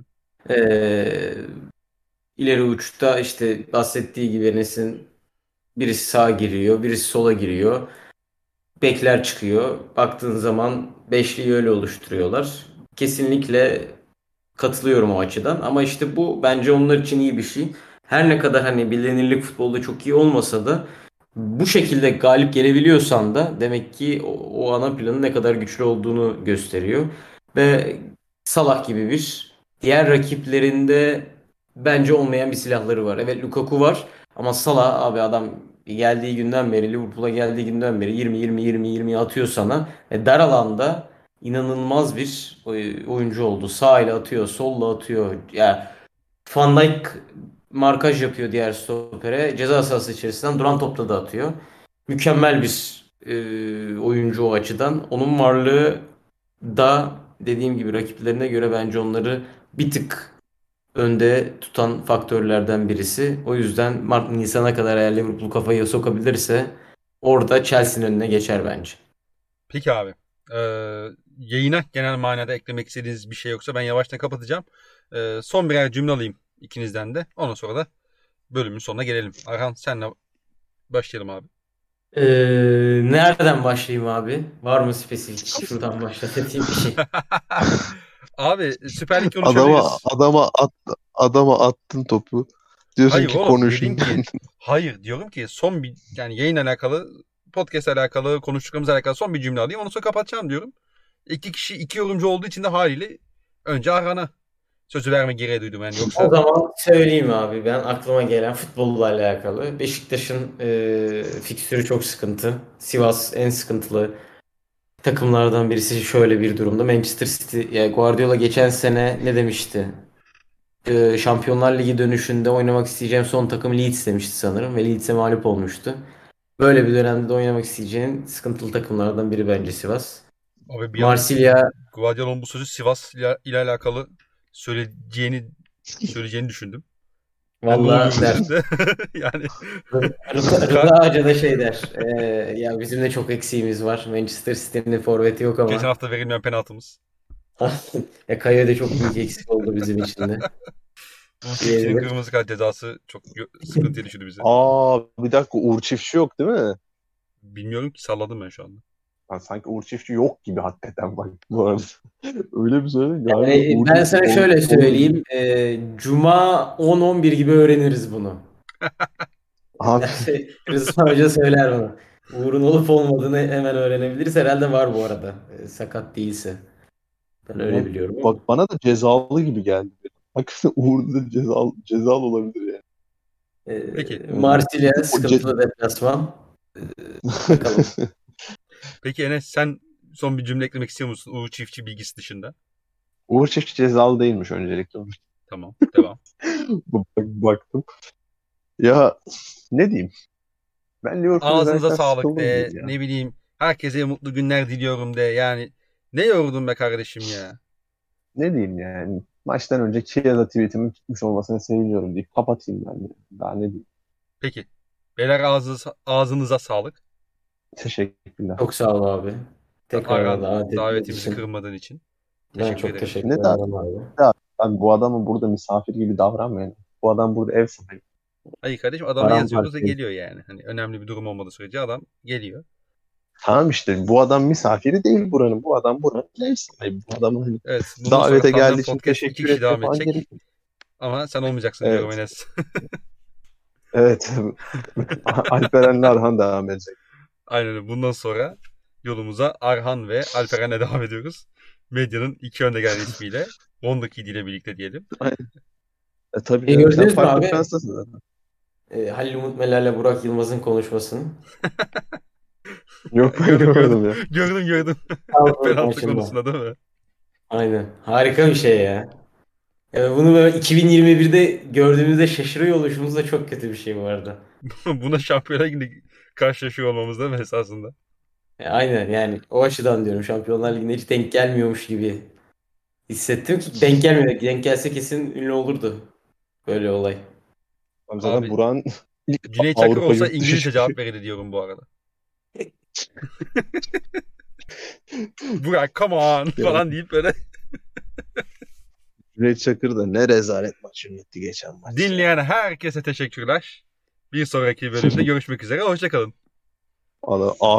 Ee, ileri uçta işte bahsettiği gibi Enes'in birisi sağa giriyor, birisi sola giriyor. Bekler çıkıyor. Baktığın zaman beşliyi öyle oluşturuyorlar. Kesinlikle katılıyorum o açıdan. Ama işte bu bence onlar için iyi bir şey. Her ne kadar hani bilinirlik futbolda çok iyi olmasa da bu şekilde galip gelebiliyorsan da demek ki o ana planın ne kadar güçlü olduğunu gösteriyor. Ve Salah gibi bir diğer rakiplerinde bence olmayan bir silahları var. Evet, Lukaku var ama Salah abi adam geldiği günden beri, Liverpool'a geldiği günden beri 20 atıyor sana. Dar alanda inanılmaz bir oyuncu oldu. Sağ ile atıyor, solla atıyor. Ya Van Dijk markaj yapıyor diğer stopere. Ceza sahası içerisinden duran topla da atıyor. Mükemmel bir oyuncu o açıdan. Onun varlığı da dediğim gibi rakiplerine göre bence onları bir tık önde tutan faktörlerden birisi. O yüzden Mart Nisan'a kadar eğer Liverpool kafayı sokabilirse orada Chelsea'nin önüne geçer bence. Peki abi. Yayına genel manada eklemek istediğiniz bir şey yoksa ben yavaştan kapatacağım. Son birer cümle alayım ikinizden de. Ondan sonra da bölümün sonuna gelelim. Arhan senle başlayalım abi. Nereden başlayayım abi? Var mı spesifik? Şuradan başlatayım bir şey. Abi Süper Lig konuşabiliriz. Adama attın topu. Diyorsun Hayır ki oğlum konuşun. dedim ki hayır diyorum ki son bir yani yayın alakalı podcast alakalı konuştuklarımız alakalı son bir cümle alayım onu sonra kapatacağım diyorum. İki yorumcu olduğu için de haliyle önce Arhan'a sözü verme gereği duydum yani O yoksa zaman söyleyeyim abi ben aklıma gelen futbolla alakalı. Beşiktaş'ın fikstürü çok sıkıntı. Sivas en sıkıntılı takımlardan birisi şöyle bir durumda. Manchester City, yani Guardiola geçen sene ne demişti? Şampiyonlar Ligi dönüşünde oynamak isteyeceğim son takım Leeds demişti sanırım ve Leeds'e mağlup olmuştu. Böyle bir dönemde de oynamak isteyeceğin sıkıntılı takımlardan biri bence Sivas. abi bir an Marsilya Guardiola'nın bu sözü Sivas ile alakalı söyleyeceğini düşündüm. Ben ne vallahi oluyorum der. dedim de yani Rıza Hoca da şey der. Ya bizim de çok eksiğimiz var. Manchester City'nin forveti yok geçen ama. hafta verilmeyen penaltımız. Ya Kayo da çok büyük eksik oldu bizim için de. Bu çiftçinin Diyelim. kırmızı kart cezası çok sıkıntıya düşürdü bizi. Bir dakika, Uğur Çiftçi yok değil mi? Bilmiyorum ki salladım ben şu anda. Sanki Uğur Çiftçi yok gibi hakikaten bak bu arada. Öyle bir söyledin galiba. Yani Uğur ben Çiftçi sana şöyle söyleyeyim. Cuma 10-11 gibi öğreniriz bunu. Abi, Rıza Hoca söyler bana. Uğur'un olup olmadığını hemen öğrenebiliriz. Herhalde var bu arada. Sakat değilse. Ben öyle biliyorum. bak bana da cezalı gibi geldi. Hakikaten Uğur da cezalı olabilir yani. Peki. Marsilya sıkıntılı deplasman. Bakalım. Peki Enes sen son bir cümle eklemek istiyor musun Uğur Çiftçi bilgisi dışında? Uğur Çiftçi cezalı değilmiş öncelikle. Tamam devam. Baktım. Ya ne diyeyim? Ben Liverpool'u Ağzınıza izlerken sağlık sıkıldım de diyeyim ya. ne bileyim herkese mutlu günler diliyorum de yani ne yordun be kardeşim ya. Ne diyeyim yani? Maçtan önce Chiesa tweetimin tutmuş olmasına seviniyorum deyip kapatayım ben de. Daha ne diyeyim? Peki. Beyler ağzınıza sağlık. Teşekkürler. Çok sağ ol abi. Tekrar Arhan davet ettiğin davetimizi için. kırmadığın için. Ben Teşekkür çok ederim. teşekkür Ne daha ederim abi. abi, bu adamın burada misafir gibi davranmayın. Bu adam burada ev sahibi. Hayır kardeşim adama Param yazıyoruz da var. geliyor yani. Hani önemli bir durum olmadığı sürece adam geliyor. Tamam işte bu adam misafiri değil buranın. Bu adam buranın ev sahibi. Bu adamın hani Evet. Bundan sonra davete Tandem geldiği için Podcast 2 teşekkür kişi etme devam falan edecek. gerek. Ama sen olmayacaksın Evet. diyorum Enes. Evet. Alperen Arhan devam edecek. Aynen öyle. Bundan sonra yolumuza Arhan ve Alperen'le devam ediyoruz. Medyanın iki önde gelen ismiyle. Wonderkid ile birlikte diyelim. Tabii Gördünüz sen mü farklı abi? Fransızsın zaten. Halil Umut Meler'le Burak Yılmaz'ın konuşmasını. Yok ben Gördüm, görmedim ya. Gördüm. Penaltı Maçında. konusunda değil mi? Aynen. Harika bir şey ya. Yani bunu böyle 2021'de gördüğümüzde şaşırıyor oluşumuz da çok kötü bir şey bu arada. Buna Şampiyonlar Ligi'nde karşılaşıyor olmamız değil mi esasında? Aynen yani o açıdan diyorum. Şampiyonlar Ligi'ne hiç denk gelmiyormuş gibi hissettim ki denk gelmiyor. Denk gelse kesin ünlü olurdu. Böyle olay. Abi zaten Abi, Burak'ın ilk Cüneyt Çakır Avrupa olsa yurt dışı İngilizce çıkışı. cevap verirdi diyorum bu arada. Burak come on falan deyip böyle Cüneyt Çakır da ne rezalet maç yönetti geçen maç. dinleyen herkese teşekkürler. Bir sonraki bölümde görüşmek üzere. Hoşçakalın. Abi